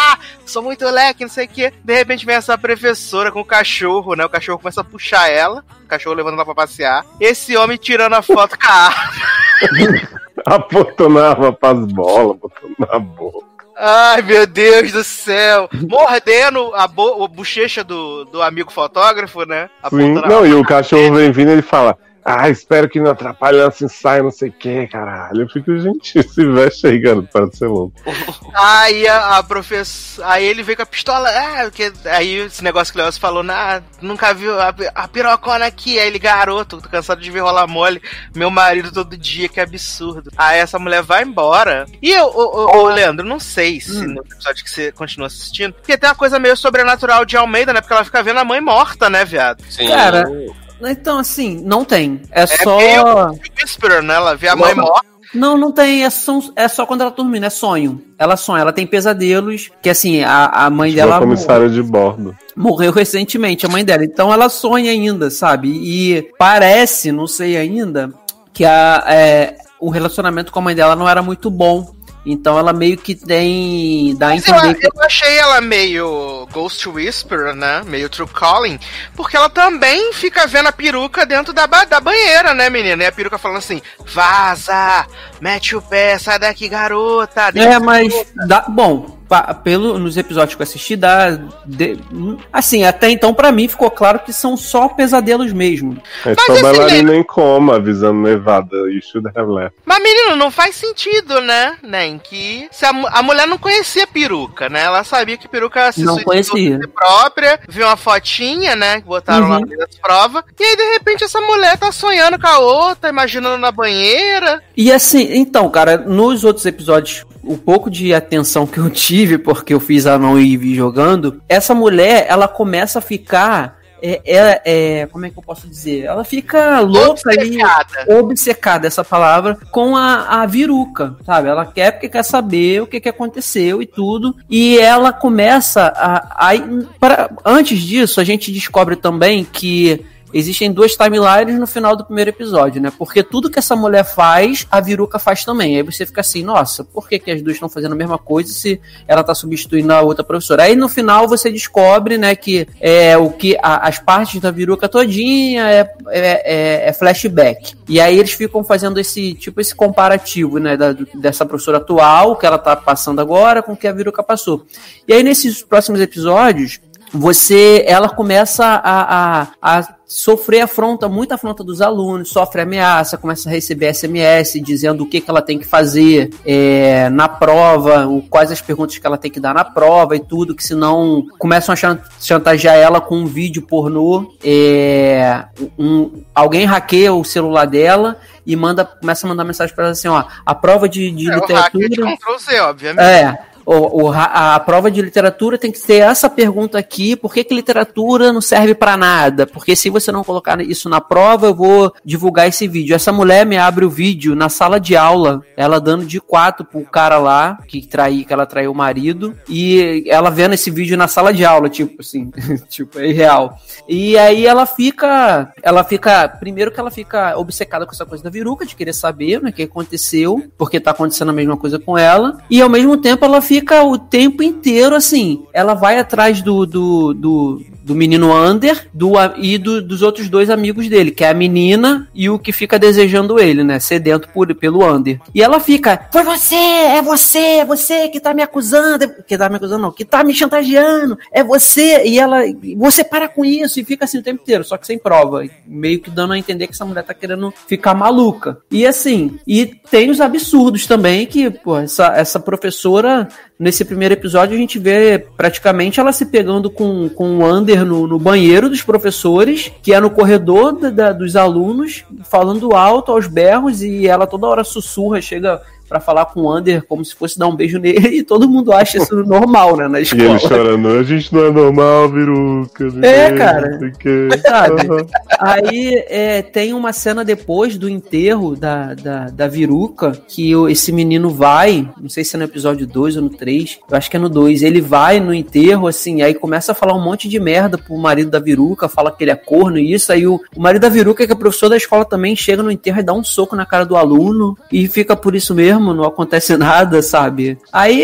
sou muito leque, não sei o quê. De repente vem essa professora com o cachorro, né? O cachorro começa a puxar ela, o cachorro levando ela pra passear. Esse homem tirando a foto com a arma. Apontando a arma pras bolas, botando na boca. Ai, meu Deus do céu. Mordendo a, bo- a bochecha do, do amigo fotógrafo, né? Sim, não, e o cachorro vem vindo e ele fala: ah, espero que não atrapalhe nosso ensaio, não sei o que, caralho. Eu fico, gente, se veste aí, garoto, para de ser louco. Aí a, a professora. Aí ele veio com a pistola. Ah, porque, aí esse negócio que o Léo falou, nah, nunca viu a, a pirocona aqui. Aí ele, garoto, tô cansado de ver rolar mole. Meu marido todo dia, que absurdo. Aí essa mulher vai embora. E eu, ô, ô, ô Leandro, não sei se hum. no episódio que você continua assistindo. Porque tem uma coisa meio sobrenatural de Almeida, né? Porque ela fica vendo a mãe morta, né, viado? Sim. Cara. Então, assim, não tem. É, é só. Whisper, né? Ela vê a mãe morta. Não, não tem. É só, é só quando ela tá dormindo, é sonho. Ela sonha, ela tem pesadelos. Que assim, a, a mãe dela. Uma comissária morreu, de bordo. Morreu recentemente, a mãe dela. Então ela sonha ainda, sabe? E parece, não sei ainda, que a, é, o relacionamento com a mãe dela não era muito bom. Então ela meio que tem... Dá a entender eu, que... eu achei ela meio Ghost Whisperer, né? Meio True Calling. Porque ela também fica vendo a peruca dentro da, ba- da banheira, né, menina? E a peruca falando assim, vaza, mete o pé, sai daqui, garota. É, mas... Dá, bom... Pelo, nos episódios que eu assisti, dá, de, assim, até então pra mim ficou claro que são só pesadelos mesmo. É só assim, bailarina em coma avisando Nevada, you should have left. Mas menino, não faz sentido, né? Nem que se a, a mulher não conhecia peruca, né? Ela sabia que peruca se não conhecia própria, viu uma fotinha, né? Que botaram uhum. lá nas provas. E aí, de repente, essa mulher tá sonhando com a outra, imaginando na banheira. E assim, então, cara, nos outros episódios, o pouco de atenção que eu tive, porque eu fiz a não ir jogando, essa mulher, ela começa a ficar, é, é, é, como é que eu posso dizer? Ela fica louca obcecada. ali, obcecada, essa palavra, com a, a Viruca, sabe? Ela quer porque quer saber o que, que aconteceu e tudo, e ela começa a... a pra, antes disso, a gente descobre também que existem duas timelines no final do primeiro episódio, né? Porque tudo que essa mulher faz, a Viruca faz também. Aí você fica assim, nossa, por que, que as duas estão fazendo a mesma coisa se ela tá substituindo a outra professora? Aí no final você descobre, né, que é, o que a, as partes da Viruca todinha é, é, é, é flashback. E aí eles ficam fazendo esse, tipo, esse comparativo, né, da, dessa professora atual, que ela tá passando agora, com o que a Viruca passou. E aí nesses próximos episódios, você, ela começa a, a, a sofrer afronta, muita afronta dos alunos, sofre ameaça, começa a receber S M S dizendo o que, que ela tem que fazer é, na prova, o, quais as perguntas que ela tem que dar na prova e tudo, que senão começam a chantagear ela com um vídeo pornô, é, um, alguém hackeia o celular dela e manda, começa a mandar mensagem para ela assim, ó, a prova de, de é, literatura... O hacker de control Z, obviamente. É. O, o, a, a prova de literatura tem que ter essa pergunta aqui, por que, que literatura não serve pra nada? Porque se você não colocar isso na prova, eu vou divulgar esse vídeo. Essa mulher me abre o vídeo na sala de aula, ela dando de quatro pro cara lá, que, trai, que ela traiu o marido, e ela vendo esse vídeo na sala de aula, tipo assim, tipo, é irreal. E aí ela fica, ela fica, primeiro que ela fica obcecada com essa coisa da Viruca, de querer saber, né, o que aconteceu, porque tá acontecendo a mesma coisa com ela, e ao mesmo tempo ela fica fica o tempo inteiro assim, ela vai atrás do do, do, do menino Ander do, e do, dos outros dois amigos dele, que é a menina e o que fica desejando ele, né, sedento por, pelo Ander. E ela fica, foi você, é você, é você que tá me acusando, que tá me acusando não, que tá me chantageando, é você, e ela, você para com isso, e fica assim o tempo inteiro, só que sem prova, meio que dando a entender que essa mulher tá querendo ficar maluca. E assim, e tem os absurdos também, que, pô, essa, essa professora... Nesse primeiro episódio a gente vê praticamente ela se pegando com, com o Ander no, no banheiro dos professores, que é no corredor da, da, dos alunos, falando alto aos berros, e ela toda hora sussurra, chega pra falar com o Ander como se fosse dar um beijo nele, e todo mundo acha isso normal, né, na escola. E ele chorando, a gente não é normal, Viruca. É, cara. Sabe? Uhum. Aí é, tem uma cena depois do enterro da, da, da Viruca, que esse menino vai, não sei se é no episódio dois ou no três, eu acho que é no dois, ele vai no enterro, assim, aí começa a falar um monte de merda pro marido da Viruca, fala que ele é corno e isso, aí o, o marido da Viruca, que é professor da escola também, chega no enterro e dá um soco na cara do aluno, e fica por isso mesmo. mesmo, não acontece nada, sabe? Aí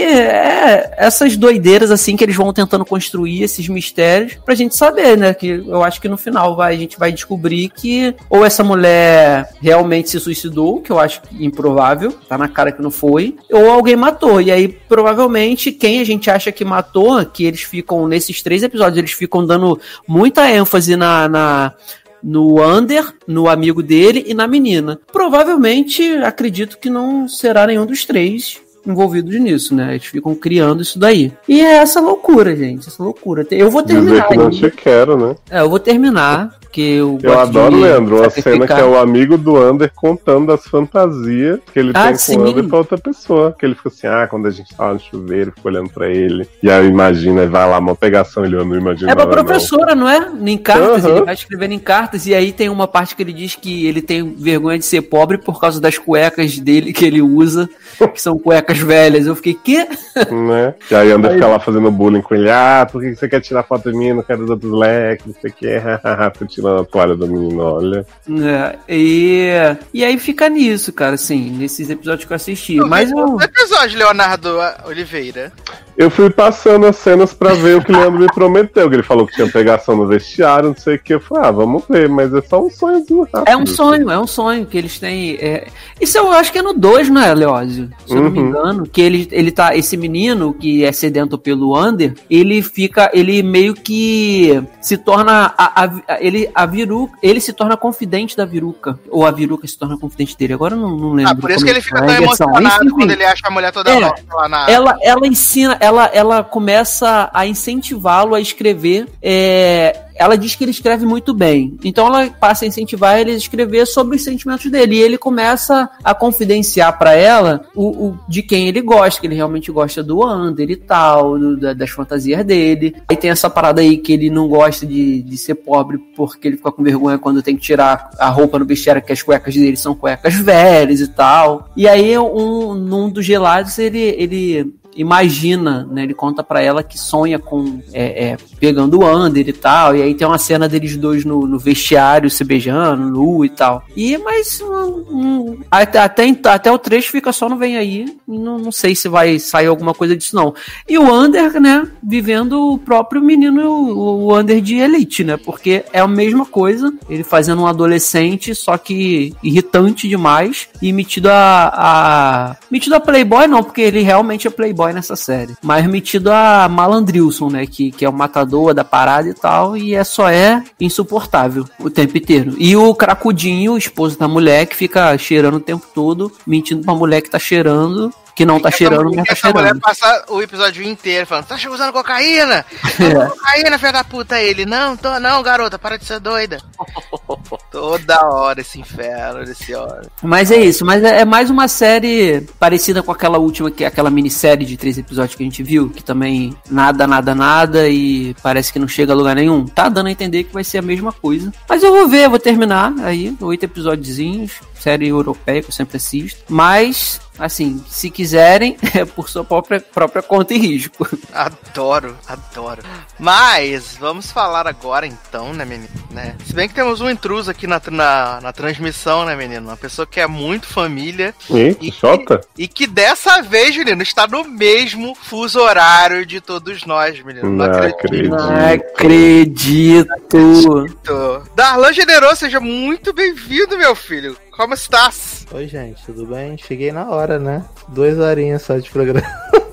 é essas doideiras assim que eles vão tentando construir esses mistérios pra gente saber, né? Que eu acho que no final vai, a gente vai descobrir que ou essa mulher realmente se suicidou, que eu acho improvável, tá na cara que não foi, ou alguém matou. E aí, provavelmente, quem a gente acha que matou, que eles ficam, nesses três episódios, eles ficam dando muita ênfase na... na no Ander, no amigo dele e na menina. Provavelmente, acredito que não será nenhum dos três envolvidos nisso, né? Eles ficam criando isso daí. E é essa loucura, gente. Essa loucura. Eu vou terminar. Dizer que não te quero, né? É, eu vou terminar. Que eu eu adoro, Leandro, a cena que é o amigo do Ander contando as fantasias que ele ah, tem sim. com o Ander pra outra pessoa. Que ele fica assim, ah, quando a gente tava no chuveiro, fica olhando pra ele. E aí imagina, e vai lá, uma pegação, ele não imagina. É pra professora, não, não é? Em cartas, uhum. Ele vai escrevendo em cartas. E aí tem uma parte que ele diz que ele tem vergonha de ser pobre por causa das cuecas dele que ele usa, que são cuecas velhas. Eu fiquei, quê? Né? E aí Ander aí... fica lá fazendo bullying com ele. Ah, por que você quer tirar foto de mim? Não quero dos outros leques, não sei o que. Tô tirando a toalha do menino, olha. É, e, e aí fica nisso, cara, assim, nesses episódios que eu assisti. Eu Mas eu... episódio, Leonardo Oliveira. Eu fui passando as cenas pra ver o que o Leandro me prometeu, que ele falou que tinha pegação no vestiário, não sei o que. Eu falei, ah, vamos ver, mas é só um sonhozinho rápido. É um sonho, é um sonho que eles têm. É... Isso eu acho que é no dois, não é, Leózio? Se eu uhum. não me engano, que ele, ele tá. Esse menino que é sedento pelo Ander, ele fica. Ele meio que se torna. A, a, ele, a Viruca, ele se torna confidente da Viruca. Ou a Viruca se torna confidente dele. Agora eu não, não lembro. Ah, por isso que ele fica tão emocionado enfim, quando ele acha a mulher toda é, nova lá na. Ela, ela ensina. Ela, ela começa a incentivá-lo a escrever. É, ela diz que ele escreve muito bem. Então ela passa a incentivar ele a escrever sobre os sentimentos dele. E ele começa a confidenciar pra ela o, o, de quem ele gosta, que ele realmente gosta do Ander e tal, do, da, das fantasias dele. Aí tem essa parada aí que ele não gosta de, de ser pobre porque ele fica com vergonha quando tem que tirar a roupa no vestiário, que as cuecas dele são cuecas velhas e tal. E aí, um, num dos gelados, ele... ele imagina, né, ele conta pra ela que sonha com é, é, pegando o Ander e tal, e aí tem uma cena deles dois no, no vestiário se beijando, nu e tal, e mas um, um, até, até, até o trecho fica só no Vem Aí, e não, não sei se vai sair alguma coisa disso não, e o Ander, né, vivendo o próprio menino, o, o Ander de Elite, né, porque é a mesma coisa, ele fazendo um adolescente, só que irritante demais, e metido a, a metido a playboy não, porque ele realmente é playboy nessa série, mas metido a Malandrilson, né, que, que é o matador da parada e tal, e é só é insuportável o tempo inteiro. E o Cracudinho, o esposo da mulher, que fica cheirando o tempo todo, mentindo pra mulher que tá cheirando, que não tá essa cheirando, mas tá cheirando. A mulher passa o episódio inteiro falando, tá usando cocaína? É. Cocaína, filha da puta. Ele, não, tô não, garota, para de ser doida. Toda hora esse inferno, esse hora. Mas é isso, mas é, é mais uma série parecida com aquela última, que é aquela minissérie de três episódios que a gente viu, que também nada, nada, nada, e parece que não chega a lugar nenhum. Tá dando a entender que vai ser a mesma coisa. Mas eu vou ver, eu vou terminar aí, oito episódiozinhos, série europeia que eu sempre assisto. Mas, assim, se quiserem, é por sua própria, própria conta e risco. Adoro, adoro. Mas, vamos falar agora então, né, menino? Né? Se bem que temos um intruso aqui na, na, na transmissão, né, menino? Uma pessoa que é muito família. E, e, que, e que dessa vez, menino, está no mesmo fuso horário de todos nós, menino. Não, não acredito. Não acredito. Não acredito. Darlan Generoso, seja muito bem-vindo, meu filho. Como estás? Oi, gente, tudo bem? Cheguei na hora, né? Duas horinhas só de programa.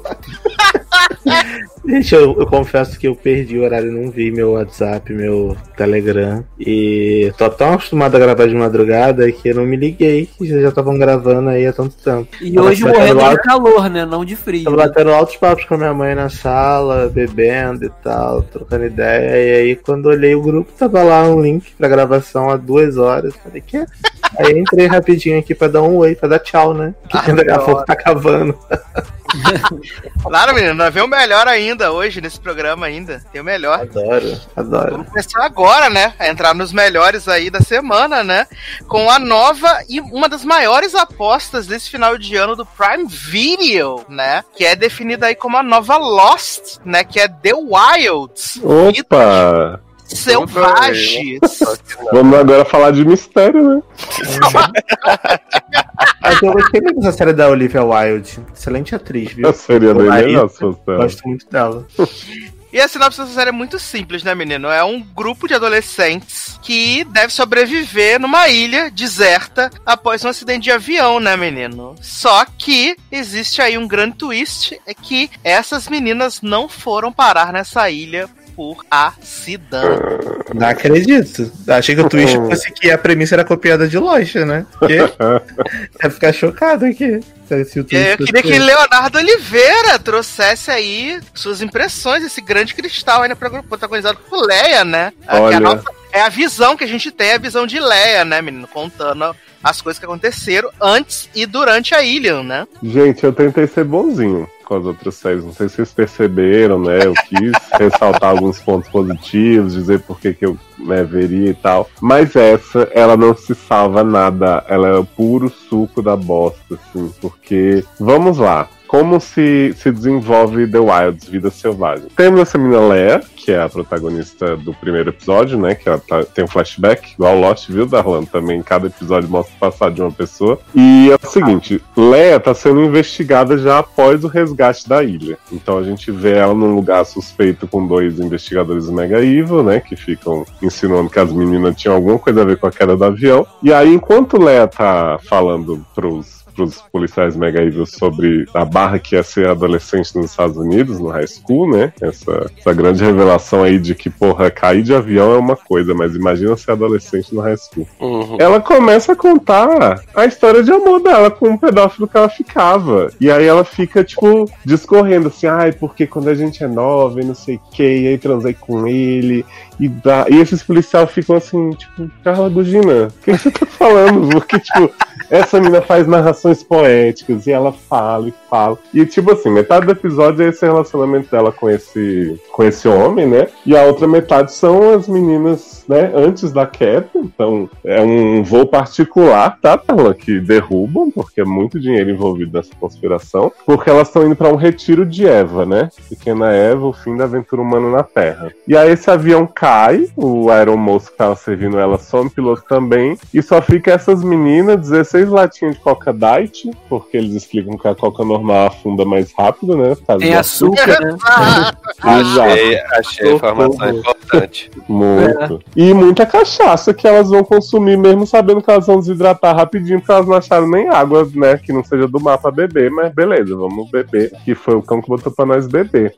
Gente, eu, eu confesso que eu perdi o horário, não vi meu WhatsApp, meu Telegram. E tô tão acostumado a gravar de madrugada que eu não me liguei, que já estavam gravando aí há tanto tempo. E tava hoje morrendo de alto... calor, né? Não de frio. Tava batendo altos papos com a minha mãe na sala, bebendo e tal, trocando ideia. E aí, quando olhei o grupo, tava lá um link pra gravação há duas horas. Falei, que? Aí entrei rapidinho aqui pra dar um oi, pra dar tchau, né? Que ah, daqui a pouco tá acabando. Claro, menino, nós vemos o melhor ainda hoje nesse programa ainda. Tem o melhor. Adoro, adoro. Vamos começar agora, né? A entrar nos melhores aí da semana, né? Com a nova e uma das maiores apostas desse final de ano do Prime Video, né? Que é definida aí como a nova Lost, né? Que é The Wilds. Opa! Selvagens. Vamos agora falar de mistério, né? Mas eu gostei muito dessa série da Olivia Wilde. Excelente atriz, viu? Eu seria bem Larissa, melhor se fosse ela. Gosto muito dela. E a sinopse dessa série é muito simples, né, menino? É um grupo de adolescentes que deve sobreviver numa ilha deserta após um acidente de avião, né, menino? Só que existe aí um grande twist, é que essas meninas não foram parar nessa ilha por acidente. Não acredito. Achei que o twist fosse que a premissa era copiada de loja, né? Porque ia ficar chocado aqui. Se o twist Eu fosse queria que esse. Leonardo Oliveira trouxesse aí suas impressões, esse grande cristal ainda protagonizado por Leia, né? A- que Olha. a nossa- é a visão que a gente tem, a visão de Leia, né, menino? Contando as coisas que aconteceram antes e durante a ilha, né? Gente, eu tentei ser bonzinho com as outras séries. Não sei se vocês perceberam, né? Eu quis ressaltar alguns pontos positivos, dizer por que que eu, né, veria e tal. Mas essa, ela não se salva nada. Ela é o puro suco da bosta, assim. Porque, vamos lá. Como se, se desenvolve The Wilds, Vida Selvagem? Temos essa menina Leia, que é a protagonista do primeiro episódio, né? Que ela tá- tem um flashback, igual Lost, viu, Darlan? Também cada episódio mostra o passado de uma pessoa. E é o seguinte, Leia tá sendo investigada já após o resgate da ilha. Então a gente vê ela num lugar suspeito com dois investigadores mega evil, né? Que ficam insinuando que as meninas tinham alguma coisa a ver com a queda do avião. E aí, enquanto Leia tá falando pros pros policiais mega evil sobre a barra que é ser adolescente nos Estados Unidos, no high school, né? Essa, essa grande revelação aí de que, porra, cair de avião é uma coisa, mas imagina ser adolescente no high school. Uhum. Ela começa a contar a história de amor dela com um pedófilo que ela ficava. E aí ela fica, tipo, discorrendo assim, ai, porque quando a gente é nova e não sei o que, e aí transei com ele, e, dá... e esses policiais ficam assim, tipo, Carla Gugina, o que você tá falando? Porque, tipo, essa menina faz narrações poéticas e ela fala e fala. E, tipo assim, metade do episódio é esse relacionamento dela com esse, com esse homem, né? E a outra metade são as meninas, né, antes da queda. Então, é um voo particular, tá, Tarlan? Que derrubam, porque é muito dinheiro envolvido nessa conspiração. Porque elas estão indo pra um retiro de Eva, né? Pequena Eva, o fim da aventura humana na Terra. E aí esse avião cai, o aeromoço que tava servindo ela some, piloto também, e só fica essas meninas, dezesseis latinhas de Coca Diet, porque eles explicam que a Coca normal afunda mais rápido, né? por causa Tem do açúcar, né? Achei, achei a informação importante. Muito. E muita cachaça que elas vão consumir, mesmo sabendo que elas vão desidratar rapidinho, porque elas não acharam nem água, né? Que não seja do mar pra beber, mas beleza, vamos beber. Que foi o cão que botou pra nós beber.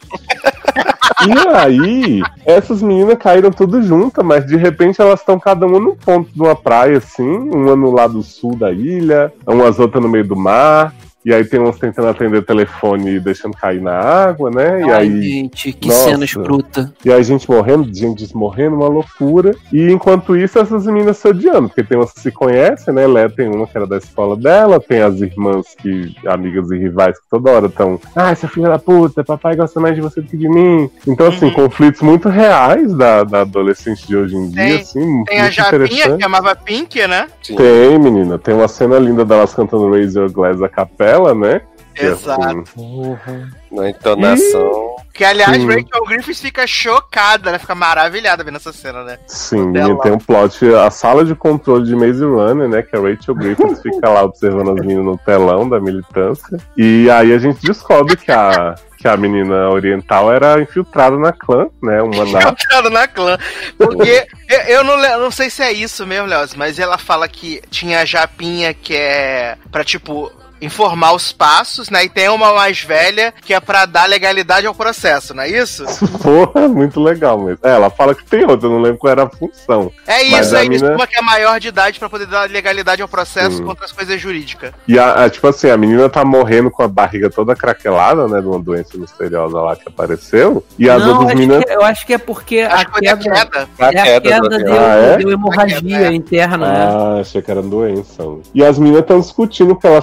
E aí, essas meninas caíram tudo juntas, mas de repente elas estão cada uma num ponto de uma praia, assim, uma no lado sul da ilha, umas outras no meio do mar. E aí tem uns tentando atender o telefone e deixando cair na água, né? E Ai, aí, gente, que nossa. cena escrota. E aí gente morrendo, gente morrendo, uma loucura. E enquanto isso, essas meninas se odiando, porque tem umas que se conhecem, né? Léa tem uma que era da escola dela, tem as irmãs que, amigas e rivais, que toda hora estão, ah, essa filha da puta, papai gosta mais de você do que de mim. Então, assim, Uhum. conflitos muito reais da, da adolescente de hoje em dia, Tem- assim, Tem a muito Japinha, interessante. que amava Pink, né? Sim. Tem, menina, tem uma cena linda delas cantando Raise Your Glass a capela, né? Que é, Exato. assim, Na entonação. Que, aliás, Sim. Rachel Griffiths fica chocada, né? Fica maravilhada vendo essa cena, né? Sim, Dela. menina, tem um plot, a sala de controle de Maze Runner, né, que a Rachel Griffiths fica lá observando as meninas no telão da militância, e aí a gente descobre que a, que a menina oriental era infiltrada na clã, né, uma da... Entrando na clã. Porque eu, eu não, le- não sei se é isso mesmo, Léo, mas ela fala que tinha a Japinha que é pra, tipo, informar os passos, né? E tem uma mais velha que é pra dar legalidade ao processo, não é isso? Porra, muito legal mesmo. É, ela fala que tem outra, eu não lembro qual era a função. É Mas isso, a é isso. mina- Uma que é maior de idade pra poder dar legalidade ao processo Sim. contra as coisas jurídicas. E, a, a- tipo assim, a menina tá morrendo com a barriga toda craquelada, né, de uma doença misteriosa lá que apareceu, e as Não, outras acho meninas... que- eu acho que é porque Acho a que foi da queda, queda. A é a queda queda do deu, avião. Ah, é? deu hemorragia A queda, é. interna, né? Ah, achei que era doença. E as meninas estão discutindo que elas começam a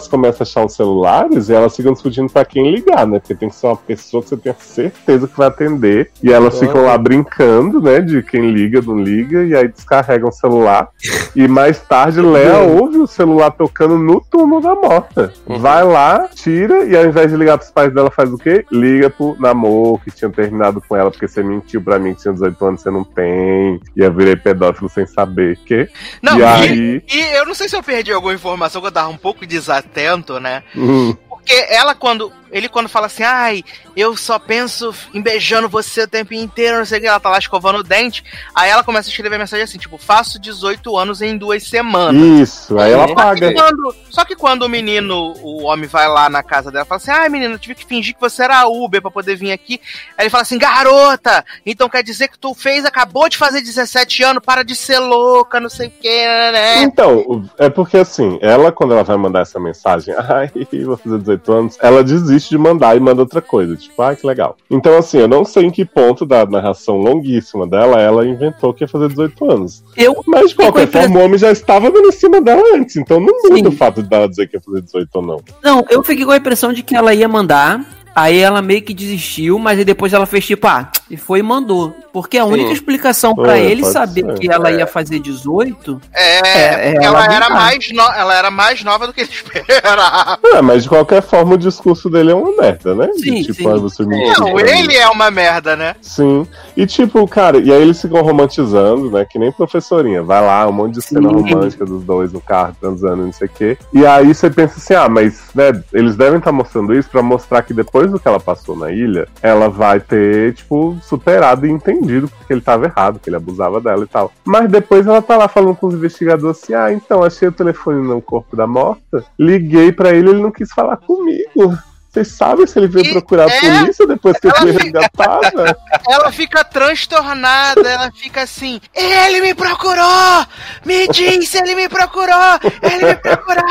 achar os celulares e elas ficam discutindo pra quem ligar, né? Porque tem que ser uma pessoa que você tenha certeza que vai atender. E elas ficam lá brincando, né? De quem liga, não liga, e aí descarregam o celular. E mais tarde, Léa ouve o celular tocando no túmulo da morta. Uhum. Vai lá, tira, e ao invés de ligar pros pais dela, faz o quê? Liga pro namoro que tinha terminado com ela, porque você mentiu pra mim que tinha dezoito anos, você não tem. E eu virei pedófilo sem saber. Que? Não, e, e, aí... e eu não sei se eu perdi alguma informação, que eu tava um pouco desatento, né? Uhum. Porque ela, quando. Ele, quando fala assim, ai, eu só penso em beijando você o tempo inteiro, não sei o que, ela tá lá escovando o dente. Aí ela começa a escrever mensagem assim, tipo, faço dezoito anos em duas semanas. Isso, aí ela só paga. Que quando, só que quando o menino, o homem vai lá na casa dela, fala assim, ai, menina, eu tive que fingir que você era Uber pra poder vir aqui. Aí ele fala assim, garota, então quer dizer que tu fez, acabou de fazer dezessete anos, para de ser louca, não sei o que, né? Então, é porque assim, ela, quando ela vai mandar essa mensagem, ai, vou fazer dezoito anos, ela desiste de mandar e manda outra coisa, tipo, ai, que legal. Então, assim, eu não sei em que ponto da narração longuíssima dela, ela inventou que ia fazer dezoito anos. Eu Mas, de qualquer impre... forma, o homem já estava dando em cima dela antes, então não muda o Sim. fato de ela dizer que ia fazer dezoito ou não. Não, eu fiquei com a impressão de que ela ia mandar, aí ela meio que desistiu, mas aí depois ela fez tipo, ah, e foi e mandou. Porque a única Sim. explicação pra É, ele pode saber ser. que ela É. ia fazer dezoito... É, É, é, ela, ela era não mais no, ela era mais nova do que ele esperava. É, mas de qualquer forma o discurso dele é uma merda, né? De, Sim, tipo, sim. ah, você mentiu Não, pra mim. ele é uma merda, né? Sim. E tipo, cara, e aí eles ficam romantizando, né? Que nem professorinha. Vai lá, um monte de cena Sim. romântica dos dois no carro, transando, não sei o quê. E aí você pensa assim, ah, mas né, eles devem estar mostrando isso pra mostrar que depois do que ela passou na ilha, ela vai ter, tipo, superado e entendido porque ele tava errado, que ele abusava dela e tal. Mas depois ela tá lá falando com os investigadores assim, ah, então, achei o telefone no corpo da morta, liguei pra ele, ele não quis falar comigo. Vocês sabem se ele veio E procurar a é- polícia depois que eu fui ela fica- resgatada? Ela fica transtornada, ela fica assim, ele me procurou! Me disse, ele me procurou! Ele me procurou!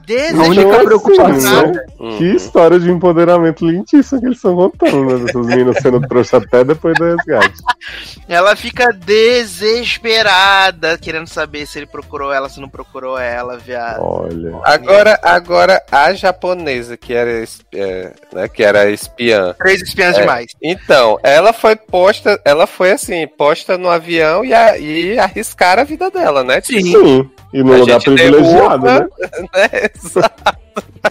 A única preocupação. né? Que história de empoderamento lindíssima que eles estão contando, né? Essas meninas sendo trouxa até depois do resgate. Ela fica desesperada, querendo saber se ele procurou ela, se não procurou ela, viado. Olha. Agora, agora a japonesa, que era, es- é, né, que era espiã. Três espiãs É. demais. Então, ela foi posta, ela foi assim, posta no avião e, a- e arriscaram a vida dela, né? Tipo, Sim. E no a lugar gente privilegiado, derruba, né? né? Exato.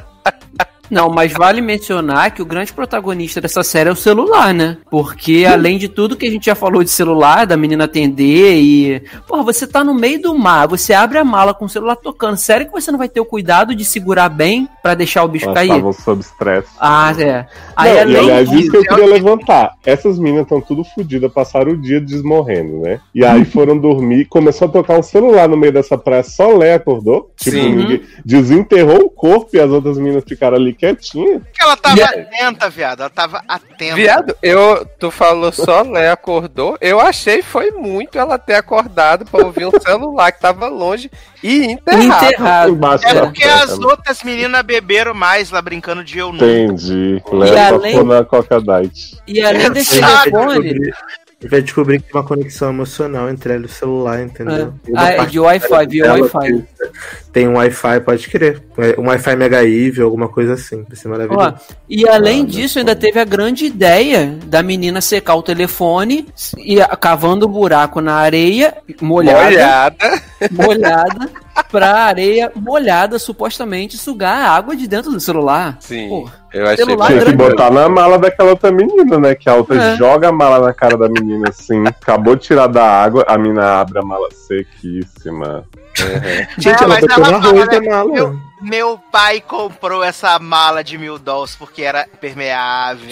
Não, mas vale mencionar que o grande protagonista dessa série é o celular, né? Porque além de tudo que a gente já falou de celular, da menina atender e... Porra, você tá no meio do mar, você abre a mala com o celular tocando. Sério que você não vai ter o cuidado de segurar bem pra deixar o bicho Elas cair? estavam sob estresse. Ah, é. Aí Não, e além aliás, isso disso... que eu queria levantar. Essas meninas estão tudo fodidas, passaram o dia desmorrendo, né? E aí foram dormir, começou a tocar um celular no meio dessa praia, só Léa acordou. Tipo, Sim. ninguém desenterrou o corpo e as outras meninas ficaram ali quietinhas. Porque ela tava E- atenta, viado. Ela tava atenta. Viado, eu, tu falou só Léa acordou, eu achei foi muito ela ter acordado pra ouvir um celular que tava longe e enterrado. Enterrado. Embaixo É da porque terra. as outras meninas beberam mais lá brincando de eu nunca. Entendi. Léa além- tocou na Coca Diet. E além desse Ele vai telefone... descobrir- ele vai descobrir que tem uma conexão emocional entre ela e o celular, entendeu? É. Uma Ah, é parte de Wi-Fi, via dela Wi-Fi. que Tem um Wi-Fi, pode crer. Um Wi-Fi mega evil, alguma coisa assim. Vai ser Ó, maravilhoso. e além disso, ainda teve a grande ideia da menina secar o telefone e a- cavando um buraco na areia molhada, Olhada. molhada, pra areia molhada supostamente sugar a água de dentro do celular. Sim, Porra. eu achei Celular Tinha que grande. botar na mala daquela outra menina, né? Que a outra É. joga a mala na cara da menina assim, acabou de tirar da água, a menina abre a mala sequíssima. Gente, Não, ela mas botou ela no fala, arroz da né, mala. Meu, meu pai comprou essa mala de mil dólares porque era permeável.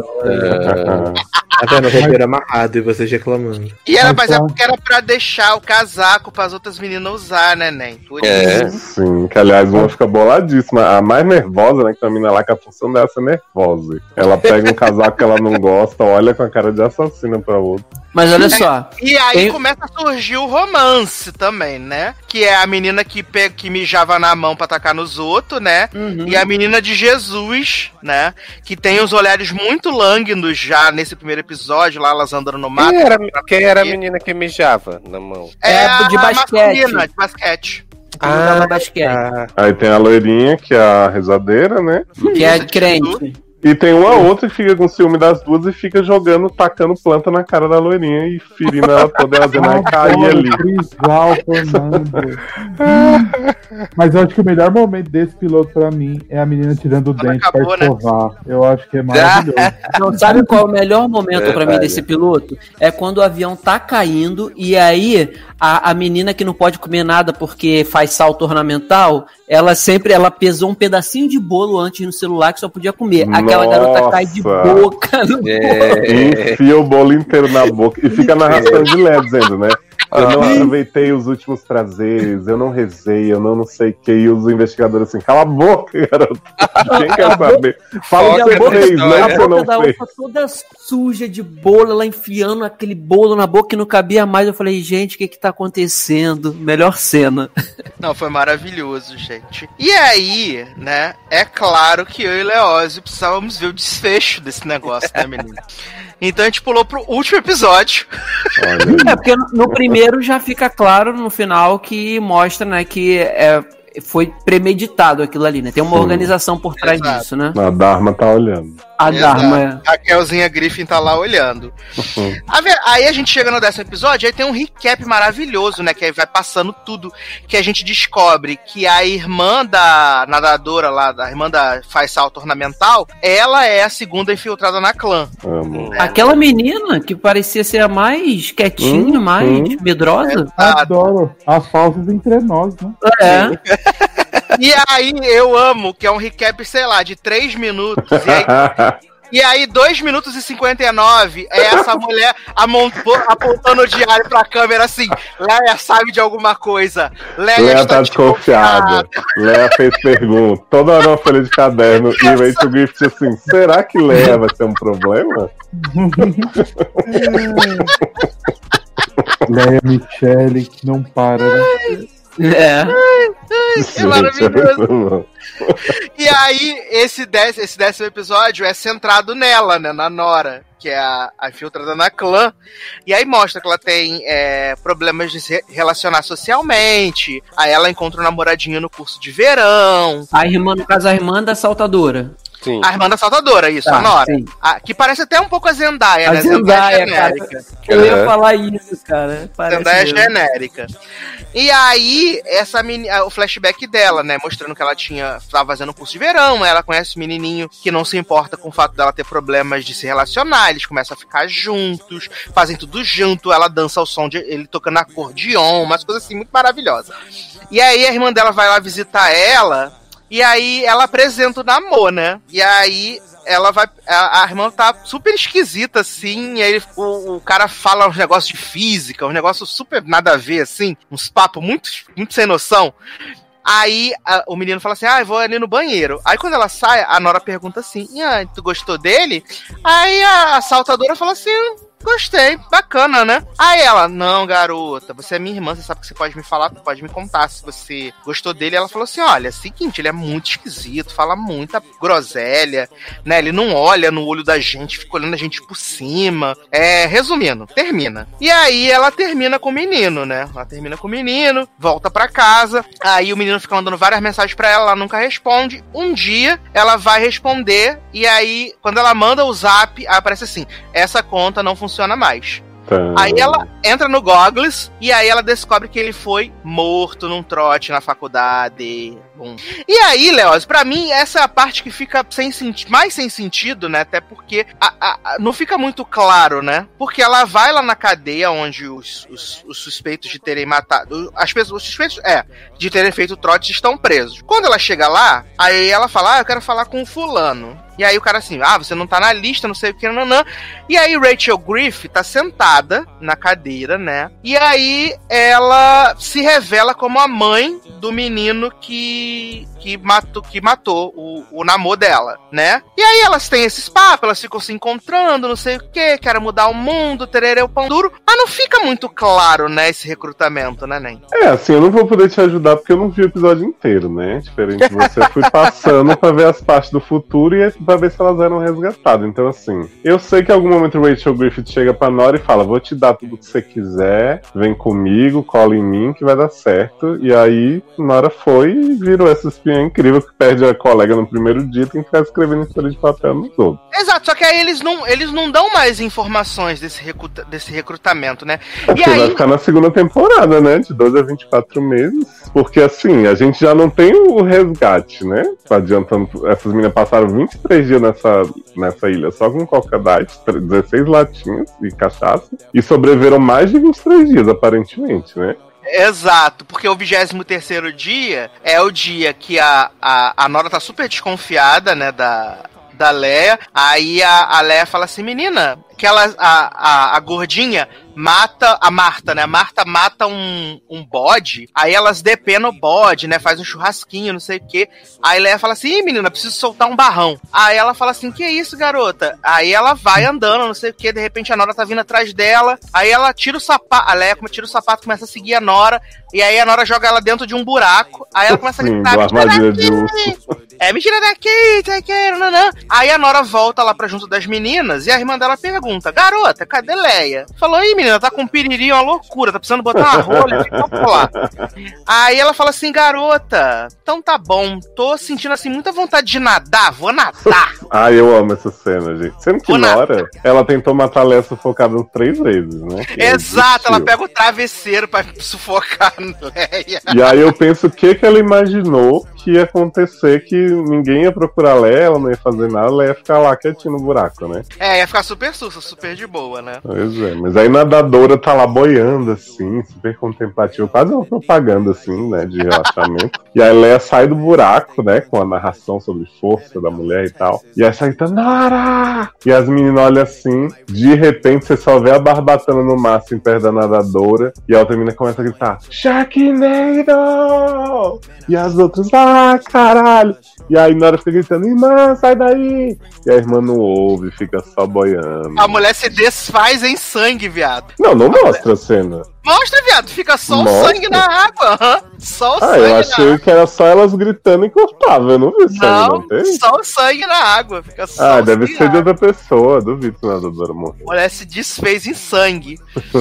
Tá vendo? O roteiro amarrado e vocês reclamando. E era, Mas mas é tá. porque era pra deixar o casaco pras outras meninas usar, né, Nen? Por É. isso. Sim, que aliás uma fica boladíssima. A mais nervosa, né? Que tá a menina lá, que a função dela é ser nervosa. Ela pega um casaco que ela não gosta, olha com a cara de assassina pra outra. Mas olha só, E aí Tem- começa a surgir o romance também, né? Que é a menina que, pe... que mijava na mão pra atacar nos outros, né? Uhum. E a menina de Jesus, né? Que tem os olhares muito lânguidos já nesse primeiro episódio, lá elas andando no mato. Quem era, quem era a menina que mijava na mão? É, a de basquete. masculina, de basquete. que jogava basquete. Ah. Aí tem a loirinha, que é a rezadeira, né? Que é crente. E tem uma outra que fica com ciúme das duas e fica jogando, tacando planta na cara da loirinha e ferindo ela toda, ela dizendo, vai cair ali. Crisal, Fernando. Mas eu acho que o melhor momento desse piloto pra mim é a menina tirando o dente acabou, pra escovar. Né? Eu acho que é maravilhoso. Não, sabe qual é o melhor momento é, pra mim desse piloto? É quando o avião tá caindo e aí a, a menina que não pode comer nada porque faz salto ornamental, ela sempre ela pesou um pedacinho de bolo antes no celular que só podia comer. Aquela Nossa. garota cai de boca no é. Enfia o bolo inteiro na boca e fica narração de Lé dizendo, né? Eu não aproveitei os últimos prazeres, eu não rezei, eu não não sei o que. E os investigadores assim, cala a boca, garoto. Quem quer saber? Fala o que você fez, não o que você não da fez. Outra toda suja de bolo, ela enfiando aquele bolo na boca que não cabia mais. Eu falei, gente, o que que tá acontecendo? Melhor cena. Não, foi maravilhoso, gente. E aí, né, é claro que eu e Leózio precisávamos ver o desfecho desse negócio, né, menina? Então a gente pulou pro último episódio. É, porque no, no primeiro já fica claro no final que mostra, né, que é, foi premeditado aquilo ali, né? Tem uma Sim. organização por trás Exato. disso, né? A Dharma tá olhando. A Dharma, é. A Kelzinha Griffin tá lá olhando. Uhum. Aí a gente chega no décimo episódio, aí tem um recap maravilhoso, né? Que aí vai passando tudo. Que a gente descobre que a irmã da nadadora lá, a irmã da faz salto ornamental, ela é a segunda infiltrada na clã. Uhum. Né? Aquela menina que parecia ser a mais quietinha, uhum. mais medrosa. É, adoro. As falsas entre nós, né? É. E aí eu amo, que é um recap, sei lá, de três minutos. E aí, e aí dois minutos e cinquenta e nove é essa mulher amontou, apontando o diário pra câmera assim, Leia sabe de alguma coisa. Leia, Leia está tá desconfiada. Leia fez pergunta. Toda hora uma folha de caderno. E o Rachel Griffith assim, será que Leia vai ser um problema? Leia Michele, que não para, né? É. Ai, ai, é maravilhoso. E aí, esse décimo, esse décimo episódio é centrado nela, né? Na Nora, que é a, a infiltrada na clã. E aí mostra que ela tem é, problemas de se relacionar socialmente. Aí ela encontra um namoradinho no curso de verão. A irmã, no caso, a irmã da saltadora. Sim. A irmã da saltadora, isso, tá, a Nora. A, que parece até um pouco a Zendaya, a né? Zendaya, Zendaya genérica. Eu ia é. falar isso, cara. Parece Zendaya mesmo. genérica. E aí, essa meni, o flashback dela, né? Mostrando que ela tinha tava fazendo um curso de verão, ela conhece um menininho que não se importa com o fato dela ter problemas de se relacionar, eles começam a ficar juntos, fazem tudo junto, ela dança ao som de ele tocando acordeon, umas coisas assim muito maravilhosas. E aí a irmã dela vai lá visitar ela, e aí ela apresenta o namoro, né? E aí ela vai. A, a irmã tá super esquisita, assim. E aí o, o cara fala uns negócios de física, uns negócios super nada a ver, assim. Uns papos muito, muito sem noção. Aí a, o menino fala assim: ah, eu vou ali no banheiro. Aí quando ela sai, a Nora pergunta assim: ah, tu gostou dele? Aí a assaltadora fala assim: gostei, bacana, né? Aí ela, não, garota, você é minha irmã, você sabe que você pode me falar, pode me contar se você gostou dele. Ela falou assim, olha, é o seguinte, ele é muito esquisito, fala muita groselha, né? Ele não olha no olho da gente, fica olhando a gente por cima. É, resumindo, termina. E aí ela termina com o menino, né? Ela termina com o menino, volta pra casa, aí o menino fica mandando várias mensagens pra ela, ela nunca responde. Um dia, ela vai responder, e aí, quando ela manda o zap, aparece assim, essa conta não funciona funciona mais. Tá. Aí ela entra no Googles e aí ela descobre que ele foi morto num trote na faculdade. Bom. E aí, Leoz, pra mim, essa é a parte que fica sem senti- mais sem sentido, né? Até porque a, a, a, não fica muito claro, né? Porque ela vai lá na cadeia onde os, os, os suspeitos de terem matado. As pessoas, os suspeitos, é, de terem feito trote estão presos. Quando ela chega lá, aí ela fala, ah, eu quero falar com o fulano. E aí o cara assim, ah, você não tá na lista, não sei o que, nanã. E aí Rachel Griffith tá sentada na cadeira, né? E aí ela se revela como a mãe do menino que que que matou, que matou o, o namoro dela, né? E aí elas têm esses papos, elas ficam se encontrando, não sei o que, querem mudar o mundo, tererê o pão duro, mas não fica muito claro, né, esse recrutamento, né, Nen? É, assim, eu não vou poder te ajudar porque eu não vi o episódio inteiro, né? Diferente de você, eu fui passando pra ver as partes do futuro e pra ver se elas eram resgatadas. Então, assim, eu sei que em algum momento o Rachel Griffith chega pra Nora e fala, vou te dar tudo que você quiser, vem comigo, cola em mim que vai dar certo. E aí, Nora foi e virou essa espiã incrível que perde a colega no primeiro dia e tem que ficar escrevendo em folha de papel nos outros. Exato, só que aí eles não, eles não dão mais informações desse, recruta, desse recrutamento, né? Porque e aí... vai ficar na segunda temporada, né? De doze a vinte e quatro meses. Porque assim, a gente já não tem o resgate, né? Adiantando, essas meninas passaram vinte e três dias nessa, nessa ilha só com coca-diet, dezesseis latinhas e cachaça, e sobreviveram mais de vinte e três dias, aparentemente, né? Exato, porque o vigésimo terceiro dia é o dia que a, a, a Nora tá super desconfiada, né, da, da Leia. Aí a, a Leia fala assim, menina, que ela, a, a, a gordinha mata, a Marta, né, a Marta mata um, um bode, aí elas depenam o bode, né, faz um churrasquinho, não sei o que. Aí a Leia fala assim, ih, menina, preciso soltar um barrão. Aí ela fala assim, que isso, garota? Aí ela vai andando, não sei o que, de repente a Nora tá vindo atrás dela, aí ela tira o sapato, a Leia tira o sapato, começa a seguir a Nora, e aí a Nora joga ela dentro de um buraco, aí ela começa a gritar, me tira daqui! É, me tira daqui, daqui, não, não. Aí a Nora volta lá pra junto das meninas, e a irmã dela pergunta, garota, cadê Leia? Falou, ih, menina, tá com piriri, uma loucura, tá precisando botar uma rolha, fica lá. Aí ela fala assim, garota, então tá bom, tô sentindo assim muita vontade de nadar, vou nadar. Ah, eu amo essa cena, gente. Sendo que Nora, ela tentou matar a Leia sufocada três vezes, né? Exato, ela pega o travesseiro pra sufocar a Leia. E aí eu penso o que que ela imaginou que ia acontecer, que ninguém ia procurar a Leia, ela não ia fazer nada, ela ia ficar lá quietinha no buraco, né? É, ia ficar super sussa, super de boa, né? Pois é, mas aí a nadadora tá lá boiando, assim, super contemplativa, quase uma propaganda, assim, né, de relaxamento. E a Leia sai do buraco, né, com a narração sobre força da mulher e tal. E aí sai gritando, Nora! E as meninas olham assim, de repente você só vê a barbatana no mar, assim, perto da nadadora, e a outra menina começa a gritar, Sharknado! E as outras, ah, caralho! E aí Nora fica gritando, irmã, sai daí! E a irmã não ouve, fica só boiando. A mulher se desfaz em sangue, viado. Não, não mostra a cena. Mostra, viado, fica só Mostra? o sangue na água. Uhum. Só o ah, sangue eu na achei água. que era só elas gritando e cortava. Eu não vi sangue, não, Não, tem? só o sangue na água. Fica só Ah, o deve sangue ser na de água. outra pessoa. Duvido que a nadadora morreu. A mulher se desfez em sangue.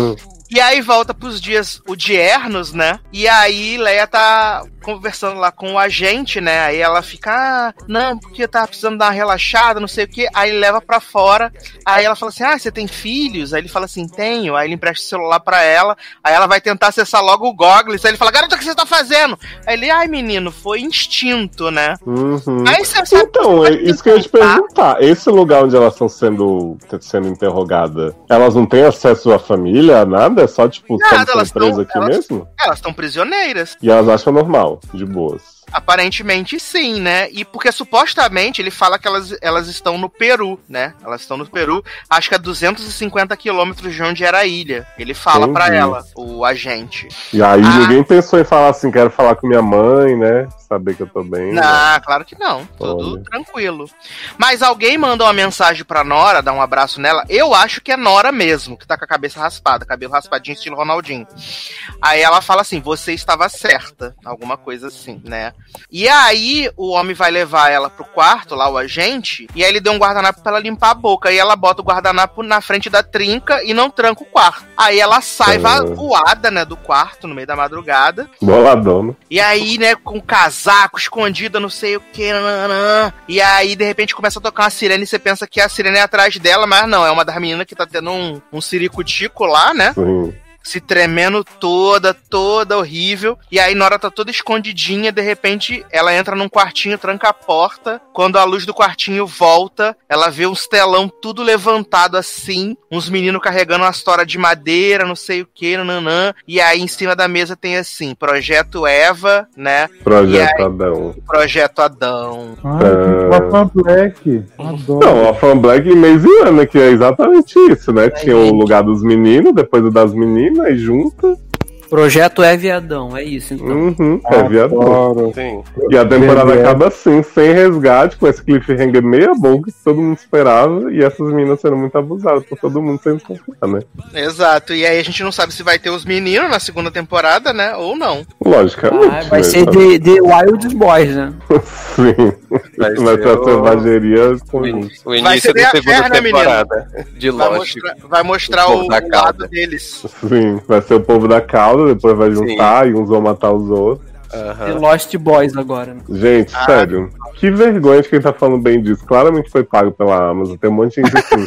E aí volta pros dias odiernos, né? E aí Leia tá conversando lá com o agente, né? Aí ela fica, ah, não, porque tá precisando dar uma relaxada, não sei o quê. Aí leva pra fora. Aí ela fala assim, ah, você tem filhos? Aí ele fala assim, tenho. Aí ele empresta o celular pra ela. Aí ela vai tentar acessar logo o Goggles. Aí ele fala, garota, o que você tá fazendo? Aí ele, ai, menino, foi instinto, né? Uhum. Aí você sabe Então, é que isso que eu ia te perguntar. Esse lugar onde elas estão sendo, sendo interrogadas, elas não têm acesso à família, a nada? É só, tipo, Nada, estamos elas presas tão- aqui elas- mesmo? elas estão prisioneiras. E elas acham normal, de boas. Aparentemente sim, né? E porque supostamente ele fala que elas, elas estão no Peru, né? Elas estão no Peru, acho que a duzentos e cinquenta quilômetros de onde era a ilha. Ele fala pra Entendi. ela, o agente. E aí Ah. ninguém pensou em falar assim, quero falar com minha mãe, né? Saber que eu tô bem. né? Não, claro que não. Tudo Olha. tranquilo. Mas alguém manda uma mensagem pra Nora, dá um abraço nela. Eu acho que é Nora mesmo, que tá com a cabeça raspada, cabelo raspadinho, estilo Ronaldinho. Aí ela fala assim, você estava certa. Alguma coisa assim, né? E aí o homem vai levar ela pro quarto, lá o agente, e aí ele deu um guardanapo pra ela limpar a boca. E ela bota o guardanapo na frente da trinca e não tranca o quarto. Aí ela sai Ah. voada, né, do quarto, no meio da madrugada. Boladona. E aí, né, com casaco, escondida, não sei o que, nananã. E aí, de repente, começa a tocar uma sirene e você pensa que a sirene é atrás dela, mas não, é uma das meninas que tá tendo um, um ciricutico lá, né? Sim. Se tremendo toda, toda horrível. E aí Nora tá toda escondidinha, de repente ela entra num quartinho, tranca a porta. Quando a luz do quartinho volta, ela vê uns telão tudo levantado assim, uns meninos carregando umas toras de madeira, não sei o que, nananã. E aí em cima da mesa tem assim, Projeto Eva, né? Projeto E aí- Adão. Projeto Adão. Ai, Ah. que Fan Black. Adoro. Não, a Fan Black e Maisiana, que é exatamente isso, né? Tinha o lugar dos meninos, depois o das meninas, e junta. Projeto é viadão, é isso então. Uhum, é viadão. Sim. E a temporada Entendi. acaba assim, sem resgate, com esse cliffhanger meia boca que todo mundo esperava, e essas meninas sendo muito abusadas por todo mundo sem confiar, né? Exato, e aí a gente não sabe se vai ter os meninos na segunda temporada, né? Ou não. Logicamente. Ah, vai né? ser The, The Wild Boys, né? Sim. Vai Vai ser ser a o- selvageria O, com in- o Vai início ser da The segunda Affair, né, temporada de Vai Lost. mostrar, vai mostrar O o, povo da o cauda. lado deles. Sim, vai ser o povo da cauda, depois vai juntar e uns vão matar os outros. The Lost Boys agora, né? Gente, Ah. sério, que vergonha de quem tá falando bem disso. Claramente foi pago pela Amazon, tem um monte de gente assim.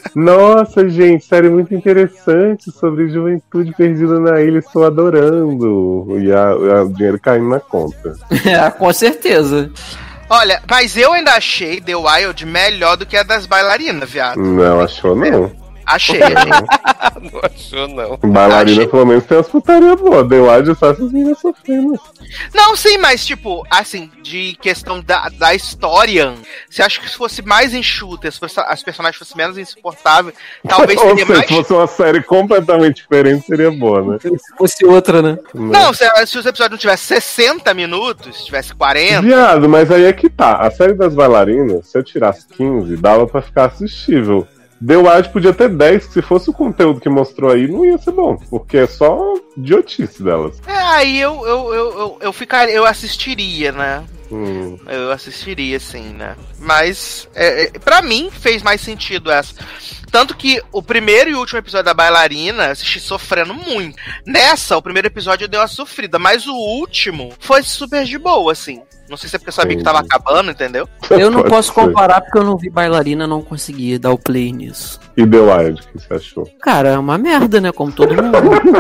Nossa, gente, série muito interessante sobre juventude perdida na ilha, estou adorando. E a- a- o dinheiro caindo na conta. É, com certeza. Olha, mas eu ainda achei The Wild melhor do que a das bailarinas, viado. Não, achou não. Achei, achei. Não achou, não. Bailarina, Achei. pelo menos, tem umas putaria boas. The Wild só essas meninas sofrendo. Não, sim, mas tipo, assim, de questão da, da história, você acha que se fosse mais enxuta, as, perso- as personagens fossem menos insuportáveis, talvez Ou seria seja, mais... se fosse uma série completamente diferente, seria boa, né? Se fosse outra, né? Não, se, se os episódios não tivessem sessenta minutos, se tivesse quarenta... Viado, mas aí é que tá. A série das bailarinas, se eu tirasse quinze, dava pra ficar assistível. The Wild podia ter dez, que se fosse o conteúdo que mostrou aí, não ia ser bom. Porque é só idiotice delas. É, aí eu, eu, eu, eu, eu ficaria, eu assistiria, né? Hum. Eu assistiria, sim, né? Mas, é, é, pra mim, fez mais sentido essa. Tanto que o primeiro e último episódio da bailarina, eu assisti sofrendo muito. Nessa, o primeiro episódio deu uma sofrida, mas o último foi super de boa, assim. Não sei se é porque eu sabia que tava acabando, entendeu? Eu não Pode posso ser. comparar porque eu não vi bailarina, não consegui dar o play nisso. E The Wild, o que você achou? Cara, é uma merda, né? Como todo mundo.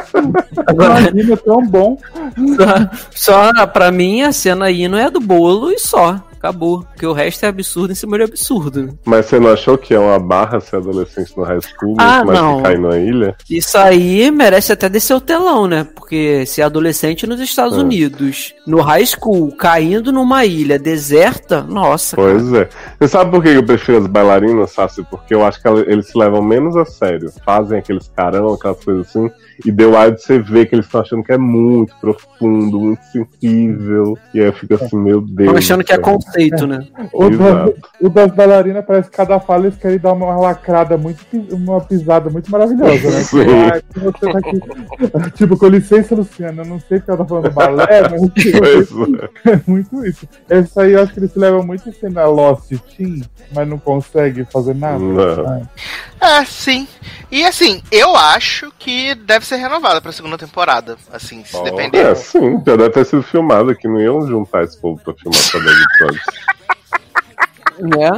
Agora, Imagina, é tão bom. só, só pra mim a cena aí não é do bolo e só. Acabou. Porque o resto é absurdo em cima de absurdo. Né? Mas você não achou que é uma barra ser adolescente no high school, Ah, mas não. que cai numa ilha? Isso aí merece até descer o telão, né? Porque se é adolescente nos Estados É. Unidos, no high school, caindo numa ilha deserta, nossa, Pois é. Você sabe por que eu prefiro as bailarinas, Sassi? Porque eu acho que ela- eles se levam menos a sério. Fazem aqueles carão, aquelas coisas assim. E The Wild você vê que eles estão achando que é muito profundo, muito sensível. E aí eu fico assim, meu Deus. Estão achando que é do céu. conceito, né? O, das, Exato. o das bailarinas parece que cada fala eles querem dar uma lacrada muito, pi- uma pisada muito maravilhosa, né? Sim. Ah, que você tá aqui. Tipo, com licença, Luciana, eu não sei porque ela tá falando balé, mas Pois é. é muito isso. Essa aí eu acho que eles se levam muito em cena Lost Team, mas não conseguem fazer nada. Não. Ah, É, sim. E assim, eu acho que deve ser renovada pra segunda temporada. Assim, se depender. É, sim, já deve ter sido filmado aqui. Não iam juntar esse povo pra filmar só dez episódios. Né?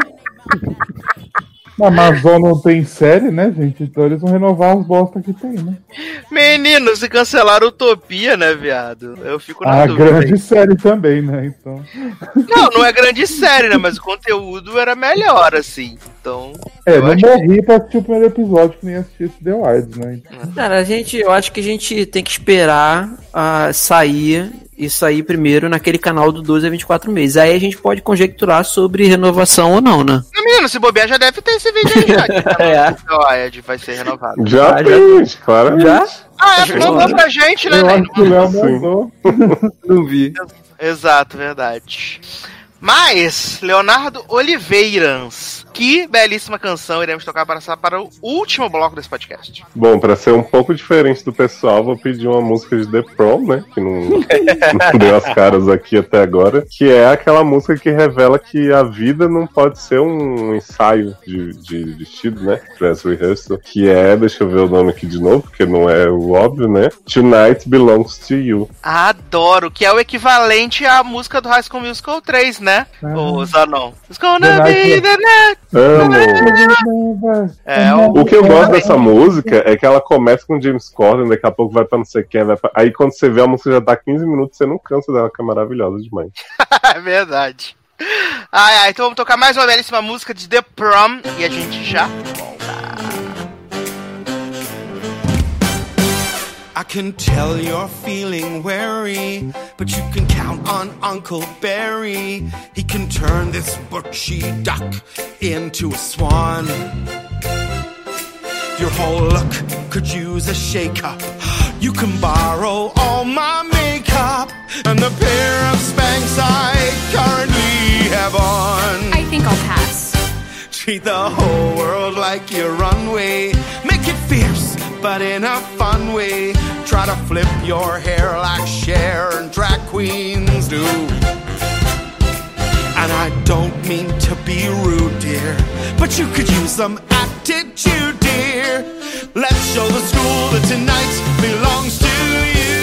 Na Amazon não tem série, né, gente? Então eles vão renovar as bostas que tem, né? Meninos, se cancelaram Utopia, né, viado? Eu fico na A dúvida. grande série também, né? Então. Não, não é grande série, né? Mas o conteúdo era melhor, assim. Então. É, eu não acho- morri pra assistir o primeiro episódio que nem assisti esse The Wild, né? Cara, a gente, eu acho que a gente tem que esperar a sair isso aí primeiro naquele canal do doze a vinte e quatro meses. Aí a gente pode conjecturar sobre renovação ou não, né? Não, menino, se bobear já deve ter esse vídeo aí já. Que tá É. no Wild vai ser renovado. Já Ah, já- tem, gente, claramente. Já? Ah, é, mandou pra gente, né, Eu velho? acho que o Léo Sim. mandou. Não vi. Exato, verdade. Mas, Leonardo Oliveiras, que belíssima canção iremos tocar para, para o último bloco desse podcast. Bom, pra ser um pouco diferente do pessoal, vou pedir uma música de The Prom, né? Que não, não deu as caras aqui até agora. Que é aquela música que revela que a vida não pode ser um ensaio de, de vestido, né? Dress rehearsal. Que é, deixa eu ver o nome aqui de novo, porque não é o óbvio, né? Tonight Belongs to You. Adoro, que é o equivalente à música do High School Musical três, né? Ah. O Zanon. It's gonna The be Night- the night. Amo! É, o... O que eu gosto dessa música é que ela começa com James Corden, daqui a pouco vai pra não sei quem, vai pra... aí quando você vê a música já tá quinze minutos, você não cansa dela, que é maravilhosa demais. é verdade. Ai, ai, então vamos tocar mais uma belíssima música de The Prom e a gente já volta. I can tell you're feeling weary, but you can count on Uncle Barry. He can turn this butchy duck into a swan. Your whole look could use a shake-up. You can borrow all my makeup and the pair of Spanx I currently have on. I think I'll pass. Treat the whole world like your runway. Make it fierce, but in a fun way. Try to flip your hair like Cher and drag queens do. And I don't mean to be rude, dear, but you could use some attitude, dear. Let's show the school that tonight belongs to you.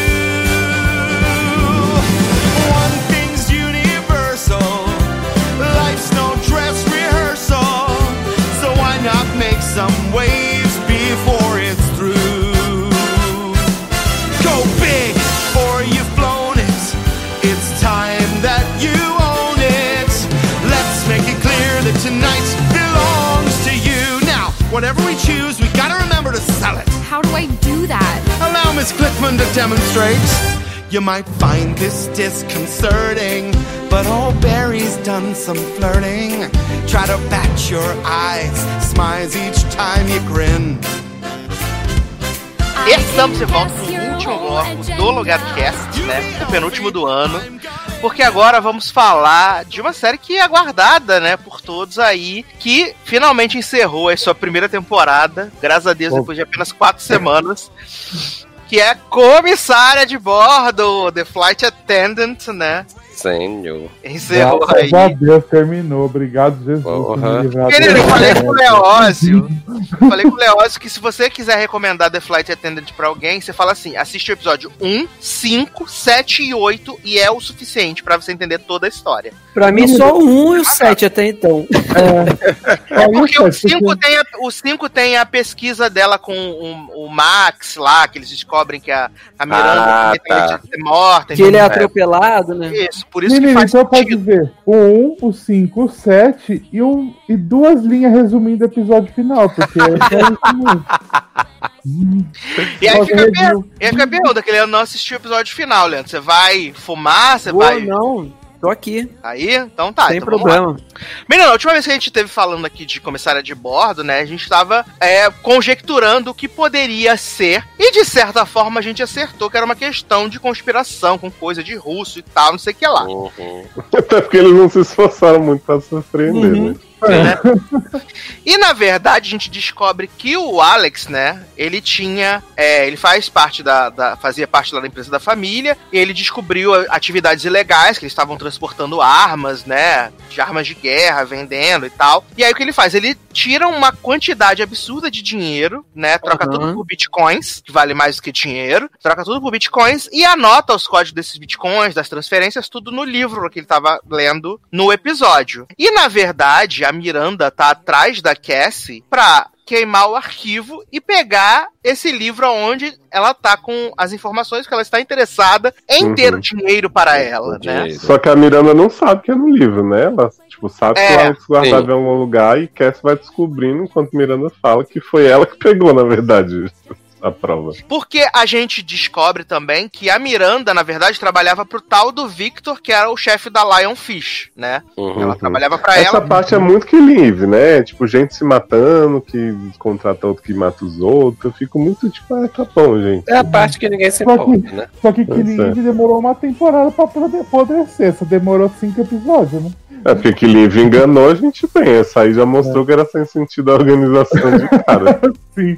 One thing's universal, life's no dress rehearsal. So why not make some waves before it's through? Go big or you've blown it. It's time that you own it. Let's make it clear that tonight belongs to you. Now, whatever we choose, we gotta remember to sell it. How do I do that? Allow Miss Glickman to demonstrate. You might find this disconcerting, but old Barry's done some flirting. Try to bat your eyes, smiles each time you grin. Estamos de volta com o último bloco do LogadoCast, né? O penúltimo do ano. Porque agora vamos falar de uma série que é aguardada, né, por todos aí, que finalmente encerrou a sua primeira temporada, graças a Deus, depois de apenas quatro semanas, que é Comissária de Bordo, The Flight Attendant, né? Senhor. Encerrou Graças aí. a Deus, terminou. Obrigado, Jesus. Porra. Querido, eu falei com o Leózio, falei com o Leózio que se você quiser recomendar The Flight Attendant pra alguém, você fala assim, assiste o episódio um, cinco, sete e oito e é o suficiente pra você entender toda a história. Pra mim, só o um e o sete até então. É, É porque o cinco tem a, o cinco tem a pesquisa dela com o, o Max lá, que eles descobrem que a, a Miranda Ah, tá. tá. é morta. Que ele é então, atropelado, né? Isso, por isso que Menino, faz então pode sentido. ver o um, o cinco, o sete e, um, e duas linhas resumindo o episódio final, porque é só isso mesmo. E aí Só fica, que per... review. e aí fica a pergunta, que ele não assistiu o episódio final, Leandro. Você vai fumar? Você Pô, vai. não, tô aqui, Aí? Então tá. sem então vamos lá. problema. Menino, a última vez que a gente esteve falando aqui de Comissária de Bordo, né, a gente tava é, conjecturando o que poderia ser, e de certa forma a gente acertou que era uma questão de conspiração, com coisa de russo e tal, não sei o que lá. Uhum. Até porque eles não se esforçaram muito pra surpreender, Uhum. né? Né? E na verdade a gente descobre que o Alex, né, ele tinha, é, ele faz parte da, da, fazia parte lá da empresa da família, e ele descobriu atividades ilegais, que eles estavam transportando armas, né, de armas de guerra, vendendo e tal. E aí o que ele faz? Ele tira uma quantidade absurda de dinheiro, né, troca Uhum. tudo por bitcoins, que vale mais do que dinheiro, troca tudo por bitcoins e anota os códigos desses bitcoins, das transferências, tudo no livro que ele tava lendo no episódio. E na verdade, a Miranda tá atrás da Cassie pra queimar o arquivo e pegar esse livro onde ela tá com as informações que ela está interessada em Uhum. ter o dinheiro para ela, O né? dinheiro. Só que a Miranda não sabe que é no livro, né? Ela, tipo, sabe É, que o Alex guardava sim. em algum lugar e Cass vai descobrindo enquanto Miranda fala que foi ela que pegou, na verdade, a prova. Porque a gente descobre também que a Miranda, na verdade, trabalhava pro tal do Victor, que era o chefe da Lionfish, né? Uhum. Ela trabalhava pra Essa ela. parte é muito que livre, né? Tipo, gente se matando, que contrata outro que mata os outros. Eu fico muito tipo, ah, tá bom, gente. É a parte que ninguém se Só importa, que, né? só que Pois Killing é. Eve demorou uma temporada pra poder apodrecer. Só demorou cinco episódios, né? É porque que livre enganou a gente bem. Essa aí já mostrou que era sem sentido a organização de cara. Sim.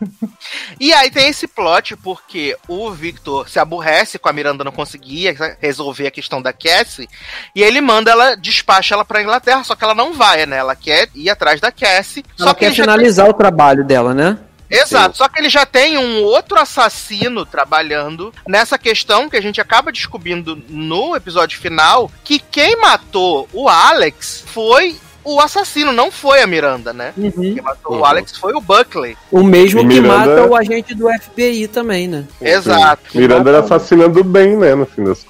E aí tem esse plot porque o Victor se aborrece com a Miranda não conseguia resolver a questão da Cassie, e ele manda ela, despacha ela pra Inglaterra, só que ela não vai, né? Ela quer ir atrás da Cassie. Ela Só que quer ele já finalizar o trabalho dela, né? Exato, só que ele já tem um outro assassino trabalhando nessa questão que a gente acaba descobrindo no episódio final, que quem matou o Alex foi o assassino, não foi a Miranda, né? Uhum. Quem matou Uhum. o Alex foi o Buckley. O mesmo E que Miranda- mata o agente do F B I também, né? Exato. Miranda era assassina do bem, né? No fim das contas.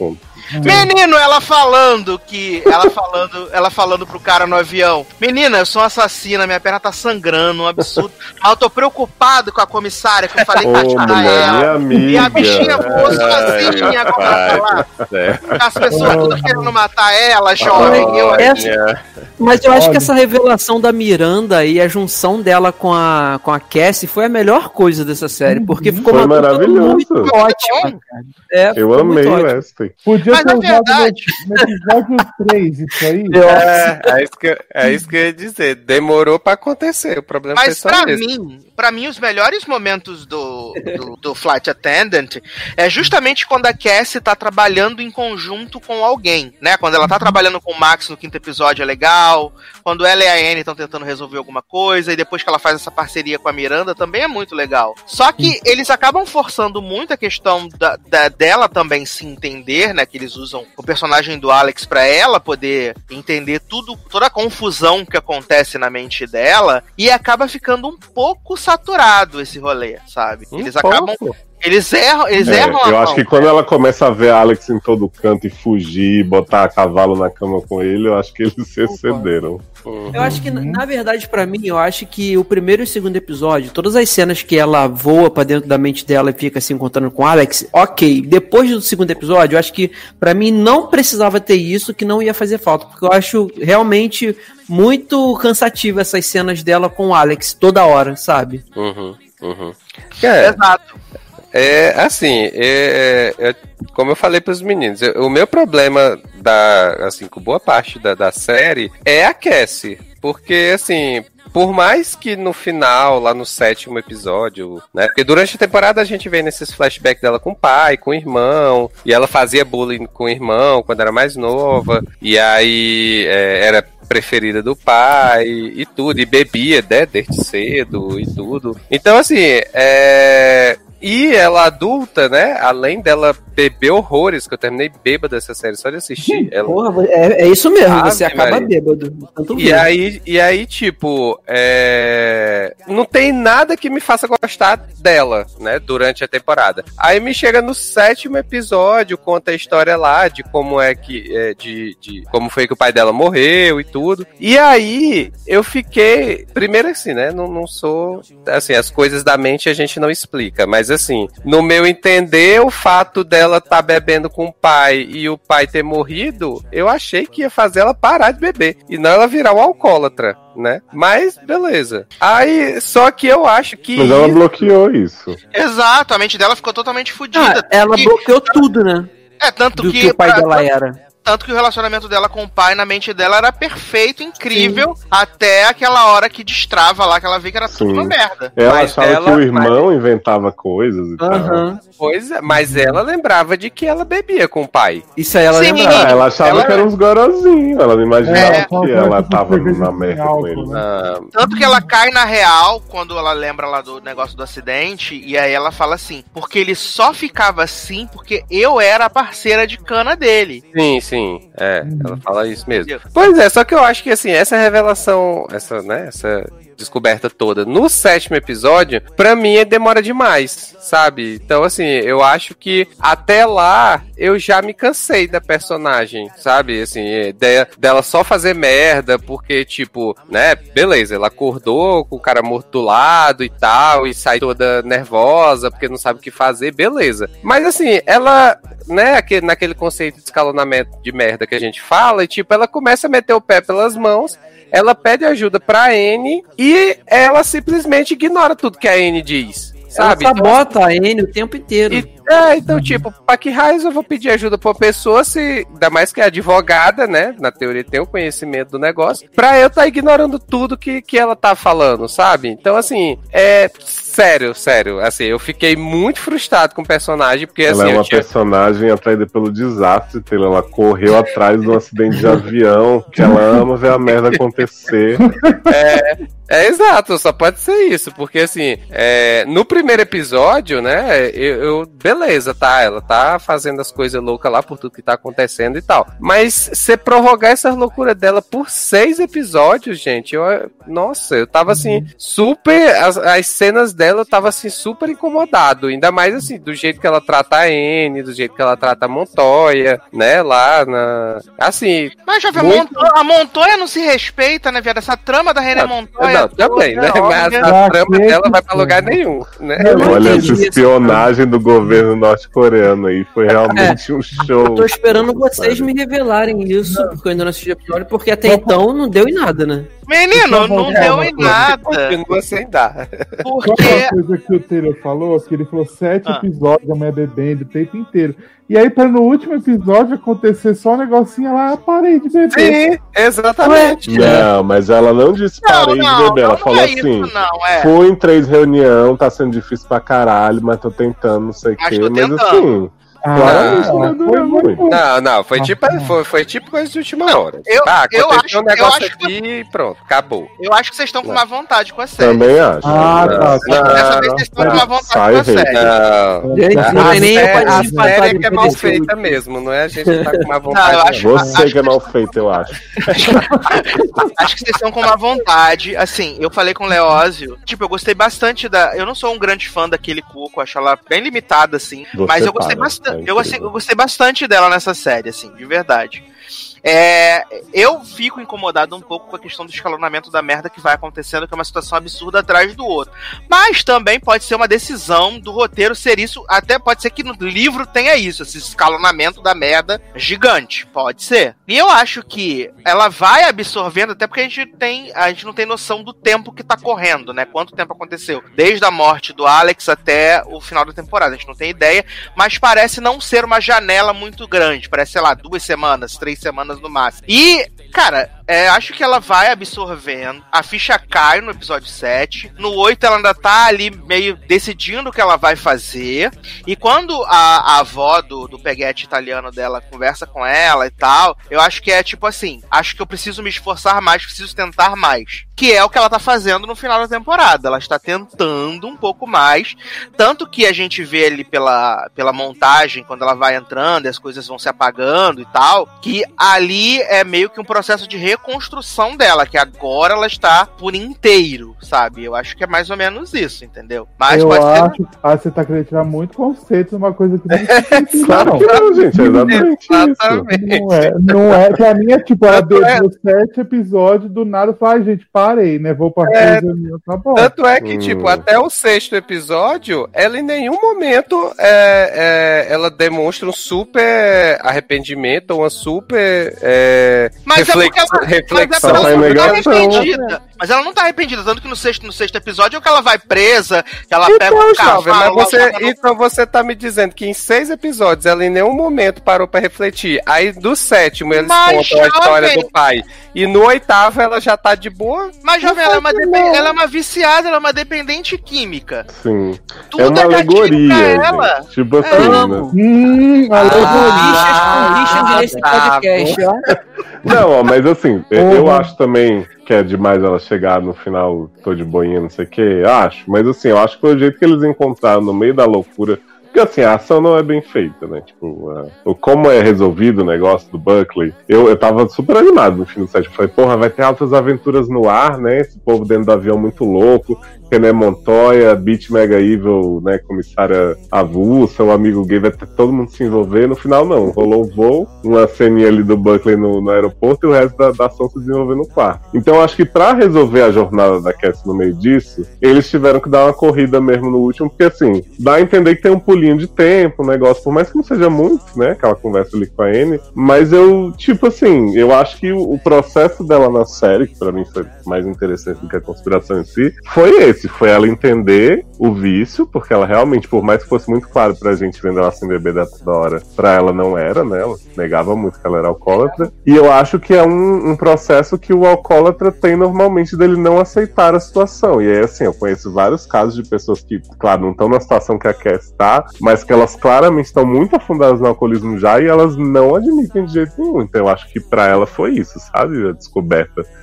Menino, ela falando que. Ela falando, ela falando pro cara no avião. Menina, eu sou uma assassina, minha perna tá sangrando, um absurdo. Mas eu tô preocupado com a comissária que eu falei que Ô, ia mulher, ela. minha amiga. E a bichinha voou sozinha agora lá. As pessoas tudo querendo matar ela, jovem. Eu, Essa- Mas eu acho Olha. que essa revelação da Miranda e a junção dela com a, com a Cassie foi a melhor coisa dessa série, porque ficou Foi uma dupla maravilhoso. muito ótima. cara. É, Eu ficou amei muito o ótimo. Wesley. Podia Mas ter na usado verdade- no, no episódio três isso aí. É, é isso, que, eu- é isso que eu ia dizer. Demorou pra acontecer. O problema Mas foi só pra esse. mim, pra mim, os melhores momentos do, do, do Flight Attendant é justamente quando a Cassie tá trabalhando em conjunto com alguém, né? Quando ela tá trabalhando com o Max no quinto episódio é legal, quando ela e a Anne estão tentando resolver alguma coisa, e depois que ela faz essa parceria com a Miranda também é muito legal. Só que eles acabam forçando muito a questão da, da- dela também se entender, né? Que eles usam o personagem do Alex pra ela poder entender tudo, toda a confusão que acontece na mente dela, e acaba ficando um pouco saturado esse rolê, sabe? Um Eles pouco. acabam. Eles erram, eles É, erram a eu mão, acho que quando ela começa a ver a Alex em todo canto e fugir, botar a cavalo na cama com ele, eu acho que eles se excederam. Eu acho que, na- na verdade, pra mim, eu acho que o primeiro e o segundo episódio, todas as cenas que ela voa pra dentro da mente dela e fica se encontrando com o Alex, ok. Depois do segundo episódio, eu acho que pra mim não precisava ter isso, que não ia fazer falta, porque eu acho realmente muito cansativo essas cenas dela com o Alex toda hora, sabe? Uhum, uhum. É, Exato. é assim, é, é, como eu falei pros meninos, eu- o meu problema da, assim, com boa parte da, da série é a Cassie. Porque, assim, por mais que no final, lá no sétimo episódio, né? Porque durante a temporada a gente vê nesses flashbacks dela com o pai, com o irmão, e ela fazia bullying com o irmão quando era mais nova, e aí é, era preferida do pai e tudo, e bebia, né, desde cedo e tudo. Então, assim, é... E ela adulta, né? Além dela beber horrores, que eu terminei bêbada dessa série só de assistir. Ela... Porra, é, é isso mesmo, Ave você acaba Maria. bêbado. de Tanto E ver. aí, e aí, tipo, é... não tem nada que me faça gostar dela, né, durante a temporada. Aí me chega no sétimo episódio, conta a história lá de como é que, é, de, de como foi que o pai dela morreu e tudo. E aí, eu fiquei, primeiro assim, né, não, não sou, assim, as coisas da mente a gente não explica, mas assim, no meu entender, o fato dela estar tá bebendo com o pai e o pai ter morrido, eu achei que ia fazer ela parar de beber, e não ela virar um alcoólatra, né? Mas, beleza. Aí, só que eu acho que... Mas ela bloqueou isso. Exato, a mente dela ficou totalmente fodida. Ah, ela E- bloqueou tudo, né? É, tanto Do que, que o pai pra- dela era. Tanto que o relacionamento dela com o pai na mente dela era perfeito, incrível, até aquela hora que destrava lá, que ela vê que era tudo Sim. uma merda. Ela Mas achava ela- que o irmão inventava coisas e tal. Aham. Pois é, mas ela lembrava de que ela bebia com o pai. Isso aí ela Sim. lembrava. Ah, ela achava Ela- que eram uns gorozinhos. Ela não imaginava É. que ela tava Cerveja na sem merda com álcool, ele. né? Ah, Tanto que ela cai na real quando ela lembra lá do negócio do acidente, e aí ela fala assim, porque ele só ficava assim porque eu era a parceira de cana dele. sim, sim. É, ela fala isso mesmo. Pois é, só que eu acho que assim, essa revelação, essa, né, essa descoberta toda no sétimo episódio, pra mim é demora demais, sabe? Então, assim, eu acho que até lá eu já me cansei da personagem, sabe? Assim, ideia dela só fazer merda, porque, tipo, né, beleza, ela acordou com o cara morto do lado e tal, e sai toda nervosa porque não sabe o que fazer, beleza. Mas, assim, ela, né, aquele, naquele conceito de escalonamento de merda que a gente fala, e, tipo, ela começa a meter o pé pelas mãos, ela pede ajuda pra Anne e ela simplesmente ignora tudo que a Anne diz, sabe? Ela Então, sabota a Anne o tempo inteiro. e, é, então, tipo, pra que raios eu vou pedir ajuda pra uma pessoa se, ainda mais que é advogada, né, na teoria tem o conhecimento do negócio, pra eu tá ignorando tudo que, que ela tá falando, sabe? Então, assim, é sério, sério, assim, eu fiquei muito frustrado com o personagem, porque, Ela assim, é eu uma tinha... personagem atraída pelo desastre, Taylor. Ela correu atrás de um acidente de avião, que ela ama ver a merda acontecer. É, exato, só pode ser isso, porque assim, é, no primeiro episódio, né, eu, eu- beleza, tá, ela tá fazendo as coisas loucas lá por tudo que tá acontecendo e tal, mas você prorrogar essa loucura dela por seis episódios, gente, eu, nossa, eu tava assim, super, as, as cenas dela eu tava assim super incomodado, ainda mais assim, do jeito que ela trata a Anne, do jeito que ela trata a Montoya, né, lá na... Assim... Mas, Jovem, muito... a, Montoya, a Montoya não se respeita, né, viado? Essa trama da René Montoya... Não, também, né, toda, mas óbvio. a trama dela vai pra lugar nenhum, né? Olha, essa espionagem do governo norte-coreano aí foi realmente É, um show. Eu tô esperando vocês me revelarem isso, porque eu ainda não assisti o episódio, porque até então não deu em nada, né? Menino, não É, deu uma em coisa. nada. Continua sem dar. Qual Porque... foi a coisa que o Taylor falou? Que ele falou sete Ah. episódios, a mulher bebendo o tempo inteiro. E aí, pra no último episódio acontecer só um negocinho, ela, ah, parei de beber. Sim, exatamente. Não, mas ela não disse parei Não, de não, beber. Ela não, falou não é assim: isso, não, é. fui em três reuniões, tá sendo difícil pra caralho, mas tô tentando, não sei o Mas quê. tô Mas tentando. assim, Ah, claramente não, não foi durou muito. muito. Não, não, foi Ah, tipo, tá. foi, foi tipo coisa de última hora. Eu- ah, eu aconteceu acho- um negócio eu acho que- aqui e pronto, acabou. Eu acho que vocês estão com má vontade com a série. Também acho. Ah, Não, tá. não, Dessa vez vocês estão com má vontade Sai com a rei. série. Não. Gente, A, não a tem nem eu série, pra a empatar série de que é mal desse feita mesmo, não é a gente que tá com má vontade. Não, eu acho- Você acho que é mal feito, eu acho. Acho que vocês estão com má vontade. Assim, eu falei com o Leózio. Tipo, eu gostei bastante da. Eu não sou um grande fã daquele Cuco, acho ela bem limitada, assim. Você mas eu gostei tá, bastante. é eu, gostei, incrível. eu gostei bastante dela nessa série, assim, de verdade. É, eu fico incomodado um pouco com a questão do escalonamento da merda que vai acontecendo, que é uma situação absurda atrás do outro. Mas também pode ser uma decisão do roteiro ser isso, até pode ser que no livro tenha isso, esse escalonamento da merda gigante, pode ser. E eu acho que ela vai absorvendo, até porque a gente tem, a gente não tem noção do tempo que tá correndo, né? Quanto tempo aconteceu, desde a morte do Alex até o final da temporada, a gente não tem ideia, mas parece não ser uma janela muito grande, parece, sei lá, duas semanas, três semanas no máximo. E, cara, é, acho que ela vai absorvendo. A ficha cai no episódio sete. No oito ela ainda tá ali meio decidindo o que ela vai fazer. E quando a, a avó do, do peguete italiano dela conversa com ela e tal, eu acho que é tipo assim, acho que eu preciso me esforçar mais, preciso tentar mais. Que é o que ela tá fazendo no final da temporada. Ela está tentando um pouco mais. Tanto que a gente vê ali pela, pela montagem, quando ela vai entrando e as coisas vão se apagando e tal, que ali é meio que um processo de reconstrução dela, que agora ela está por inteiro, sabe? Eu acho que é mais ou menos isso, entendeu? Mas eu pode ser... acho. Ah, você tá querendo tirar muito conceito numa coisa que não tem sentido, Claro não. que não, gente, é exatamente isso. Exatamente. Não é, não é. Pra mim é tipo, ela Tanto é- deu sete episódios, do nada, fala, ai, gente, parei, né? Vou pra É. coisa minha, tá bom. Tanto é que, Hum. tipo, até o sexto episódio, ela em nenhum momento é, é, ela demonstra um super arrependimento, uma super é, Mas é porque reflex- ela, mas é reflexão. porque ela Tá não tá negação. arrependida. Mas ela não tá arrependida, tanto que no sexto, no sexto episódio é que ela vai presa, que ela pega Então, o carro. Jovem, mas você, então você tá me dizendo que em seis episódios ela em nenhum momento parou pra refletir. Aí do sétimo eles Mas, contam a história jovem- do pai. E no oitavo ela já tá de boa. Mas, jovem, Não ela é, uma faz depen- não. ela é uma viciada, ela é uma dependente química. Sim. Tudo É uma gatilho alegoria, pra ela. gente. Tipo assim, Amo. né? Hum, Alegorias Ah, com lixas nesse tá podcast, ó. Não, ó, mas assim, eu, Uhum. eu acho também que é demais ela chegar no final, tô de boinha, não sei o que, acho. Mas assim, eu acho que foi o jeito que eles encontraram no meio da loucura. Porque assim, a ação não é bem feita, né? Tipo, uh, o como é resolvido o negócio do Buckley. Eu, eu tava super animado no fim do set. Eu falei, porra, vai ter altas aventuras no ar, né? Esse povo dentro do avião muito louco. René Montoya, Beat Mega Evil, né? Comissária avulsa, o amigo gay, vai ter todo mundo se envolver. No final, não. Rolou o voo, uma ceninha ali do Buckley no, no aeroporto e o resto da, da ação se desenvolver no quarto. Então, eu acho que pra resolver a jornada da Cassie no meio disso, eles tiveram que dar uma corrida mesmo no último, porque assim, dá a entender que tem um pulinho de tempo, um negócio, por mais que não seja muito, né? Aquela conversa ali com a Anne. Mas eu, tipo assim, eu acho que o, o processo dela na série, que pra mim foi mais interessante do que a conspiração em si, foi esse. Foi ela entender o vício, porque ela realmente, por mais que fosse muito claro pra gente vendo ela sem beber da toda hora, pra ela não era, né? Ela negava muito que ela era alcoólatra. E eu acho que é um, um processo que o alcoólatra tem normalmente dele não aceitar a situação. E aí, assim, eu conheço vários casos de pessoas que, claro, não estão na situação que a Cass tá, mas que elas claramente estão muito afundadas no alcoolismo já e elas não admitem de jeito nenhum. Então eu acho que pra ela foi isso, sabe? A descoberta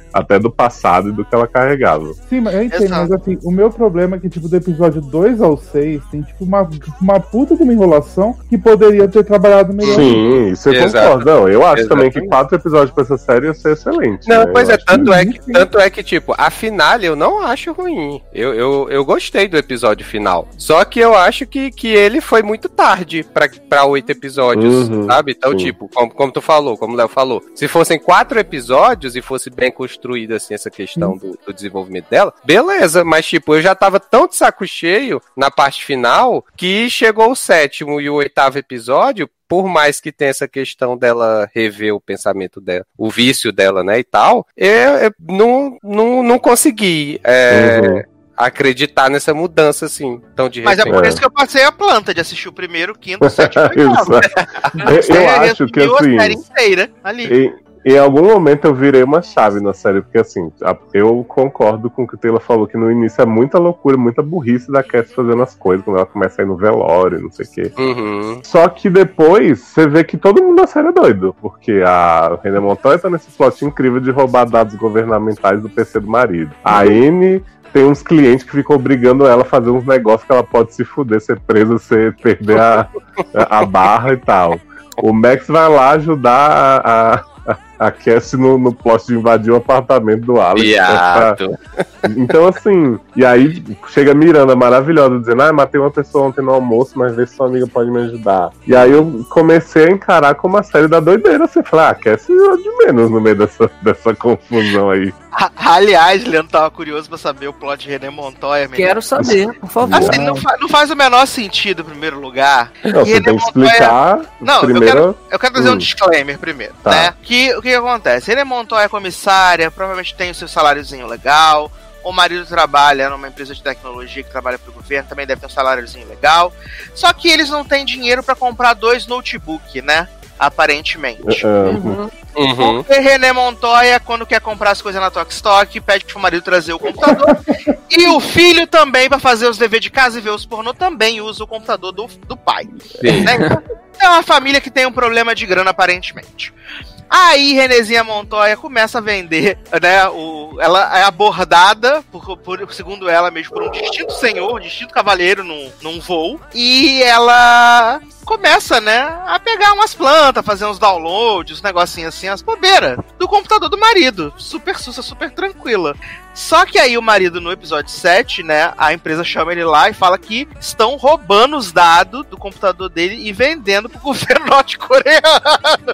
até do passado e do que ela carregava. Sim, mas eu entendo, Exato. mas assim, o meu problema é que, tipo, do episódio dois ao seis tem, tipo, uma, uma puta de uma enrolação que poderia ter trabalhado melhor. Sim, isso eu Exato. concordo. Não, eu acho também que Exatamente. quatro episódios pra essa série ia ser excelente. Não, né? pois Eu é, acho tanto é, que- que, tanto é que, tipo, a finale eu não acho ruim. Eu, eu, eu gostei do episódio final. Só que eu acho que, que ele foi muito tarde pra, pra oito episódios, Uhum, sabe? Então, sim. tipo, como, como tu falou, como o Léo falou, se fossem quatro episódios e fosse bem construída, assim, essa questão do, do desenvolvimento dela, beleza, mas, tipo, eu já tava tão de saco cheio na parte final que chegou o sétimo e o oitavo episódio, por mais que tenha essa questão dela rever o pensamento dela, o vício dela, né, e tal, eu, eu não, não, não consegui é, Uhum. acreditar nessa mudança, assim, tão de Mas é repente. por isso que eu passei a planta de assistir o primeiro, quinto, sétimo e Isso. oitavo. Eu, Você eu acho que resumiu assim. a série inteira ali. Em, em algum momento eu virei uma chave na série, porque assim, a- eu concordo com o que o Taylor falou, que no início é muita loucura, muita burrice da Cass fazendo as coisas, quando ela começa a ir no velório, não sei o quê. Uhum. Só que depois você vê que todo mundo na série é doido, porque a René Montoya tá nesse plot incrível de roubar dados governamentais do P C do marido. A Anne tem uns clientes que ficam obrigando ela a fazer uns negócios que ela pode se fuder, ser presa, ser, perder a, a barra e tal. O Max vai lá ajudar a, a, a Cassie no, no plot de invadir o apartamento do Alex. Viado. Então, assim, e aí chega a Miranda maravilhosa, dizendo, ah, matei uma pessoa ontem no almoço, mas vê se sua amiga pode me ajudar. E aí eu comecei a encarar como a série da doideira. Você fala, ah, Cassie é de menos no meio dessa, dessa confusão aí. A- Aliás, Leandro tava curioso pra saber o plot de René Montoya. menino. Quero saber, por favor. Assim, não, fa- não faz o menor sentido, em primeiro lugar. Não, E você René tem que Montoya- explicar Não, primeiro. eu quero, eu quero trazer Hum. um disclaimer primeiro, Tá. né? Que o que, que acontece? René Montoya é comissária, provavelmente tem o seu saláriozinho legal. O marido trabalha numa empresa de tecnologia que trabalha pro governo, também deve ter um saláriozinho legal. Só que eles não têm dinheiro pra comprar dois notebooks, né? Aparentemente. Ah, Uhum. Porque René Montoya, quando quer comprar as coisas na Tokstok, pede pro marido trazer o computador. E o filho também, pra fazer os deveres de casa e ver os pornô, também usa o computador do, do pai. Sim. Né? Então, é uma família que tem um problema de grana, aparentemente. Aí, Renezinha Montoya começa a vender, né? O, ela é abordada, por, por, segundo ela mesmo, por um distinto senhor, um distinto cavalheiro num, num voo. E ela começa, né, a pegar umas plantas, fazer uns downloads, uns negocinhos assim, as bobeiras do computador do marido. Super sussa, super tranquila. Só que aí o marido, no episódio sete, né, a empresa chama ele lá e fala que estão roubando os dados do computador dele e vendendo pro governo norte-coreano.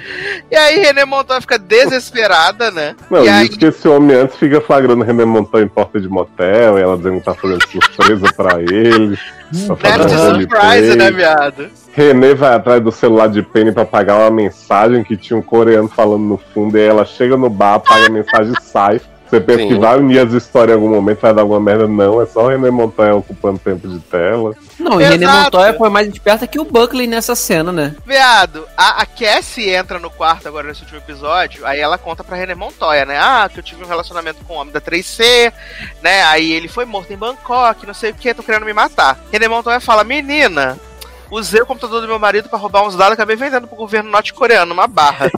E aí René Montoya fica desesperada, né? Não, e e aí, isso que esse homem antes fica flagrando René Montoya em porta de motel, e ela dizendo que tá fazendo surpresa pra ele. Tá Deve fazendo ser roleplay. surprise, né, viado? René vai atrás do celular de Penny pra pagar uma mensagem que tinha um coreano falando no fundo, e aí ela chega no bar, paga a mensagem e sai. Você pensa Sim. que vai unir as histórias em algum momento, vai dar alguma merda. Não, é só o René Montoya ocupando tempo de tela. Não, e René Exato. Montoya foi mais esperta que o Buckley nessa cena, né? Viado, a, a Cassie entra no quarto agora nesse último episódio, aí ela conta pra René Montoya, né? Ah, que eu tive um relacionamento com o homem da três C, né? Aí ele foi morto em Bangkok, não sei o que, tô querendo me matar. René Montoya fala, menina, usei o computador do meu marido pra roubar uns dados, acabei vendendo pro governo norte-coreano, uma barra.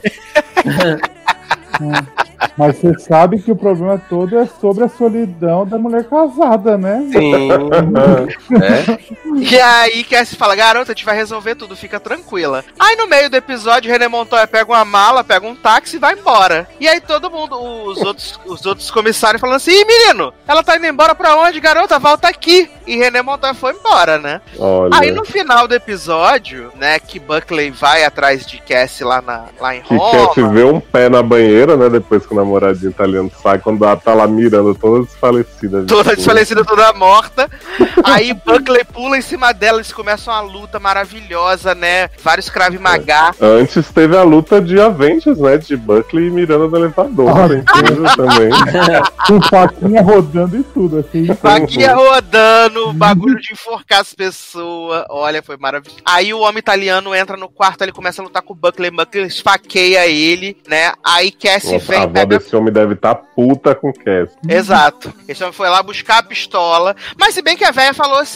Mas você sabe que o problema todo é sobre a solidão da mulher casada, né? Sim. É. E aí Cassie fala, garota, a gente vai resolver tudo, fica tranquila. Aí no meio do episódio, René Montoya pega uma mala, pega um táxi e vai embora. E aí todo mundo, os outros, os outros comissários falando assim, ih, menino, ela tá indo embora pra onde, garota? Volta aqui. E René Montoya foi embora, né? Olha, Aí no final do episódio, né, que Buckley vai atrás de Cassie lá, na, lá em que Roma. quer se ver um pé na banheira, né? Depois que o namoradinho italiano sai, quando ela tá lá mirando toda desfalecida. Toda desfalecida, toda morta. Aí Buckley pula em cima dela, eles começam uma luta maravilhosa, né? Vários Krav Maga. Antes teve a luta de Avengers, né? De Buckley e Miranda no elevador. Ah, né? Incrível também. Com faquinha rodando e tudo, assim. Vaguinha rodando, bagulho de enforcar as pessoas. Olha, foi maravilhoso. Aí o homem italiano entra no quarto, ele começa a lutar com o Buckley, Buckley esfaqueia ele, né? Aí Cassie Nossa, vem, a avó pega... desse homem deve estar puta com Cass. Exato. Esse homem foi lá buscar a pistola. Mas se bem que a velha falou assim,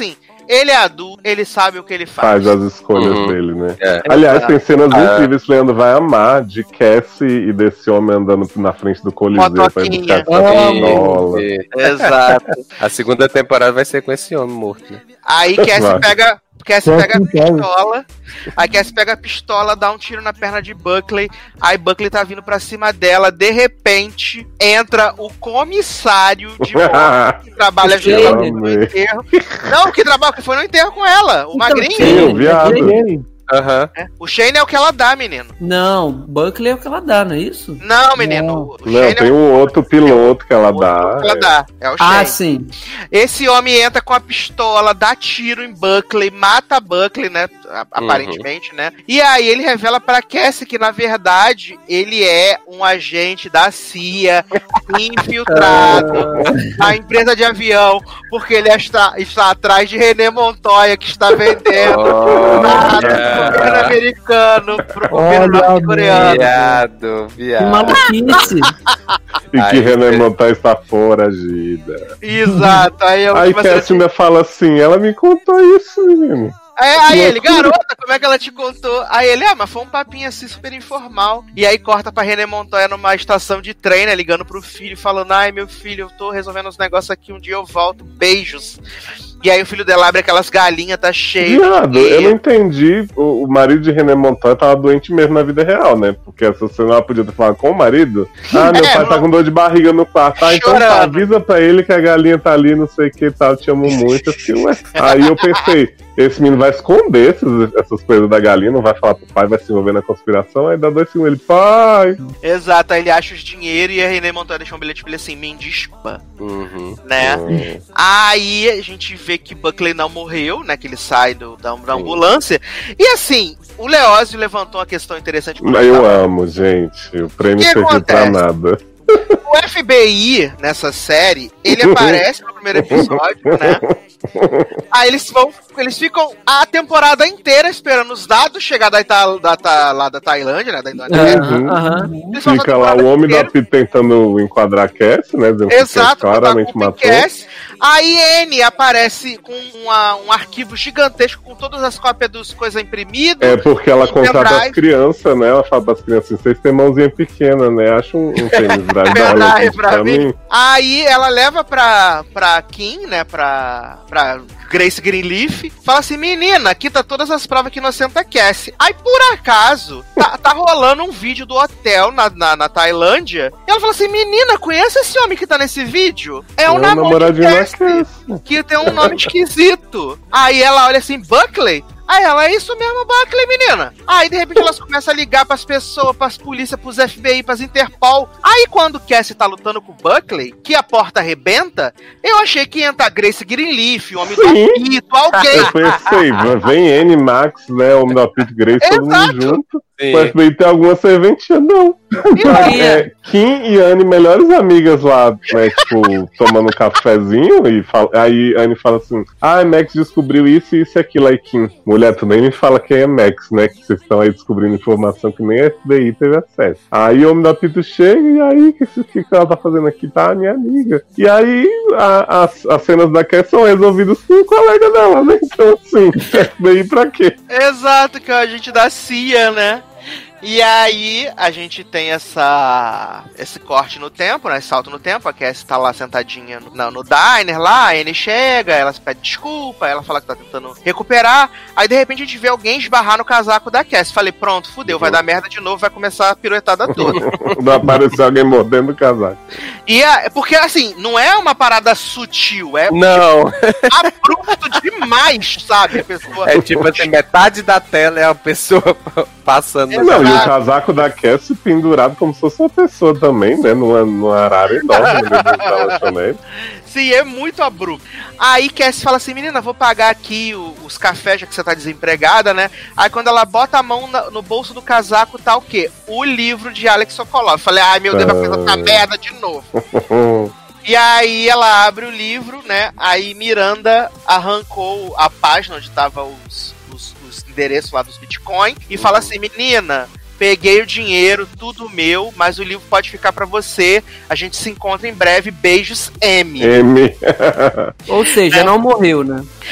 Ele é adulto, ele sabe o que ele faz. Faz as escolhas Uhum. dele, né? É. Aliás, tem cenas Ah. incríveis que o Leandro vai amar de Cassie e desse homem andando na frente do Coliseu pra ir buscar essa pistola. E- Exato. A segunda temporada vai ser com esse homem morto, né? Aí Cassie Vai. pega, Cassie Só pega a assim, cara. pistola. Aí Cassie pega a pistola, dá um tiro na perna de Buckley. Aí Buckley tá vindo pra cima dela. De repente, entra o comissário de morte que trabalha Que junto Amei. no enterro. Não, que trabalha, que foi no enterro com ela. O magrinho. Sim, o viado. Ele- Aham. É. O Shane é o que ela dá, menino. Não, Buckley é o que ela dá, não é isso? Não, menino. O Não, Shane tem é o um outro piloto que ela dá. que ela dá. É o Ah, Shane. sim. Esse homem entra com a pistola, dá tiro em Buckley, mata Buckley, né? a- Aparentemente, né? E aí ele revela pra Cassie que, na verdade, ele é um agente da C I A infiltrado na empresa de avião, porque ele está, está atrás de René Montoya, que está vendendo nada pro governo americano pro governo Olha, norte-coreano. Viado, Que viado. maluquice. E Ai, que René meu Montoya está foragida. Exato. Aí eu Aí Cassie ainda fala assim, ela me contou isso, menino. Aí, aí ele, garota, como é que ela te contou? Aí ele, ah, mas foi um papinho assim super informal. E aí corta pra René Montoya numa estação de trem, né, ligando pro filho, falando, ai meu filho, eu tô resolvendo uns negócios aqui, um dia eu volto, beijos. E aí o filho dela abre aquelas galinhas, tá cheio. Viado, de- eu não entendi. O, o marido de René Montoya tava doente mesmo na vida real, né? Porque essa cena ela podia ter falado com o marido. Ah, meu É, pai tá não- com dor de barriga no quarto. Ah, então tá, Chorando. avisa pra ele que a galinha tá ali, não sei o que tal, te amo muito. Assim, ué. Aí eu pensei, esse menino vai esconder esses- essas coisas da galinha, não vai falar pro pai, vai se envolver na conspiração. Aí dá dois segundos, ele, pai. Exato, aí ele acha os dinheiro e a René Montoya deixa um bilhete pra ele assim, me desculpa, Uhum. né? Hum. Aí a gente vê que Buckley não morreu, né? Que ele sai do, da, da ambulância. E assim, o Leózio levantou uma questão interessante. pro Eu Gustavo. amo, gente. O prêmio O que serviu pra acontece? nada. O F B I, nessa série, ele aparece no primeiro episódio, né? Aí eles vão. Eles ficam a temporada inteira esperando os dados chegar da, Ita- da, Ta- lá da Tailândia, né? Da Indonésia. Aham, aham. Eles passam a Fica lá temporada o homem da inteira- Pita tentando enquadrar a Cassie, né? Dizendo que Exato, Cassie claramente botar a culpa matou. em Cass. Aí N aparece com uma- um arquivo gigantesco com todas as cópias dos coisas imprimidas. É porque ela Um contrata pendrive. as crianças, né? Ela fala pras crianças assim, vocês têm mãozinha pequena, né? Acha um, um tênis drive dela Pendrive aqui pra pra mim. mim. Aí ela leva pra, pra Kim, né? Pra, pra Grace Greenleaf. Fala assim, menina, aqui tá todas as provas que inocenta Cassie. Aí, por acaso, tá, tá rolando um vídeo do hotel na, na, na Tailândia. E ela fala assim, menina, conhece esse homem que tá nesse vídeo? É um É o namoro de namoradinho da Cassie, que tem um nome esquisito. Aí ela olha assim, Buckley? Aí ela, é isso mesmo, Buckley, menina. Aí, de repente, elas começam a ligar pras pessoas, pras polícias, pros F B I, pras Interpol. Aí, quando Cassie tá lutando com o Buckley, que a porta arrebenta, eu achei que ia entrar Grace Greenleaf, o homem do Sim. apito, alguém. Eu pensei, vem N, Max, né? Homem da Pete Grace, todo mundo Exato. junto. Sim. O F B I tem alguma serventia, não. Quem é? É, Kim e Anne, melhores amigas lá, né? Tipo, tomando um cafezinho. E fala, aí Anne fala assim: ah, Max descobriu isso e isso e aquilo. Aí Kim, mulher, tu nem me fala quem é Max, né? Que vocês estão aí descobrindo informação que nem a F B I teve acesso. Aí o homem da Pito chega e aí, o que, que, que ela tá fazendo aqui? Tá, minha amiga. E aí a- as, as cenas da Cass são resolvidas com o colega dela, né? Então, assim, F B I pra quê? Exato, que é o agente da C I A, né? E aí a gente tem essa esse corte no tempo, né? Esse salto no tempo. A Cassie tá lá sentadinha no, no, no diner lá, a Anne chega, ela pede desculpa, ela fala que tá tentando recuperar. Aí de repente a gente vê alguém esbarrar no casaco da Cassie. Falei, pronto, fudeu, vai dar merda de novo, vai começar a piruetada toda. Não apareceu alguém mordendo o casaco. E é porque assim, não é uma parada sutil, é Não, abrupto demais, sabe? A pessoa. é tipo assim, metade da tela é a pessoa passando. Exato. Não, e o casaco da Cassie pendurado como se fosse uma pessoa também, né? Numa, numa arara enorme no meio da lanchonete. Sim, é muito abrupto. Aí Cassie fala assim, menina, vou pagar aqui o- os cafés, já que você tá desempregada, né? Aí quando ela bota a mão na- no bolso do casaco, tá o quê? O livro de Alex Sokolov. Falei, ai meu Deus, vai fazer essa merda de novo. E aí ela abre o livro, né? Aí Miranda arrancou a página onde tava os, os, os endereços lá dos Bitcoin e fala assim, menina, peguei o dinheiro, tudo meu, mas o livro pode ficar pra você. A gente se encontra em breve. Beijos, M. M. Ou seja, não morreu, né?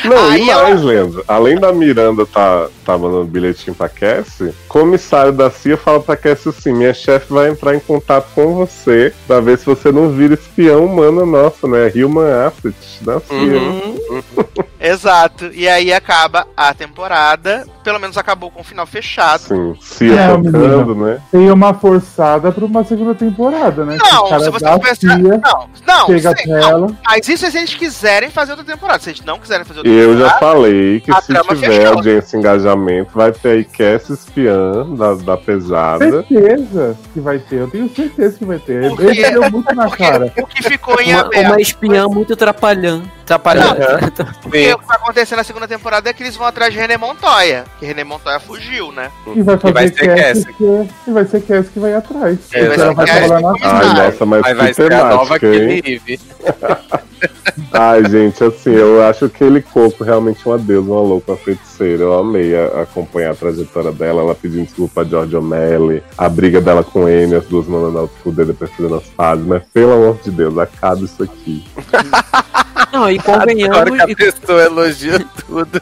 Não, Aí e eu- mais, Leandro. Além da Miranda tá, tá mandando bilhetinho pra Cassie, comissário da C I A fala pra Cassie assim: minha chefe vai entrar em contato com você pra ver se você não vira espião humano nossa, né? Human Asset da C I A. Uhum. Exato. E aí acaba a temporada. Pelo menos acabou com o final fechado. Sim, C I A É, tocando, né? Tem uma forçada pra uma segunda temporada, né? Que o Não, cara se você da pensar. C I A Não, não, chega sei, até não. ela. Mas isso é se eles quiserem fazer outra temporada. Se eles não quiserem fazer outra Eu temporada. já falei que a se trama tiver fechou. audiência e engajamento, vai ter aí Cassie espiã da, da pesada. Certeza que vai ter, eu tenho certeza que vai ter. Por Ele quê? deu muito na Porque cara. o que ficou em Uma, aberto. uma espiã muito trapalhã. Trapalhão. Porque o que vai acontecer na segunda temporada é que eles vão atrás de René Montoya. Que René Montoya fugiu, né? E vai fazer vai ser Cassie que, e vai ser Cassie que vai atrás. É, Ela vai ser vai Cassie trabalhar na que C I A. Ai, nossa, mas Mas que vai ser a nova temática, hein? Kelly Eve. Ai, gente, assim, eu acho que ele Coco realmente uma deusa, uma louca, uma feiticeira. Eu amei a- acompanhar a trajetória dela, ela pedindo desculpa a George O'Malley, a briga dela com Amy, as duas mandando ela fuder depois fazendo as pazes, mas pelo amor de Deus, acaba isso aqui. Não, e Agora convenhamos. que a e- pessoa elogia tudo.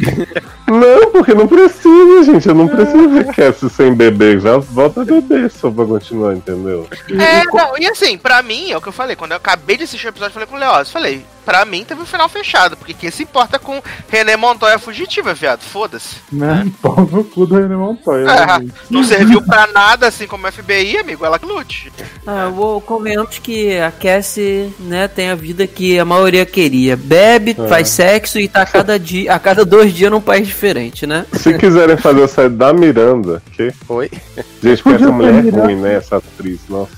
Não, porque não precisa, gente, eu não preciso ver Cassie sem beber, já volta a beber só pra continuar, entendeu? É, não, e assim, pra mim, é o que eu falei, quando eu acabei de assistir o episódio, eu falei com o Leoz, falei, pra mim teve um final fechado, porque quem se importa com René Montoya fugitiva, viado, foda-se. Né? Pau no cu do René Montoya. né, É, gente? não serviu pra nada, assim como o F B I, amigo, ela que lute. Ah, vou, convenhamos que a Cassie, né, tem a vida que a maioria queria. Bebe, É. faz sexo e tá a cada dia, a cada dois dias num país diferente, né? Se quiserem fazer a série da Miranda, que? Oi? Gente, porque Podia essa mulher é ser ruim, né, essa atriz, nossa.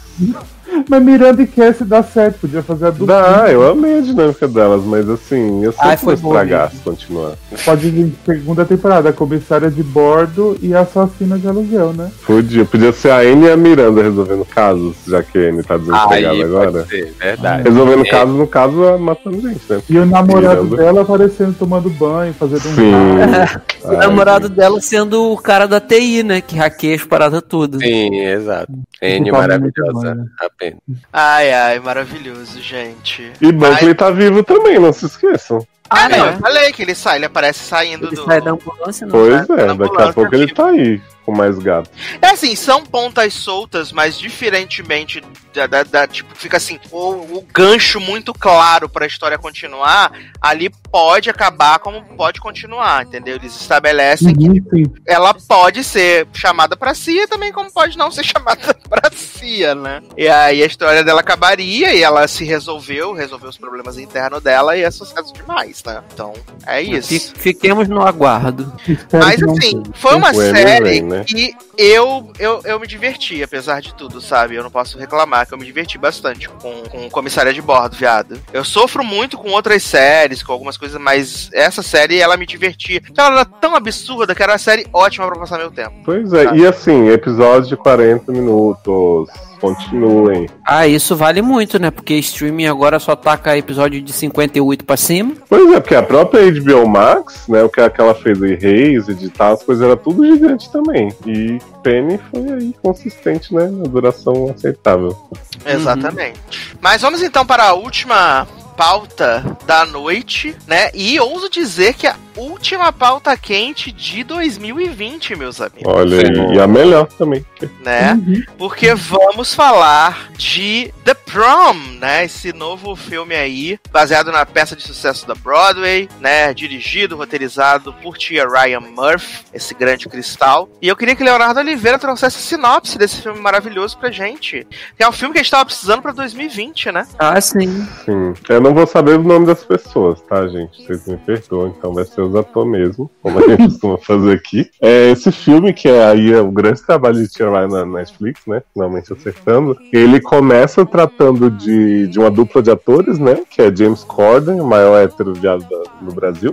Mas Miranda e Cassie dá certo, podia fazer a dupla. Dá, eu amei a dinâmica delas, mas assim, eu sei Ai, que vou foi bom estragar se continuar. Pode vir segunda temporada, a comissária de bordo e a assassina de aluguel, né? Podia, podia ser a Anne e a Miranda resolvendo casos, já que a Anne tá desempregada Aí agora. pode ser, verdade. Resolvendo É. casos, no caso, é matando gente, né? E o namorado Miranda. dela aparecendo tomando banho, fazendo um Sim. raio. O namorado dela sendo o cara da T I, né? Que hackeia as paradas tudo. Sim, exato. N Ocupava muito maravilhosa. banho. Apenas. Ai, ai, maravilhoso, gente. E Buckley tá vivo também, não se esqueçam. Ah, não, é? eu falei que ele sai, ele aparece saindo Ele do... sai da ambulância, não. Pois tá na é, daqui ambulância, a pouco ele tipo. tá aí, com mais gato. É assim, são pontas soltas, mas diferentemente da, da- da- tipo, fica assim, o, o gancho muito claro pra história continuar, ali pode acabar como pode continuar, entendeu? Eles estabelecem que Uhum, sim. ela pode ser chamada pra C I A também, como pode não ser chamada pra C I A, né? E aí a história dela acabaria e ela se resolveu, resolveu os problemas internos dela e é sucesso demais, né? Então, é isso. Fi- Fiquemos no aguardo. Espero Mas que não assim, tenha. foi uma O Emmy série vem, né? que eu, eu, eu me diverti, apesar de tudo, sabe? Eu não posso reclamar que eu me diverti bastante com, com Comissária de Bordo, viado. Eu sofro muito com outras séries, com algumas coisas, mas essa série, ela me divertia. Porque ela era tão absurda que era uma série ótima pra passar meu tempo. Pois é, e assim, episódios de quarenta minutos, continuem. Ah, isso vale muito, né? Porque streaming agora só taca episódio de cinquenta e oito pra cima. Pois é, porque a própria H B O Max, né, o que ela fez aí, Reis, editar, as coisas era tudo gigante também. E Penny foi aí consistente, né, na duração aceitável. Exatamente. Mas vamos então para a última pauta da noite, né? E ouso dizer que a última pauta quente de dois mil e vinte, meus amigos. Olha Sim. aí, e a melhor também. Né? Porque vamos falar de The Prom, né? Esse novo filme aí, baseado na peça de sucesso da Broadway, né? Dirigido, roteirizado por Tia Ryan Murphy, esse grande cristal. E eu queria que Leonardo Oliveira trouxesse a sinopse desse filme maravilhoso pra gente. Que é um filme que a gente tava precisando pra dois mil e vinte, né? Ah, sim. Sim. Eu não vou saber o nome das pessoas, tá, gente? Vocês me perdoam, então vai ser os atores mesmo, como a gente costuma fazer aqui. É, esse filme, que é aí é o grande trabalho de Tia Ryan na Netflix, né? Finalmente acertando. Ele começa tratando de, de uma dupla de atores, né? Que é James Corden, o maior hétero viado da- do Brasil,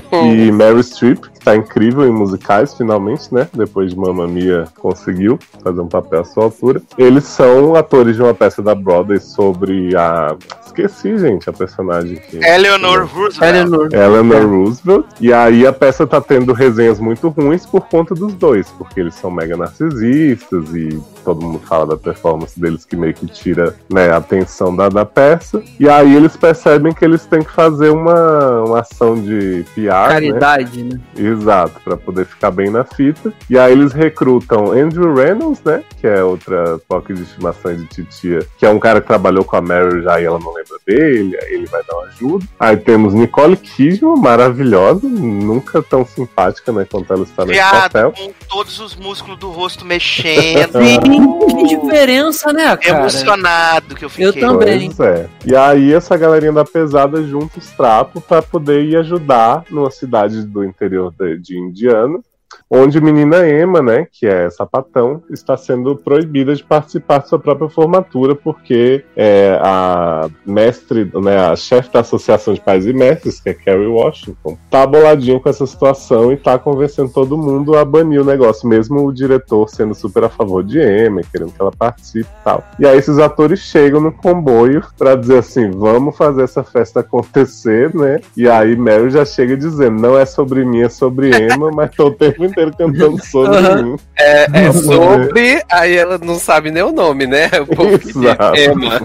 e Meryl Streep, que tá incrível em musicais, finalmente, né? Depois de Mamma Mia conseguiu fazer um papel à sua altura. Eles são atores de uma peça da Broadway sobre a... Esqueci, gente, a personagem que... Eleanor Roosevelt. Eleanor. Eleanor Roosevelt, E aí a peça tá tendo resenhas muito ruins por conta dos dois, porque eles são mega narcisistas e todo mundo fala da performance deles que meio que tira, né, a atenção da, da peça. E aí eles percebem que eles têm que fazer uma, uma ação de P R, Caridade, né? né? Exato, pra poder ficar bem na fita. E aí eles recrutam Andrew Reynolds, né, que é outra toque de estimação de titia, que é um cara que trabalhou com a Meryl já e ela não lembra dele, aí ele vai dar uma ajuda. Aí temos Nicole Kidman, maravilhosa, nunca tão simpática, né, quanto ela está nesse Viado, papel. com todos os músculos do rosto mexendo. Que diferença, né, cara? Emocionado que eu fiquei. Eu também. Pois é. E aí essa galerinha da pesada junta os trapos pra poder ir ajudar numa cidade do interior de, de Indiana, onde a menina Emma, né, que é sapatão, está sendo proibida de participar de sua própria formatura, porque é, a mestre, né, a chefe da Associação de Pais e Mestres, que é Kerry Washington, tá boladinho com essa situação e tá convencendo todo mundo a banir o negócio, mesmo o diretor sendo super a favor de Emma, querendo que ela participe e tal. E aí esses atores chegam no comboio pra dizer assim, vamos fazer essa festa acontecer, né, e aí Mary já chega dizendo, não é sobre mim, é sobre Emma, mas tô o tempo inteiro cantando sobre Uhum. mim. É, é sobre, aí ela não sabe nem o nome, né? O povo que diz Exato. Emma.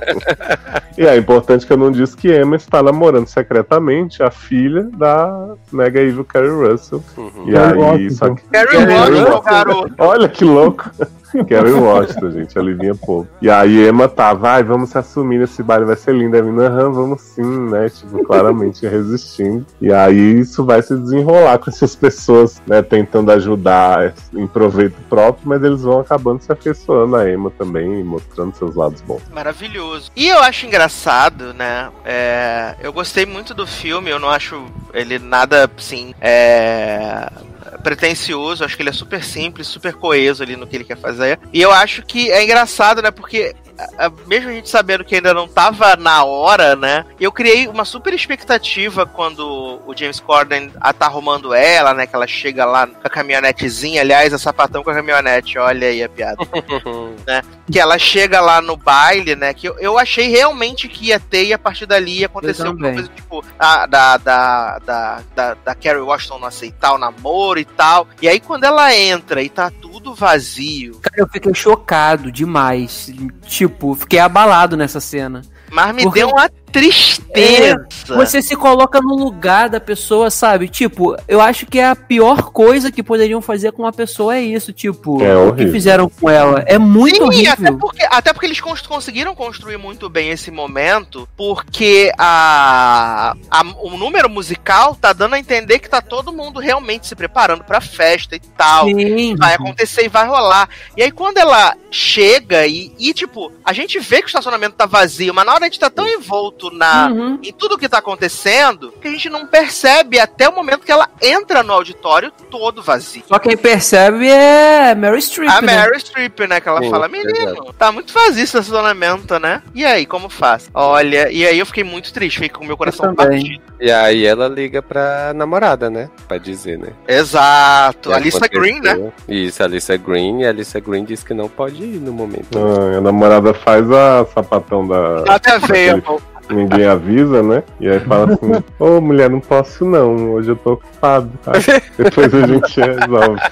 E é importante que eu não disse que Emma está namorando secretamente a filha da mega evil Kerry Russell. Uhum. E Kerry aí, Washington. só que... Carrie Kerry Washington, Washington. garoto. Olha que louco. Kerry Washington, gente, alivia pouco. E aí Emma tá, vai, vamos se assumir nesse baile, vai ser lindo. A menina, aham, vamos sim, né? Tipo, claramente resistindo. E aí isso vai se desenrolar com essas pessoas, né, tentando ajudar em proveito próprio, mas eles vão acabando se afeiçoando a Emma também e mostrando seus lados bons. Maravilhoso. E eu acho engraçado, né? É, eu gostei muito do filme, eu não acho ele nada, assim, é... pretencioso, acho que ele é super simples, super coeso ali no que ele quer fazer. E eu acho que é engraçado, né? Porque a, a, mesmo a gente sabendo que ainda não tava na hora, né? Eu criei uma super expectativa quando o James Corden a tá arrumando ela, né? Que ela chega lá com a caminhonetezinha, aliás, a sapatão com a caminhonete, olha aí a piada. Né? Que ela chega lá no baile, né? Que eu, eu achei realmente que ia ter e a partir dali ia acontecer alguma coisa tipo a, da, da, da, da, da Kerry Washington não aceitar o namoro e tal. E aí quando ela entra e tá tudo vazio... Cara, eu fiquei chocado demais. Tipo, fiquei abalado nessa cena. Mas me Porque... deu uma tristeza. É, você se coloca no lugar da pessoa, sabe? Tipo, eu acho que é a pior coisa que poderiam fazer com uma pessoa é isso, tipo, é o que fizeram com ela. É muito Sim, horrível. Até porque, até porque eles cons- conseguiram construir muito bem esse momento, porque a, a, o número musical tá dando a entender que tá todo mundo realmente se preparando pra festa e tal. Sim. Vai acontecer e vai rolar. E aí quando ela chega e, e, tipo, a gente vê que o estacionamento tá vazio, mas na hora a gente tá tão envolto na, Uhum. em tudo que tá acontecendo que a gente não percebe até o momento que ela entra no auditório todo vazio. Só quem percebe é Meryl Streep, A né? Meryl Streep, né? Que ela Sim, fala, menino, exato. tá muito vazio esse estacionamento, né? E aí, como faz? Olha, e aí eu fiquei muito triste, fiquei com o meu coração Eu também. partido. E aí ela liga pra namorada, né? Pra dizer, né? Exato. E A Lisa aconteceu. Green, né? Isso, a Lisa Green. E a Lisa Green disse que não pode ir no momento. Ah, a namorada faz a sapatão da... Até veio, daquele- Ninguém avisa, né? E aí fala assim, ô mulher, não posso não, hoje eu tô ocupado, tá? Depois a gente resolve.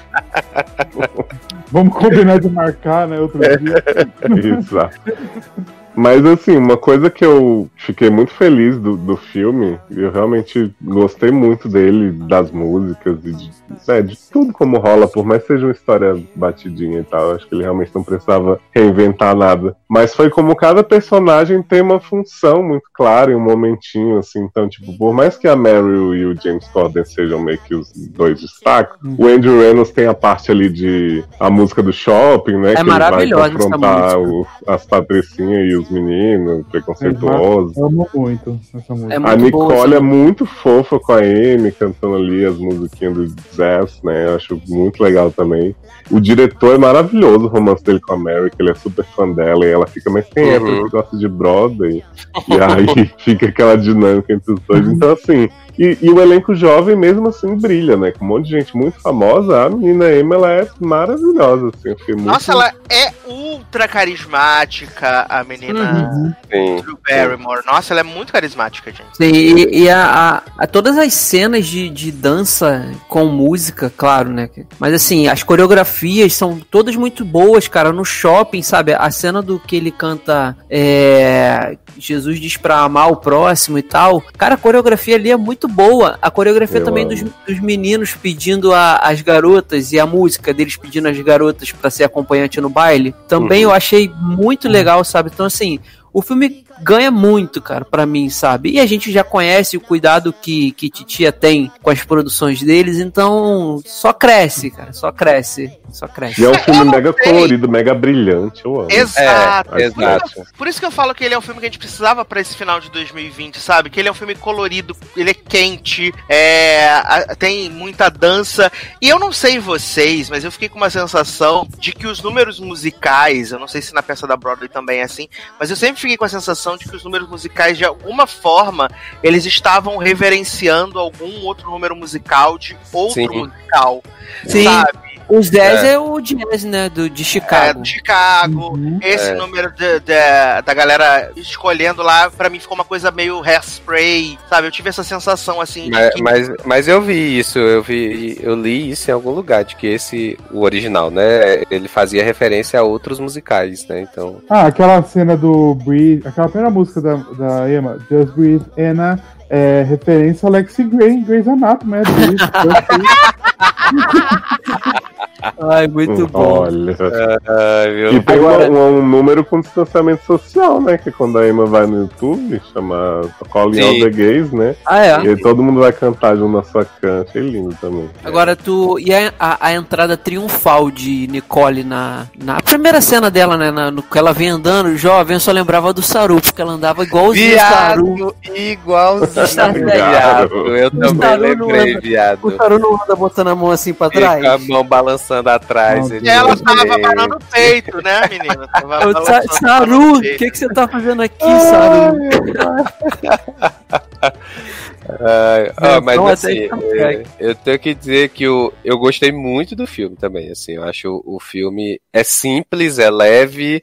Vamos combinar de marcar, né? Outro dia. Exato. Mas assim, uma coisa que eu fiquei muito feliz do, do filme, eu realmente gostei muito dele, das músicas e de, é, de tudo como rola, por mais que seja uma história batidinha e tal, acho que ele realmente não precisava reinventar nada. Mas foi como cada personagem tem uma função muito clara em um momentinho, assim, então, tipo, por mais que a Meryl e o James Corden sejam meio que os dois destaques, o Andrew Reynolds tem a parte ali de a música do shopping, né? É que maravilhosa ele vai essa confrontar música. o, as patricinhas e os meninos preconceituosos. Eu amo muito essa música. É A muito boa, Nicole essa é muito fofa com a Amy, cantando ali as musiquinhas do Jazz, né? Eu acho muito legal também. O diretor é maravilhoso, o romance dele com a Mary, que ele é super fã dela, e ela fica, mas quem é Uhum. porque gosta de Broadway? E aí fica aquela dinâmica entre os dois. Então, assim, E, e o elenco jovem, mesmo assim, brilha, né? Com um monte de gente muito famosa. A menina Emma, ela é maravilhosa, assim. Eu fiquei muito... Nossa, ela é ultra carismática, a menina Sim. Drew Barrymore. Nossa, ela é muito carismática, gente. Sim, e, e a, a- a- todas as cenas de, de dança com música, claro, né? Mas assim, as coreografias são todas muito boas, cara. No shopping, sabe? A cena do que ele canta é, Jesus diz pra amar o próximo e tal. Cara, a coreografia ali é muito boa. A coreografia Eu também amo. dos, dos meninos pedindo a- as garotas e a música deles pedindo as garotas pra ser acompanhante no baile. Também eu achei muito legal, sabe? Então, assim, o filme ganha muito, cara, pra mim, sabe? E a gente já conhece o cuidado que, que Titia tem com as produções deles, então só cresce, cara, só cresce, só cresce. E é um filme mega sei. colorido, mega brilhante, eu amo. Exato. É, exato. Por isso que eu falo que ele é um filme que a gente precisava pra esse final de dois mil e vinte, sabe? Que ele é um filme colorido, ele é quente, é, a- tem muita dança. E eu não sei vocês, mas eu fiquei com uma sensação de que os números musicais, eu não sei se na peça da Broadway também é assim, mas eu sempre fiquei com a sensação de que os números musicais, de alguma forma, eles estavam reverenciando algum outro número musical de outro Sim. musical. Sim. Sabe? Os dez é, É. o jazz, né, do, de É, Chicago. do Chicago, esse É. número de- de- da galera escolhendo lá, pra mim ficou uma coisa meio hairspray, sabe? Eu tive essa sensação assim de Mas, que mas, mas eu vi isso, eu vi, eu li isso em algum lugar, de que esse, o original, né, ele fazia referência a outros musicais, né, então... Ah, aquela cena do Breathe, aquela primeira música da, da Emma, Just Breathe, Anna, é referência a Lexi Gray, Grey's Anatomy, é disso. Ai, muito bom. Olha. Ai, meu... E tem Agora- um, um número com distanciamento social, né? Que é quando a Emma vai no YouTube, chama Calling Sim. All the Gays, né? Ah, é. E aí todo mundo vai cantar junto na sua canta. Achei lindo também. Agora tu. E a, a, a entrada triunfal de Nicole na, na primeira cena dela, né? Na, no que ela vem andando, jovem, eu só lembrava do Saru, porque ela andava igualzinho o Saru. Viado, igualzinho, Saru. viado. Eu também Saru não lembrei, anda- O viado. Saru não anda botando a mão assim pra trás. Fica a mão balançando atrás. Não, ele ela não tava tem. parando o peito, né, menina? Tava Ô, Sa- balançando Saru, o o peito. que, que você tá fazendo aqui, Saru? Ai, ó, mas Então, até assim, então, é, eu tenho que dizer que eu, eu gostei muito do filme também, assim, eu acho o, o filme é simples, é leve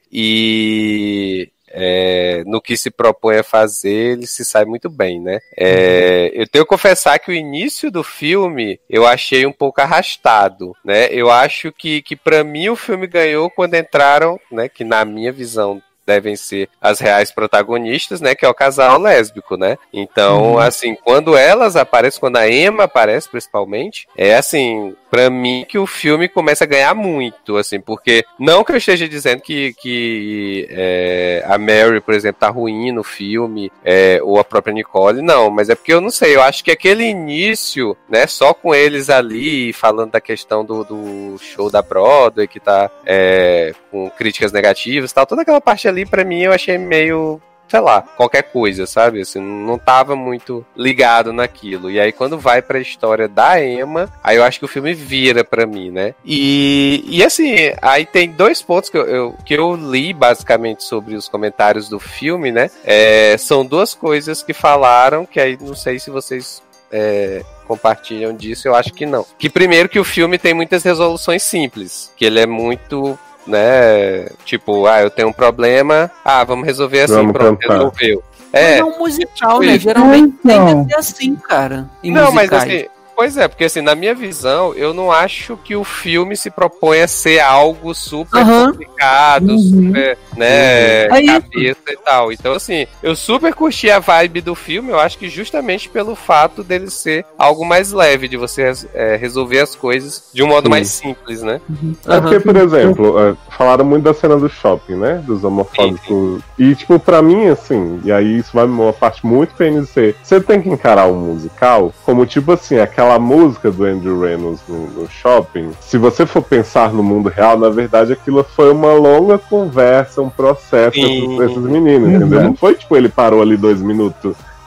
e é, no que se propõe a fazer, ele se sai muito bem, né? É, eu tenho que confessar que o início do filme eu achei um pouco arrastado, né? Eu acho que, que para mim o filme ganhou quando entraram, né? Que na minha visão devem ser as reais protagonistas, né, que é o casal lésbico, né? Então, uhum. assim, quando elas aparecem, quando a Emma aparece, principalmente, é assim, pra mim que o filme começa a ganhar muito, assim, porque não que eu esteja dizendo que, que é, a Mary, por exemplo, tá ruim no filme, é, ou a própria Nicole, não, mas é porque eu não sei, eu acho que aquele início, né, só com eles ali, falando da questão do, do show da Broadway, que tá é, com críticas negativas e tal, toda aquela parte ali, pra mim, eu achei meio, sei lá, qualquer coisa, sabe? Assim, não tava muito ligado naquilo. E aí, quando vai pra história da Emma, aí eu acho que o filme vira pra mim, né? E, e assim, aí tem dois pontos que eu, eu, que eu li, basicamente, sobre os comentários do filme, né? É, são duas coisas que falaram, que aí não sei se vocês... É, compartilham disso, eu acho que não. Que primeiro que o filme tem muitas resoluções simples, que ele é muito... né, tipo, ah, eu tenho um problema, ah, vamos resolver assim, Vamos pronto, cantar. resolveu. É, É, um musical, tipo né? isso. Geralmente Então. tem que ser assim, cara. Em não, mas musicais. assim, pois é, porque assim, na minha visão, eu não acho que o filme se propõe a ser algo super Aham. complicado, Uhum. super, né, É isso. cabeça e tal. Então, assim, eu super curti a vibe do filme, eu acho que justamente pelo fato dele ser algo mais leve, de você é, resolver as coisas de um modo Sim. mais simples, né? É porque, por exemplo, é, falaram muito da cena do shopping, né? Dos homofóbicos. E, tipo, pra mim, assim, e aí isso vai uma parte muito P N C. Você tem que encarar um musical como, tipo assim, aquela música do Andrew Reynolds no, no shopping. Se você for pensar no mundo real, na verdade, aquilo foi uma longa conversa, um processo Sim. entre esses meninos, Uhum. entendeu? Não foi, tipo, ele parou ali dois minutos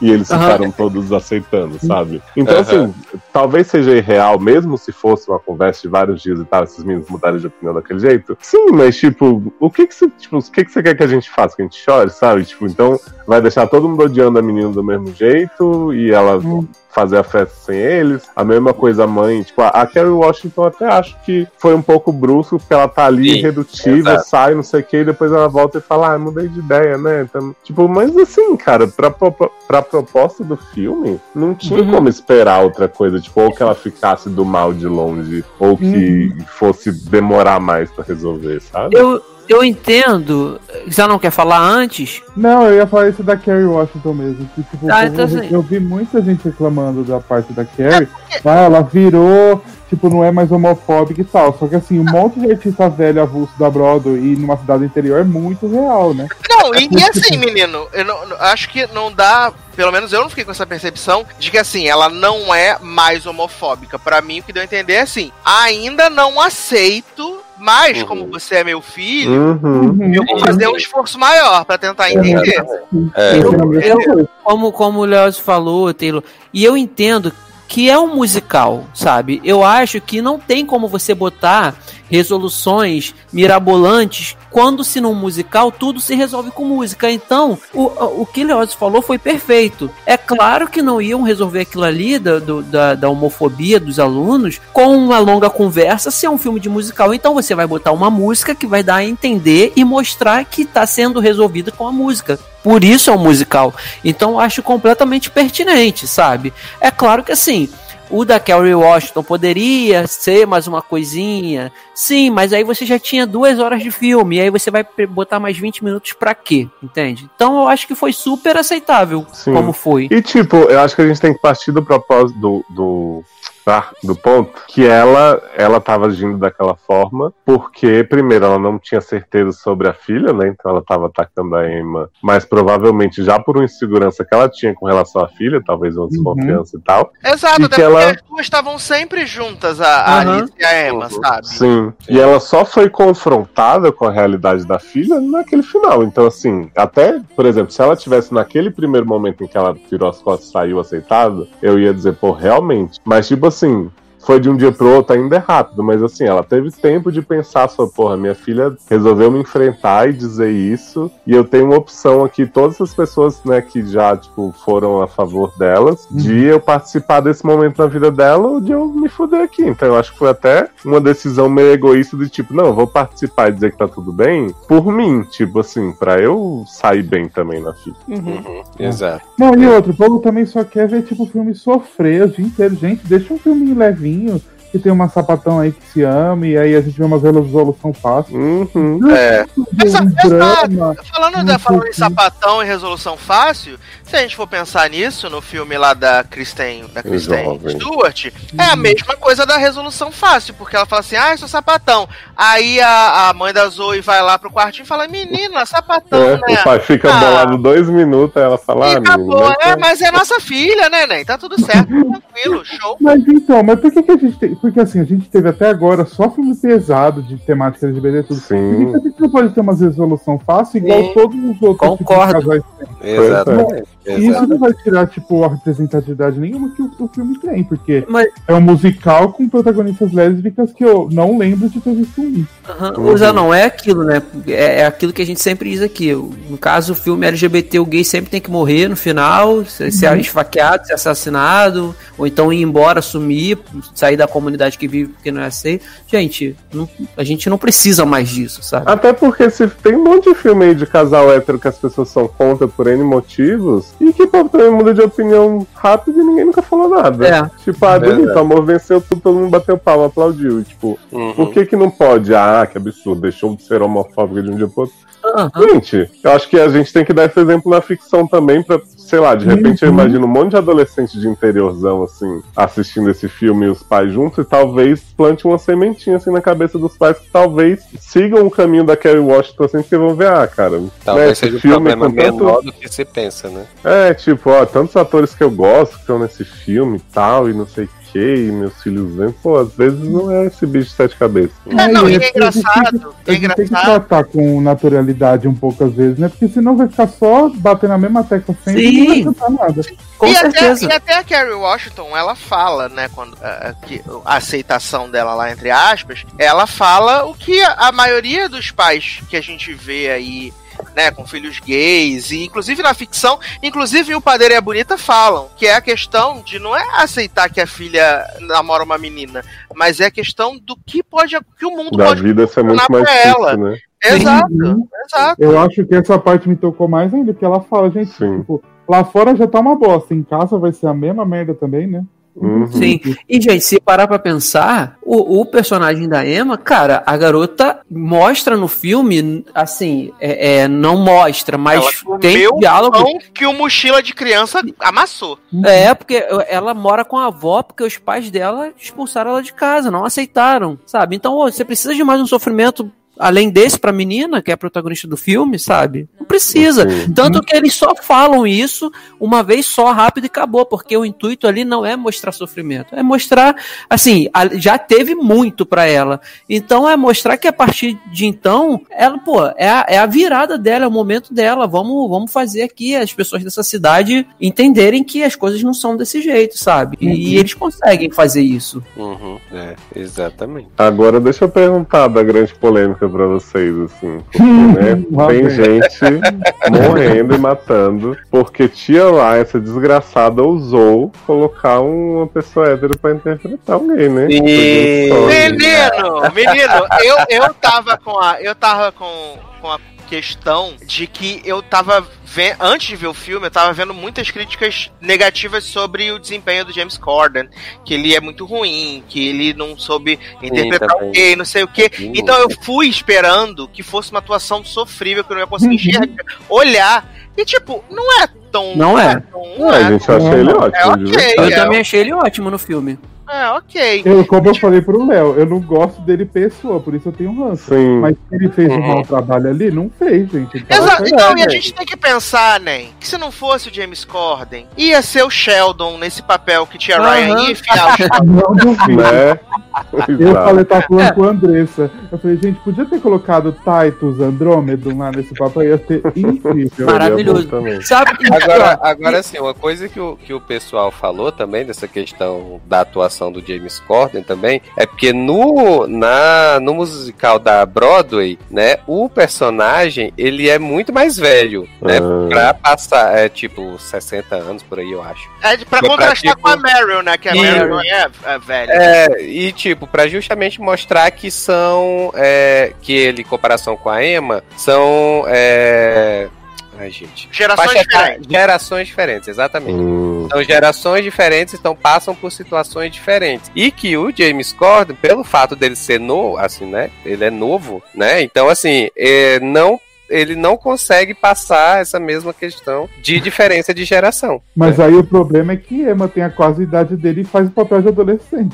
e eles Aham. ficaram todos aceitando, sabe? Então, Aham. assim, talvez seja irreal, mesmo se fosse uma conversa de vários dias e tal, esses meninos mudarem de opinião daquele jeito. Sim, mas, tipo, o que que você, tipo, o que que você quer que a gente faça? Que a gente chore, sabe? Tipo, então, vai deixar todo mundo odiando a menina do mesmo jeito e ela Hum. fazer a festa sem eles. A mesma coisa a mãe. Tipo, a, a Kerry Washington até acho que foi um pouco brusco, porque ela tá ali Sim, irredutível, exato. sai, não sei o que, e depois ela volta e fala, ah, mudei de ideia, né? Então, tipo, mas assim, cara, pra, pra, pra proposta do filme, não tinha Uhum. como esperar outra coisa. Tipo, ou que ela ficasse do mal de longe, ou que fosse demorar mais pra resolver, sabe? Eu, eu entendo. Você não quer falar antes? Não, eu ia falar isso da Kerry Washington mesmo. Que, tipo, Ah, eu, então assim. eu vi muita gente reclamando da parte da Kerry. Ah, ela virou, tipo, não é mais homofóbica e tal. Só que assim, um monte de artista velho avulso da Broadway e numa cidade interior é muito real, né? Não, e, e assim, menino, eu não, não- acho que não dá. Pelo menos eu não fiquei com essa percepção de que, assim, ela não é mais homofóbica. Pra mim, o que deu a entender é assim: ainda não aceito, mas Uhum. como você é meu filho, Uhum. eu vou fazer um esforço maior pra tentar entender. É, Eu- Pensei na mesma eu- coisa. Como, como o Léo falou, Taylor, e eu entendo que é um musical, sabe? Eu acho que não tem como você botar resoluções mirabolantes quando, se num musical, tudo se resolve com música. Então, o, o que Leoz falou foi perfeito. É claro que não iam resolver aquilo ali da, do- da, da homofobia dos alunos com uma longa conversa se é um filme de musical. Então você vai botar uma música que vai dar a entender e mostrar que está sendo resolvida com a música. Por isso é um musical. Então eu acho completamente pertinente, sabe? É claro que assim, o da Kerry Washington poderia ser mais uma coisinha. Sim, mas aí você já tinha duas horas de filme. E aí você vai pe- botar mais vinte minutos pra quê? Entende? Então eu acho que foi super aceitável Sim. como foi. E tipo, eu acho que a gente tem que partir do propósito do, do, ah, do ponto que ela ela tava agindo daquela forma porque, primeiro, ela não tinha certeza sobre a filha, né? Então ela tava atacando a Emma, mas provavelmente já por uma insegurança que ela tinha com relação à filha, talvez uma desconfiança e tal. Exato, E até que porque ela- as duas estavam sempre juntas, a, a Aham. Alice e a Emma, sabe? Sim. E ela só foi confrontada com a realidade da filha naquele final. Então, assim, até, por exemplo, se ela tivesse naquele primeiro momento em que ela virou as costas e saiu aceitada, eu ia dizer, pô, realmente. Mas, tipo assim, foi de um dia pro outro, ainda é rápido, mas assim, ela teve tempo de pensar sobre, porra, minha filha resolveu me enfrentar e dizer isso, e eu tenho uma opção aqui, todas as pessoas, né, que já, tipo, foram a favor delas, de eu participar desse momento na vida dela ou de eu me fuder aqui. Então eu acho que foi até uma decisão meio egoísta de tipo, não, eu vou participar e dizer que tá tudo bem por mim, tipo assim, pra eu sair bem também na fita. Uhum, exato. Não, e outro, o povo também só quer ver, tipo, o filme sofrer o dia inteiro. Gente, deixa um filminho levinho, que tem uma sapatão aí que se ama, e aí a gente vê uma resolução fácil. Uhum. É. Essa- Um essa- drama. Falando, Não da, sei falando o em quê. sapatão e resolução fácil, se a gente for pensar nisso, no filme lá da Kristen, da Kristen Jovem. Stewart, é a mesma coisa da resolução fácil, porque ela fala assim, ah, eu sou sapatão. Aí a, a mãe da Zoe vai lá pro quartinho e fala, menina, sapatão, É, né? o pai fica Ah. bolado dois minutos, aí ela fala, E ah, menino, acabou, mas é, é- mas é nossa filha, né, Nen? Tá tudo certo, tranquilo, show. Mas então, mas por que, que a gente tem. Porque assim, a gente teve até agora só filme pesado de temática L G B T e tudo. Por que, Sim. que a gente não pode ter uma resolução fácil igual Sim. todos os outros Concordo. tipos de casais têm? Exatamente. E isso Exato. não vai tirar, tipo, a representatividade nenhuma que o, o filme tem, porque Mas- é um musical com protagonistas lésbicas que eu não lembro de ter visto um. Uhum. Já não é aquilo, né? É, é aquilo que a gente sempre diz aqui. No caso, o filme L G B T, o gay sempre tem que morrer no final, ser, ser esfaqueado, ser assassinado, ou então ir embora, sumir, sair da comunidade que vive porque não é aceito. Gente, não- a gente não precisa mais disso, sabe? Até porque se tem um monte de filme aí de casal hétero que as pessoas são contra por N motivos, e que o povo também muda de opinião rápido e ninguém nunca falou nada. É. Tipo, ah, bonito, Verdade. o amor venceu tudo, todo mundo bateu palma, aplaudiu. E, tipo, Uhum. por que que não pode? Ah, que absurdo, deixou de ser homofóbico de um dia pro outro. Aham. Gente, eu acho que a gente tem que dar esse exemplo na ficção também pra, sei lá, de repente eu imagino um monte de adolescente de interiorzão, assim, assistindo esse filme e os pais juntos, e talvez plante uma sementinha, assim, na cabeça dos pais que talvez sigam o caminho da Kerry Washington, assim, porque vão ver, ah, cara, né, Talvez esse seja um filme problema com tanto... menor do que se pensa, né? É, tipo, ó, tantos atores que eu gosto que estão nesse filme e tal, e não sei o ok, meus filhos vêm, pô, às vezes não é esse bicho de sete cabeças. É, não, e e é engraçado, A é gente tem que engraçado. tratar com naturalidade um pouco às vezes, né? Porque senão vai ficar só batendo a mesma tecla sempre Sim. e não vai adiantar nada. Com e, até, certeza. e até a Kerry Washington, ela fala, né, quando uh, que a aceitação dela lá, entre aspas, ela fala o que a, a maioria dos pais que a gente vê aí, né, com filhos gays, e inclusive na ficção, inclusive o Padeiro e a Bonita falam, que é a questão de não é aceitar que a filha namora uma menina, mas é a questão do que pode, que o mundo Da pode vida isso é muito proporcionar mais pra difícil, ela. né? Exato, Sim. exato. Eu acho que essa parte me tocou mais ainda, porque ela fala, gente, Sim. tipo, lá fora já tá uma bosta, em casa vai ser a mesma merda também, né? Uhum. Sim. E, gente, se parar pra pensar, o, o personagem da Emma, cara, a garota mostra no filme, assim, é, é, não mostra, mas Ela tem comeu diálogo. pão que o mochila de criança amassou. É, porque ela mora com a avó porque os pais dela expulsaram ela de casa, não aceitaram, sabe? Então, ô, você precisa de mais um sofrimento além desse pra menina, que é a protagonista do filme, sabe? Não precisa. Sim. Tanto que eles só falam isso uma vez só, rápido e acabou, porque o intuito ali não é mostrar sofrimento, é mostrar, assim, a- já teve muito pra ela. Então é mostrar que a partir de então, ela, pô, é a, é a virada dela, é o momento dela. Vamos, vamos fazer aqui as pessoas dessa cidade entenderem que as coisas não são desse jeito, sabe? E, e eles conseguem fazer isso. Uhum, é, exatamente. Agora deixa eu perguntar da grande polêmica pra vocês, assim. Porque, né, Lá tem vem. gente morrendo e matando porque tia lá, essa desgraçada, ousou colocar uma pessoa hétero pra interpretar alguém, né? Sim. Foi só- Menino, menino, eu, eu tava com a. Eu tava com, com a questão de que eu tava vendo. Antes de ver o filme, eu tava vendo muitas críticas negativas sobre o desempenho do James Corden. Que ele é muito ruim, que ele não soube interpretar também. o gay, não sei o quê. Sim. Então eu fui esperando que fosse uma atuação sofrível, que eu não ia conseguir enxergar, olhar. E tipo, não é tão. Não é. tão- Ah, Não é, gente, eu achei ele É ótimo. de ok. verdade. Eu É, também achei ele ótimo no filme. é, ok. Eu, como eu falei pro Léo, eu não gosto dele pessoa, por isso eu tenho ranço. Sim. Mas se ele fez um Uhum. mau trabalho ali, não fez, gente. Então, Exato, foi- então, e a né? gente tem que pensar, né, que se não fosse o James Corden, ia ser o Sheldon nesse papel que Tia Ryan Aham. ia enfiar os não duvido. Né? Eu Exato. falei, tá falando com a Andressa. Eu falei, gente, podia ter colocado Titus Andrômedo lá nesse papel, ia ser incrível. Maravilhoso. Seria bom também. Sabe? Agora, agora assim, uma coisa que o, que o pessoal falou também dessa questão da atuação do James Corden também, é porque no, na, no musical da Broadway, né, o personagem, ele é muito mais velho, né, Ah. pra passar, é tipo, sessenta anos por aí, eu acho. É de- pra Foi pra, contrastar tipo- com a Meryl, né, que a Isso. Meryl não é, é velha. É, e tipo, pra justamente mostrar que são, é, que ele, em comparação com a Emma, são, é... Ai, gente. Gerações Faixa etária- diferentes. Gerações diferentes, exatamente. Hum. São gerações diferentes, então passam por situações diferentes. E que o James Corden, pelo fato dele ser novo, assim, né? Ele é novo, né? Então, assim, é, não, ele não consegue passar essa mesma questão de diferença de geração. Mas aí o problema é que Emma tem a quase idade dele e faz o papel de adolescente.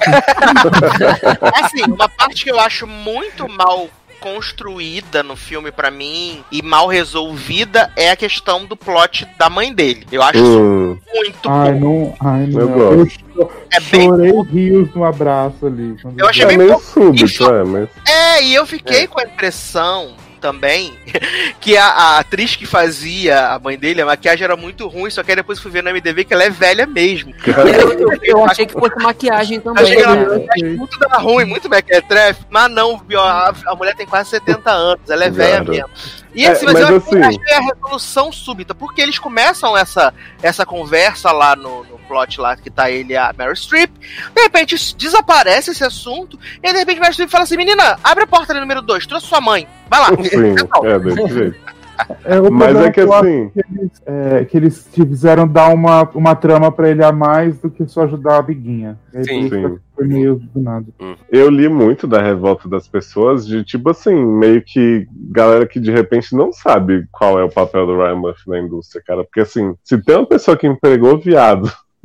Assim, uma parte que eu acho muito mal construída no filme pra mim e mal resolvida é a questão do plot da mãe dele. Eu acho isso Hum. muito Ai, bom. não. Ai, não. Eu Eu, gosto. cho- É bem chorei rios no abraço ali. quando Eu achei É bem meio pouco. súbito, Isso- é, mas. É, e eu fiquei com a impressão também que a, a atriz que fazia a mãe dele, a maquiagem era muito ruim, só que aí depois fui ver no M D B que ela é velha mesmo. Eu, eu- eu achei que fosse maquiagem também. Achei que ela né? faz muito da ruim, muito mequetrefe, mas não, a, a mulher tem quase setenta anos, ela é velha Garoto. mesmo. E É, assim, mas, mas eu assim- achei a resolução súbita, porque eles começam essa, essa conversa lá no, no plot lá que tá ele e a Meryl Streep, de repente desaparece esse assunto, e de repente a Meryl Streep fala assim, menina, abre a porta ali número dois, trouxe sua mãe, vai lá. Sim, é desse jeito. É, o Mas problema é que eu acho assim. que eles, é, que eles quiseram dar uma, uma trama pra ele a mais do que só ajudar a amiguinha. E aí, Sim. por isso Sim. foi meio do nada. Eu li muito da revolta das pessoas, de tipo assim, meio que galera que de repente não sabe qual é o papel do Ryan Murphy na indústria, cara. Porque assim, se tem uma pessoa que empregou viado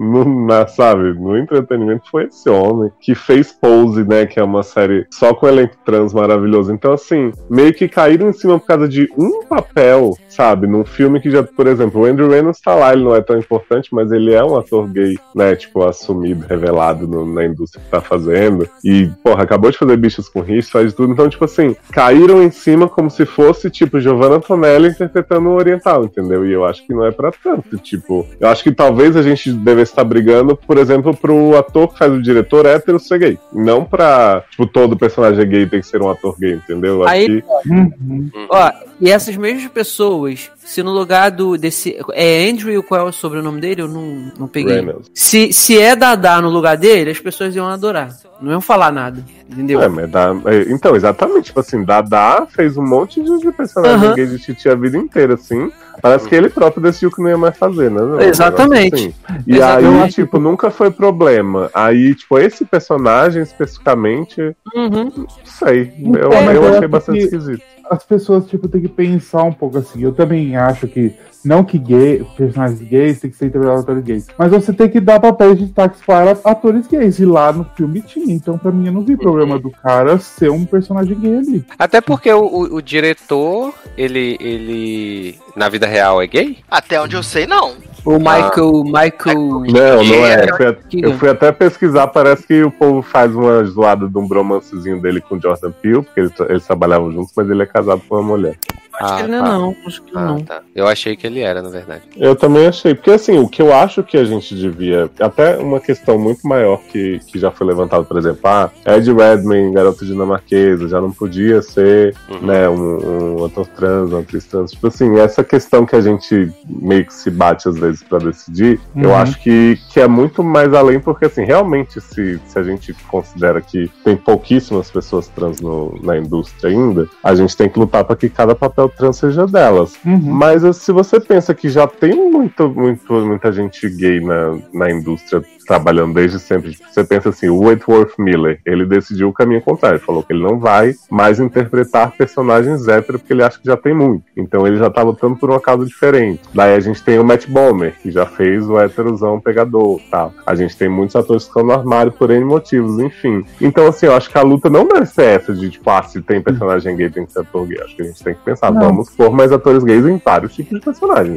no, na, sabe, no entretenimento foi esse homem que fez Pose, né, que é uma série só com elenco trans maravilhoso. Então, assim, meio que caíram em cima por causa de um papel, sabe, num filme que já, por exemplo, o Andrew Reynolds tá lá, ele não é tão importante, mas ele é um ator gay, né, tipo, assumido, revelado no, na indústria que tá fazendo. E, porra, acabou de fazer Bichos com Rios, faz tudo. Então, tipo assim, caíram em cima como se fosse, tipo, Giovanna Antonelli interpretando o Oriental, entendeu? E eu acho que não é pra tanto, tipo, eu acho que talvez a gente deve estar brigando, por exemplo, pro ator que faz o diretor hétero ser gay. Não pra, tipo, todo personagem gay tem que ser um ator gay, entendeu? Eu acho Aí, que... uhum. Ó, e essas mesmas pessoas, se no lugar do, desse, é Andrew, qual é o sobrenome dele? Eu não, não peguei. Reynolds. Se, se é Dadá no lugar dele, as pessoas iam adorar. Não iam falar nada, entendeu? É, mas dá, é, então, exatamente, tipo assim, Dadá fez um monte de, de personagem Uhum. gay de Titi a vida inteira, assim. Parece que ele próprio decidiu que não ia mais fazer, né? Não, Exatamente. assim. E Exatamente. aí, tipo, nunca foi problema. Aí, tipo, esse personagem especificamente, Uhum. não sei. Eu, É, eu eu achei acho bastante que- esquisito. As pessoas, tipo, tem que pensar um pouco assim. Eu também acho que, não que gay, personagens gays tem que ser interpretados por atores gays, mas você tem que dar papéis de destaque para atores gays. E lá no filme tinha. Então, pra mim, eu não vi problema do cara ser um personagem gay ali. Até porque o, o, o diretor, ele, ele, na vida real, é gay? Até onde eu sei, não. O Michael, Michael... Não, não é. Yeah. Eu fui, a- eu fui até pesquisar, parece que o povo faz uma zoada de um bromancezinho dele com o Jordan Peele, porque eles, eles trabalhavam juntos, mas ele é casado com uma mulher. Acho que ele não é tá. não, acho que ele Ah, não. tá. Eu achei que ele era, na verdade. Eu também achei, porque assim, o que eu acho que a gente devia, até uma questão muito maior que, que já foi levantada, por exemplo, ah, Ed Redmayne, garoto dinamarquesa, já não podia ser, Uhum. né, um, um ator trans, uma atriz trans, tipo assim, essa questão que a gente meio que se bate às vezes pra decidir, eu Uhum. acho que, que é muito mais além, porque assim, realmente se, se a gente considera que tem pouquíssimas pessoas trans no, na indústria ainda, a gente tem que lutar para que cada papel trans seja delas. Uhum. Mas se você pensa que já tem muito, muito, muita gente gay na, na indústria trabalhando desde sempre, você pensa assim, o Wentworth Miller, ele decidiu o caminho contrário, falou que ele não vai mais interpretar personagens héteros porque ele acha que já tem muito. Então ele já tá lutando por uma causa diferente. Daí a gente tem o Matt Bomer, que já fez o héterozão pegador, tá? A gente tem muitos atores que estão no armário por N motivos, enfim. Então assim, eu acho que a luta não deve ser essa de tipo, ah, se tem personagem gay tem que ser ator gay. Acho que a gente tem que pensar, Não. vamos pôr mais atores gays em vários tipos de personagens.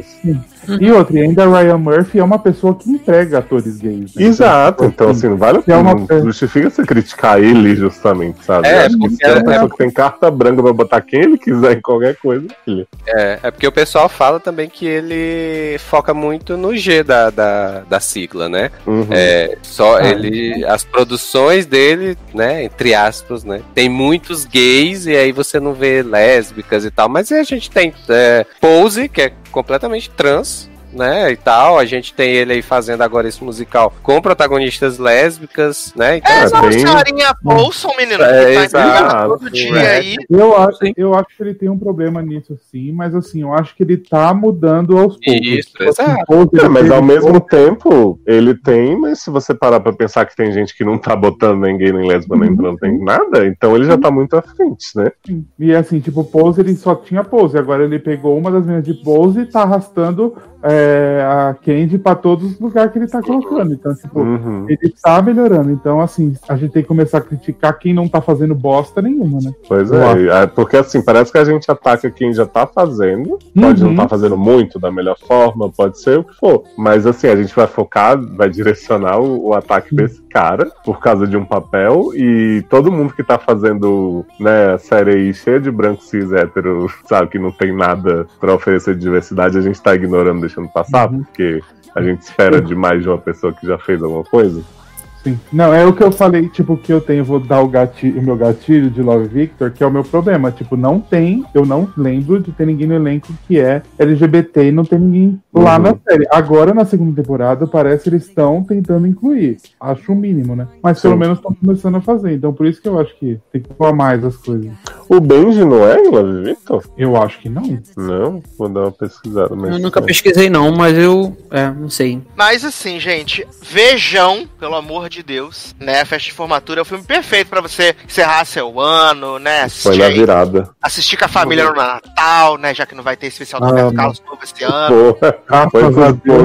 E outra, e ainda Ryan Murphy é uma pessoa que emprega atores gays. Né? Exato, então assim, não vale a Se é pena, uma- não justifica você criticar ele justamente, sabe? É, Eu acho que porque se é uma é- pessoa que tem carta branca pra botar quem ele quiser em qualquer coisa, filho. É, é porque o pessoal fala também que ele foca muito no G da, da, da sigla, né? Uhum. É, só Ah. ele. As produções dele, né? Entre aspas, né? Tem muitos gays e aí você não vê lésbicas e tal. Mas a gente tem é, Pose, que é completamente trans. Né, e tal, a gente tem ele aí fazendo agora esse musical com protagonistas lésbicas, né? Então, É, É, só a tem- senhorinha Paulson, menino, É, que tá exato, entregando todo sim, dia é. aí. Eu acho, eu acho que ele tem um problema nisso, sim, mas assim, eu acho que ele tá mudando aos poucos. Isso, Tipo assim, exato. Pose, É, ele mas teve ao um mesmo tempo, ele tem, mas se você parar pra pensar que tem gente que não tá botando nem gay, nem lésbica, nem trans, nem nada, então ele já tá muito à frente, né? E assim, tipo, Pose, ele só tinha Pose. Agora ele pegou uma das meninas de Pose e tá arrastando é, a Candy pra todos os lugares que ele tá colocando. Então, tipo, Uhum. ele tá melhorando. Então, assim, a gente tem que começar a criticar quem não tá fazendo bosta nenhuma, né? Pois Eu acho. é, é, porque assim, parece que a gente ataca quem já tá fazendo, pode Uhum. não tá fazendo muito da melhor forma, pode ser o que for, mas assim, a gente vai focar, vai direcionar o, o ataque desse cara por causa de um papel e todo mundo que tá fazendo, né, a série aí cheia de branco cis hétero, sabe, que não tem nada pra oferecer de diversidade, a gente tá ignorando, deixando passar, Uhum. porque a gente espera demais de uma pessoa que já fez alguma coisa. Sim. Não, é o que eu falei, tipo, que eu tenho, vou dar o, gatilho, o meu gatilho de Love Victor, que é o meu problema. Tipo, não tem, eu não lembro de ter ninguém no elenco que é L G B T e não tem ninguém lá Uhum. na série. Agora, na segunda temporada, parece que eles estão tentando incluir. Acho o mínimo, né? Mas pelo Sim. menos estão começando a fazer. Então, por isso que eu acho que tem que pôr mais as coisas. O Benji não é em Love Victor? Eu acho que não. Não, vou dar uma pesquisada. Mas Eu nunca pesquisei não, mas eu, é, não sei. Mas assim, gente, vejam, pelo amor de Deus, né? A festa de formatura é o filme perfeito pra você encerrar seu ano, né? Foi Assistir, na aí- virada. assistir com a família no Natal, né? Já que não vai ter especial do Roberto Ah, Carlos novo esse ano. Porra, Graças foi, a foi, Deus.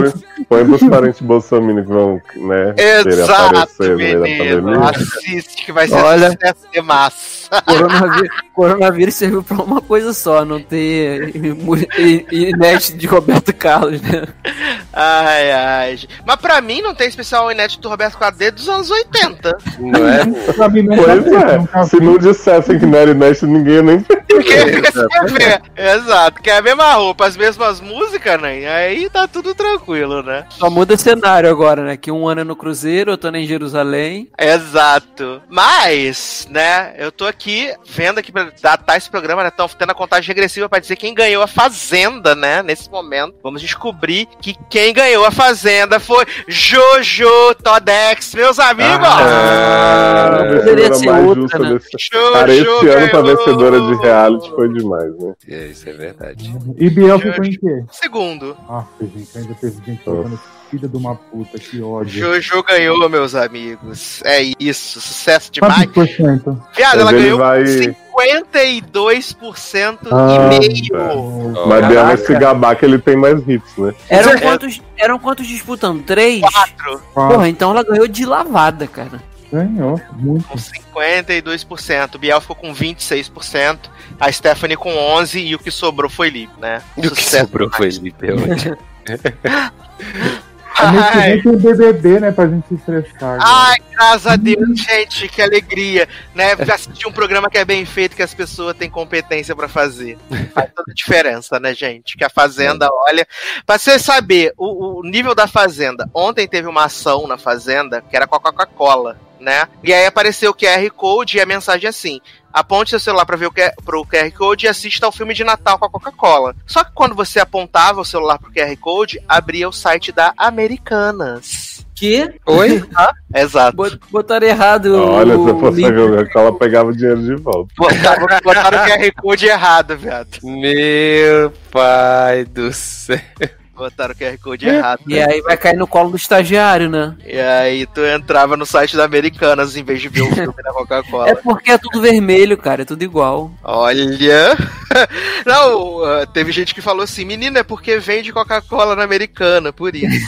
Põe pros parentes bolsominions que vão, né, querer Exato, aparecer no meio da menino. pandemia. Assiste que vai ser Olha. sucesso de massa. Coronavírus, coronavírus serviu pra uma coisa só, não ter inédito de Roberto Carlos, né? Ai, ai. Mas pra mim não tem especial inédito do Roberto Carlos desde dos anos oitenta. Não é? Pra mim não Pois é, é, nunca se vi. não dissessem que não era inédito, ninguém ia nem perceber. Quer ver? Exato, que é a mesma roupa, as mesmas músicas, né? Aí tá tudo tranquilo, né? Só muda cenário agora, né? Que um ano é no Cruzeiro, outro ano é em Jerusalém. Exato. Mas, né, eu tô aqui vendo aqui pra datar esse programa, né? Estão tendo a contagem regressiva pra dizer quem ganhou a Fazenda, né? Nesse momento. Vamos descobrir que quem ganhou a Fazenda foi Jojo Todex, meus amigos! Ah, a Poderia vencedora ser mais outra, justa né? desse... Jojo Cara, esse ano pra ganhou. vencedora de reality foi demais, né? É, isso é verdade. E Biel ficou em quê? Segundo. Nossa, gente, ainda teve gente jogando filha de uma puta, que ódio. Jojo ganhou, meus amigos. É isso, sucesso demais. Quantos por cento? Viado, Mas ela ele ganhou vai- cinquenta e dois por cento Ah, e meio. Oh, Mas Biel vai caraca. se gabar que ele tem mais hits, né? Eram quantos, eram quantos disputando? Três? Quatro. Porra, então ela ganhou de lavada, cara. Ganhou, muito. Com cinquenta e dois por cento. O Biel ficou com vinte e seis por cento. A Stephanie com onze por cento. E o que sobrou foi Lip, né? E o que sobrou foi literalmente. A gente Ai, nem tem B B B, né, pra gente se estressar. agora. ai, graças a Deus, gente, que alegria, né? Assistir um programa que é bem feito, que as pessoas têm competência pra fazer. Faz toda a diferença, né, gente? Que a Fazenda, olha... Pra você saber, o, o nível da Fazenda, ontem teve uma ação na Fazenda, que era com a Coca-Cola, né? E aí apareceu o Q R Code e a mensagem assim: aponte seu celular para ver o Q R, pro Q R Code e assista ao filme de Natal com a Coca-Cola. Só que quando você apontava o celular pro Q R Code, abria o site da Americanas. Que? Oi? Exato. Bot- Botaram errado Olha, se eu o fosse link. ver que ela pegava o dinheiro de volta. Botaram, botaram o Q R Code errado, viado. Meu pai do céu. Botaram o Q R Code errado. E aí vai cair no colo do estagiário, né? E aí tu entrava no site da Americanas em vez de ver o filme da Coca-Cola. É porque é tudo vermelho, cara, é tudo igual. Olha. Não, uh, teve gente que falou assim: menina, é porque vende Coca-Cola na Americana, por isso.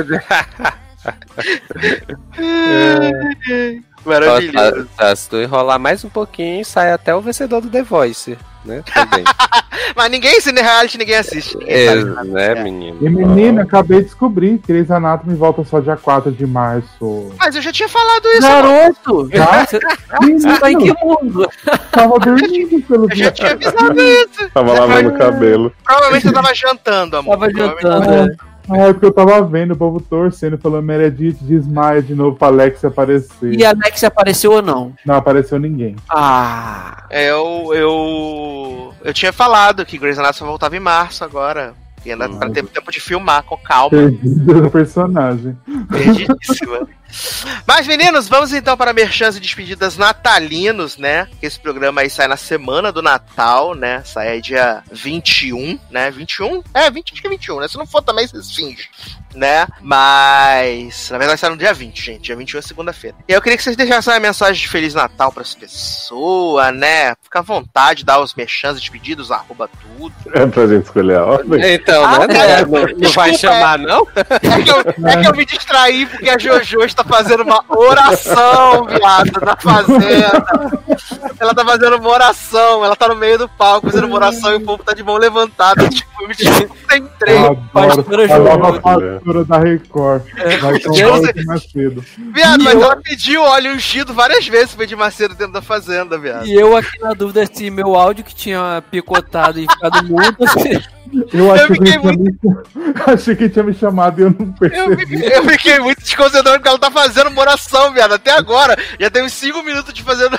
Maravilhoso. Tá, tá, se tu enrolar mais um pouquinho, sai até o vencedor do The Voice, né? Também. Mas ninguém ensina reality, ninguém assiste. Ninguém É, sabe nada. né, menino? E menina, acabei de descobrir que Grey's Anatomy volta só dia quatro de março. Mas eu já tinha falado isso. Garoto! Já? Você você tá em que mundo? Tava dormindo pelo Eu já tinha avisado isso. Tava lavando o cabelo. Provavelmente eu tava jantando, amor. Tava Provavelmente- jantando, né? Ah, é porque eu tava vendo o povo torcendo, falando Meredith desmaia de novo pra Alex aparecer. E a Alex apareceu ou não? Não apareceu ninguém. Ah! É, Eu, eu, eu tinha falado que Grey's Anatomy só voltava em março agora. E ainda pra ter tempo de filmar com calma. Perdido do personagem. Perdidíssima. Mas, meninos, vamos então para merchans e despedidas natalinos, né? Que esse programa aí sai na semana do Natal, né? Sai aí dia vinte e um, né? vinte e um? É, vinte, acho que é vinte e um, né? Se não for também, vocês fingem, né? Mas, na verdade, sai no dia vinte, gente. Dia vinte e um é segunda-feira. E eu queria que vocês deixassem uma mensagem de Feliz Natal para as pessoas, né? Fica à vontade, dá os merchans e despedidos, arroba tudo. É pra gente escolher a ordem. Então, Ah, né? é. Não, não Desculpa, vai chamar, não? É que, eu, é que eu me distraí porque a Jojo está fazendo uma oração, viado, na fazenda. Ela tá fazendo uma oração, ela tá no meio do palco fazendo uma oração e o povo tá de mão levantada. Tipo, eu me concentrei. Adoro pastora a Jojo. nova pastora da Record. Vai tomar Eu- oito mais cedo. Viado, mas ela pediu óleo ungido várias vezes pro Edir Macedo dentro da fazenda, viado. E eu aqui na dúvida se meu áudio que tinha picotado e ficado mudo. Eu achei, fiquei que, ele tinha me... achei que ele tinha me chamado e eu não Eu percebi. fiquei, eu fiquei muito desconcentrado porque ela tá fazendo uma oração, viado, até agora. Já tem uns cinco minutos de fazendo.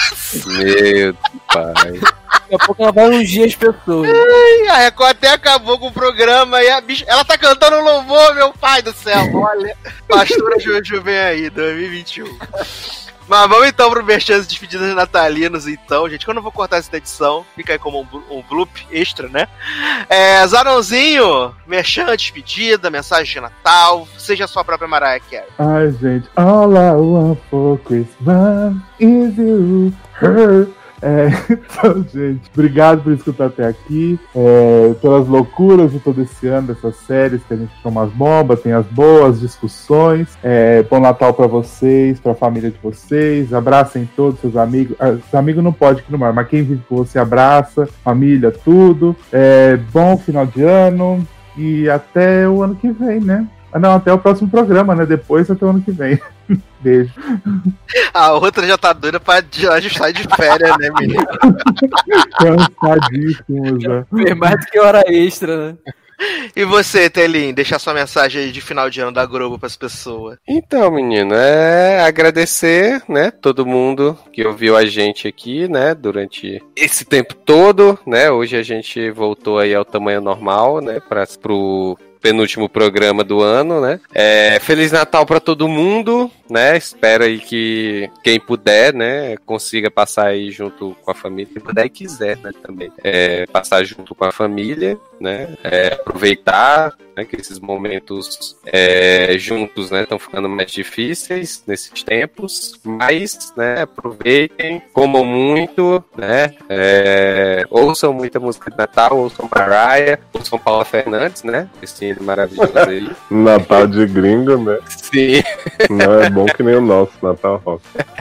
Meu pai. Daqui a pouco ela vai ungir as pessoas. E a Record até acabou com o programa e a bicha. Ela tá cantando louvor, meu pai do céu. Olha, pastora Jojo vem aí, dois mil e vinte e um. Mas vamos então pro merchan de despedidas natalinos, então, gente, que eu não vou cortar essa edição, fica aí como um, blu- um bloop extra, né? É, Zanãozinho, merchan, despedida, mensagem de Natal, seja a sua própria Mariah Carey. Ai, gente. All I want for Christmas is you, her É, então, gente, obrigado por escutar até aqui. É, pelas loucuras de todo esse ano, dessas séries que a gente toma as bombas, tem as boas discussões. É, bom Natal pra vocês, pra família de vocês. Abracem todos seus amigos. Ah, os amigos não pode que não mais, mas quem vive com você abraça, família, tudo. É, bom final de ano e até o ano que vem, né? Ah, não, até o próximo programa, né? Depois até o ano que vem. Beijo. A outra já tá doida pra ajustar de férias, né, menino? Cansadíssimo, já. Fez mais do que hora extra, né? E você, Telin, deixar sua mensagem aí de final de ano da Globo pras pessoas. Então, menino, é agradecer, né, todo mundo que ouviu a gente aqui, né, durante esse tempo todo, né, hoje a gente voltou aí ao tamanho normal, né, para pro penúltimo programa do ano, né? É, Feliz Natal para todo mundo, né? Espero aí que quem puder, né, consiga passar aí junto com a família, quem puder e quiser, né, também. É, passar junto com a família, né? É, aproveitar, né, que esses momentos é, juntos, né, estão ficando mais difíceis nesses tempos, mas, né, aproveitem, comam muito, né? É, ouçam muita música de Natal, ouçam Mariah, ouçam Paula Fernandes, né? Esse maravilhoso aí. Natal de gringo, né? Sim. Não é bom que nem o nosso, Natal Rock.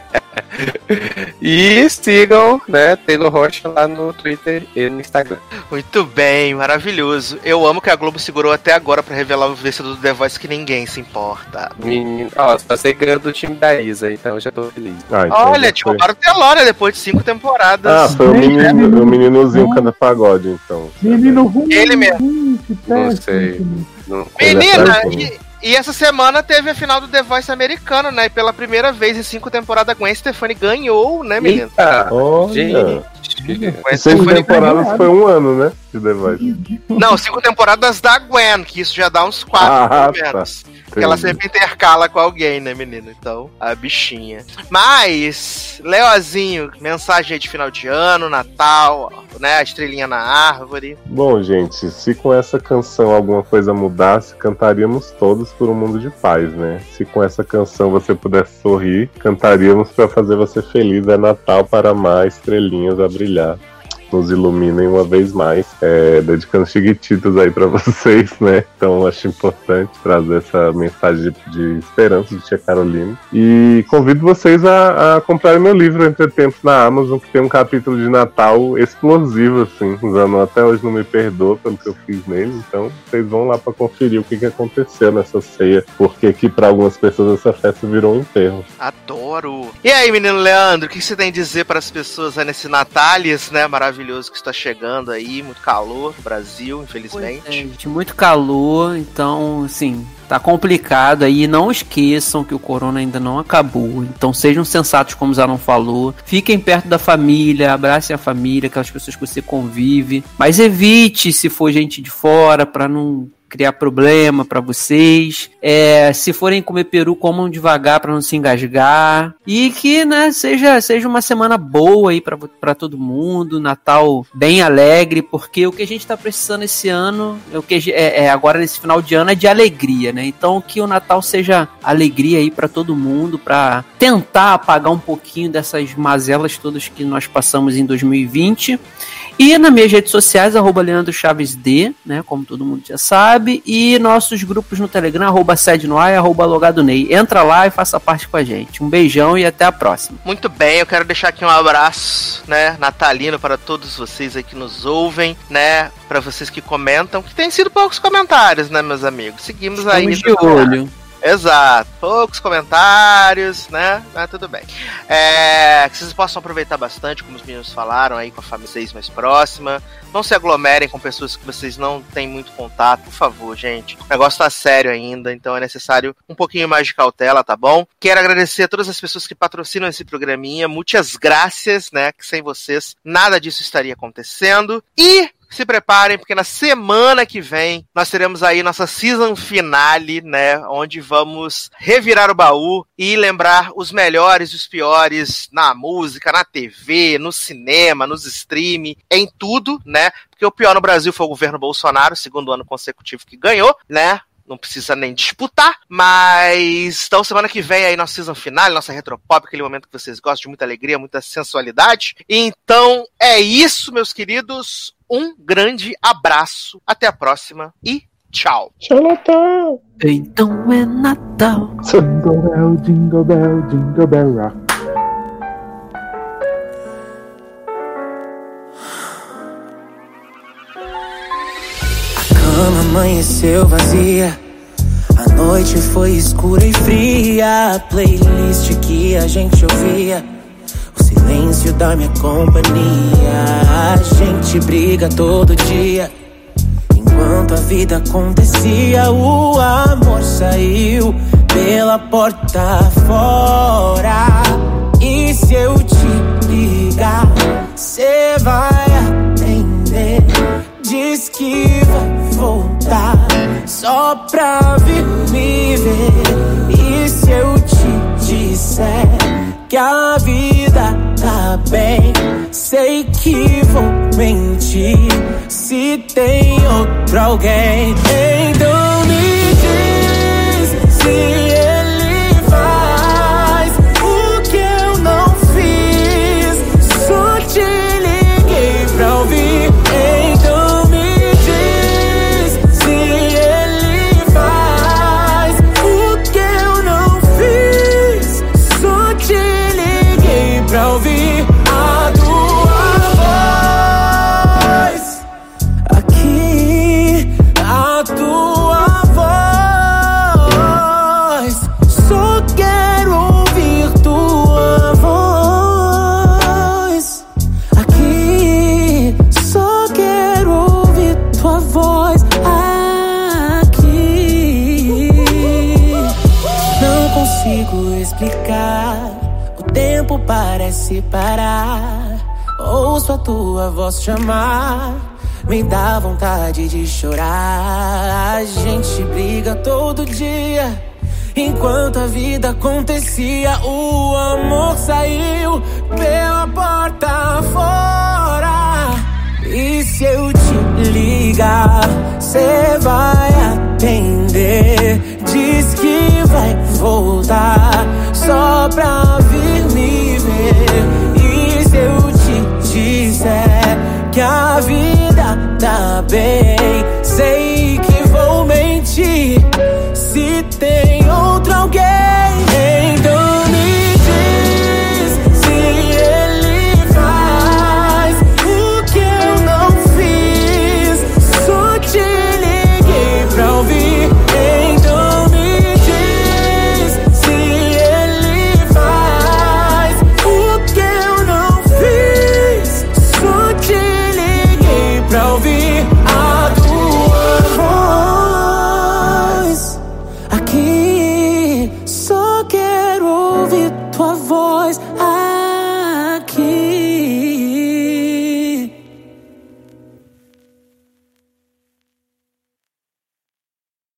E sigam, né, Taylor Rocha lá no Twitter e no Instagram. Muito bem, maravilhoso. Eu amo que a Globo segurou até agora pra revelar o vencedor do The Voice que ninguém se importa. Menino, ó, você tá ganhando do time da Isa, então eu já tô feliz. Ah, então Olha, já te foi. roubaram o Telória depois de cinco temporadas. Ah, foi o, menino, o meninozinho canta pagode, então. Menino ruim. Ele mesmo. ruim, que Não péssimo. sei. Não, Menina, Ele é e, e essa semana teve a final do The Voice americano, né? E pela primeira vez em cinco temporadas, Gwen Stefani ganhou, né, menino? Eita, Olha. gente. Gwen Seis Stefani temporadas ganhou. foi um ano, né? De The Voice. Não, cinco temporadas da Gwen, que isso já dá uns quatro, Ah, pelo menos. tá. Porque ela Entendi. sempre intercala com alguém, né, menino? Então, a bichinha. Mas, Leozinho, mensagem aí de final de ano, Natal, né? A estrelinha na árvore. Bom, gente, se com essa canção alguma coisa mudasse, cantaríamos todos por um mundo de paz, né? Se com essa canção você pudesse sorrir, cantaríamos pra fazer você feliz. É Natal para mais estrelinhas a brilhar. Nos iluminem uma vez mais, é, dedicando chiquititas aí pra vocês, né? Então acho importante trazer essa mensagem de, de esperança de Tia Carolina. E convido vocês a, a comprarem meu livro Entre Tempos na Amazon, que tem um capítulo de Natal explosivo, assim. O Zanon até hoje não me perdoa pelo que eu fiz nele, então vocês vão lá pra conferir o que, que aconteceu nessa ceia, porque aqui pra algumas pessoas essa festa virou um enterro. Adoro! E aí, menino Leandro, o que você tem a dizer para as pessoas aí nesse Natálias, né? Maravilhoso que está chegando aí, muito calor no Brasil, infelizmente. Pois é, gente, muito calor, então, assim, tá complicado aí. Não esqueçam que o corona ainda não acabou, então sejam sensatos, como o Zanon falou. Fiquem perto da família, abracem a família, aquelas pessoas que você convive, mas evite se for gente de fora, pra não criar problema pra vocês. É, se forem comer peru, comam devagar pra não se engasgar. E que, né, seja, seja uma semana boa aí pra, pra todo mundo. Natal bem alegre, porque o que a gente tá precisando esse ano, o que é, é agora nesse final de ano, é de alegria, né? Então que o Natal seja alegria aí pra todo mundo, pra tentar apagar um pouquinho dessas mazelas todas que nós passamos em dois mil e vinte. E nas minhas redes sociais, arroba Leandro Chaves D, né, como todo mundo já sabe, e nossos grupos no Telegram, arroba Sednoai, arroba Logado Ney. Entra lá e faça parte com a gente. Um beijão e até a próxima. Muito bem, eu quero deixar aqui um abraço, né, natalino para todos vocês aí que nos ouvem, né, para vocês que comentam, que tem sido poucos comentários, né, meus amigos. Seguimos aí. Estamos de olho. Exato, poucos comentários, né? Mas tudo bem. É, que vocês possam aproveitar bastante, como os meninos falaram, aí com a família vocês mais próxima. Não se aglomerem com pessoas que vocês não têm muito contato, por favor, gente. O negócio tá sério ainda, então é necessário um pouquinho mais de cautela, tá bom? Quero agradecer a todas as pessoas que patrocinam esse programinha. Muitas graças, né? Que sem vocês nada disso estaria acontecendo. E se preparem, porque na semana que vem nós teremos aí nossa season finale, né? Onde vamos revirar o baú e lembrar os melhores e os piores na música, na T V, no cinema, nos stream, em tudo, né? Porque o pior no Brasil foi o governo Bolsonaro, segundo ano consecutivo que ganhou, né? não precisa nem disputar, mas então semana que vem aí nossa season final, nossa retropop, aquele momento que vocês gostam de muita alegria, muita sensualidade. Então é isso, meus queridos, um grande abraço, até a próxima e tchau. Tchau, Natal. Então é Natal. Jingle bell, jingle bell, jingle bell rock. A cama amanheceu vazia, a noite foi escura e fria. A playlist que a gente ouvia, o silêncio da minha companhia. A gente briga todo dia, enquanto a vida acontecia. O amor saiu pela porta fora. E se eu te ligar, cê vai atender. Diz que vai voltar só pra vir me ver. E se eu te disser que a vida tá bem, sei que vou mentir se tem outro alguém. Então me diz se ele faz o que eu não fiz. Só te liguei pra ouvir. Então me diz se ele faz o que eu não fiz. Só te liguei pra ouvir a tua voz aqui, a tua voz. Só quero ouvir tua voz aqui. Só quero ouvir tua voz aqui. Não consigo explicar, o tempo parece parar. Ouço a tua voz chamar, me dá vontade de chorar. A gente briga todo dia, enquanto a vida acontecia. O amor saiu pela porta fora. E se eu te ligar, cê vai atender. Diz que vai voltar só pra vir me ver. E se eu te disser que a vida tá bem,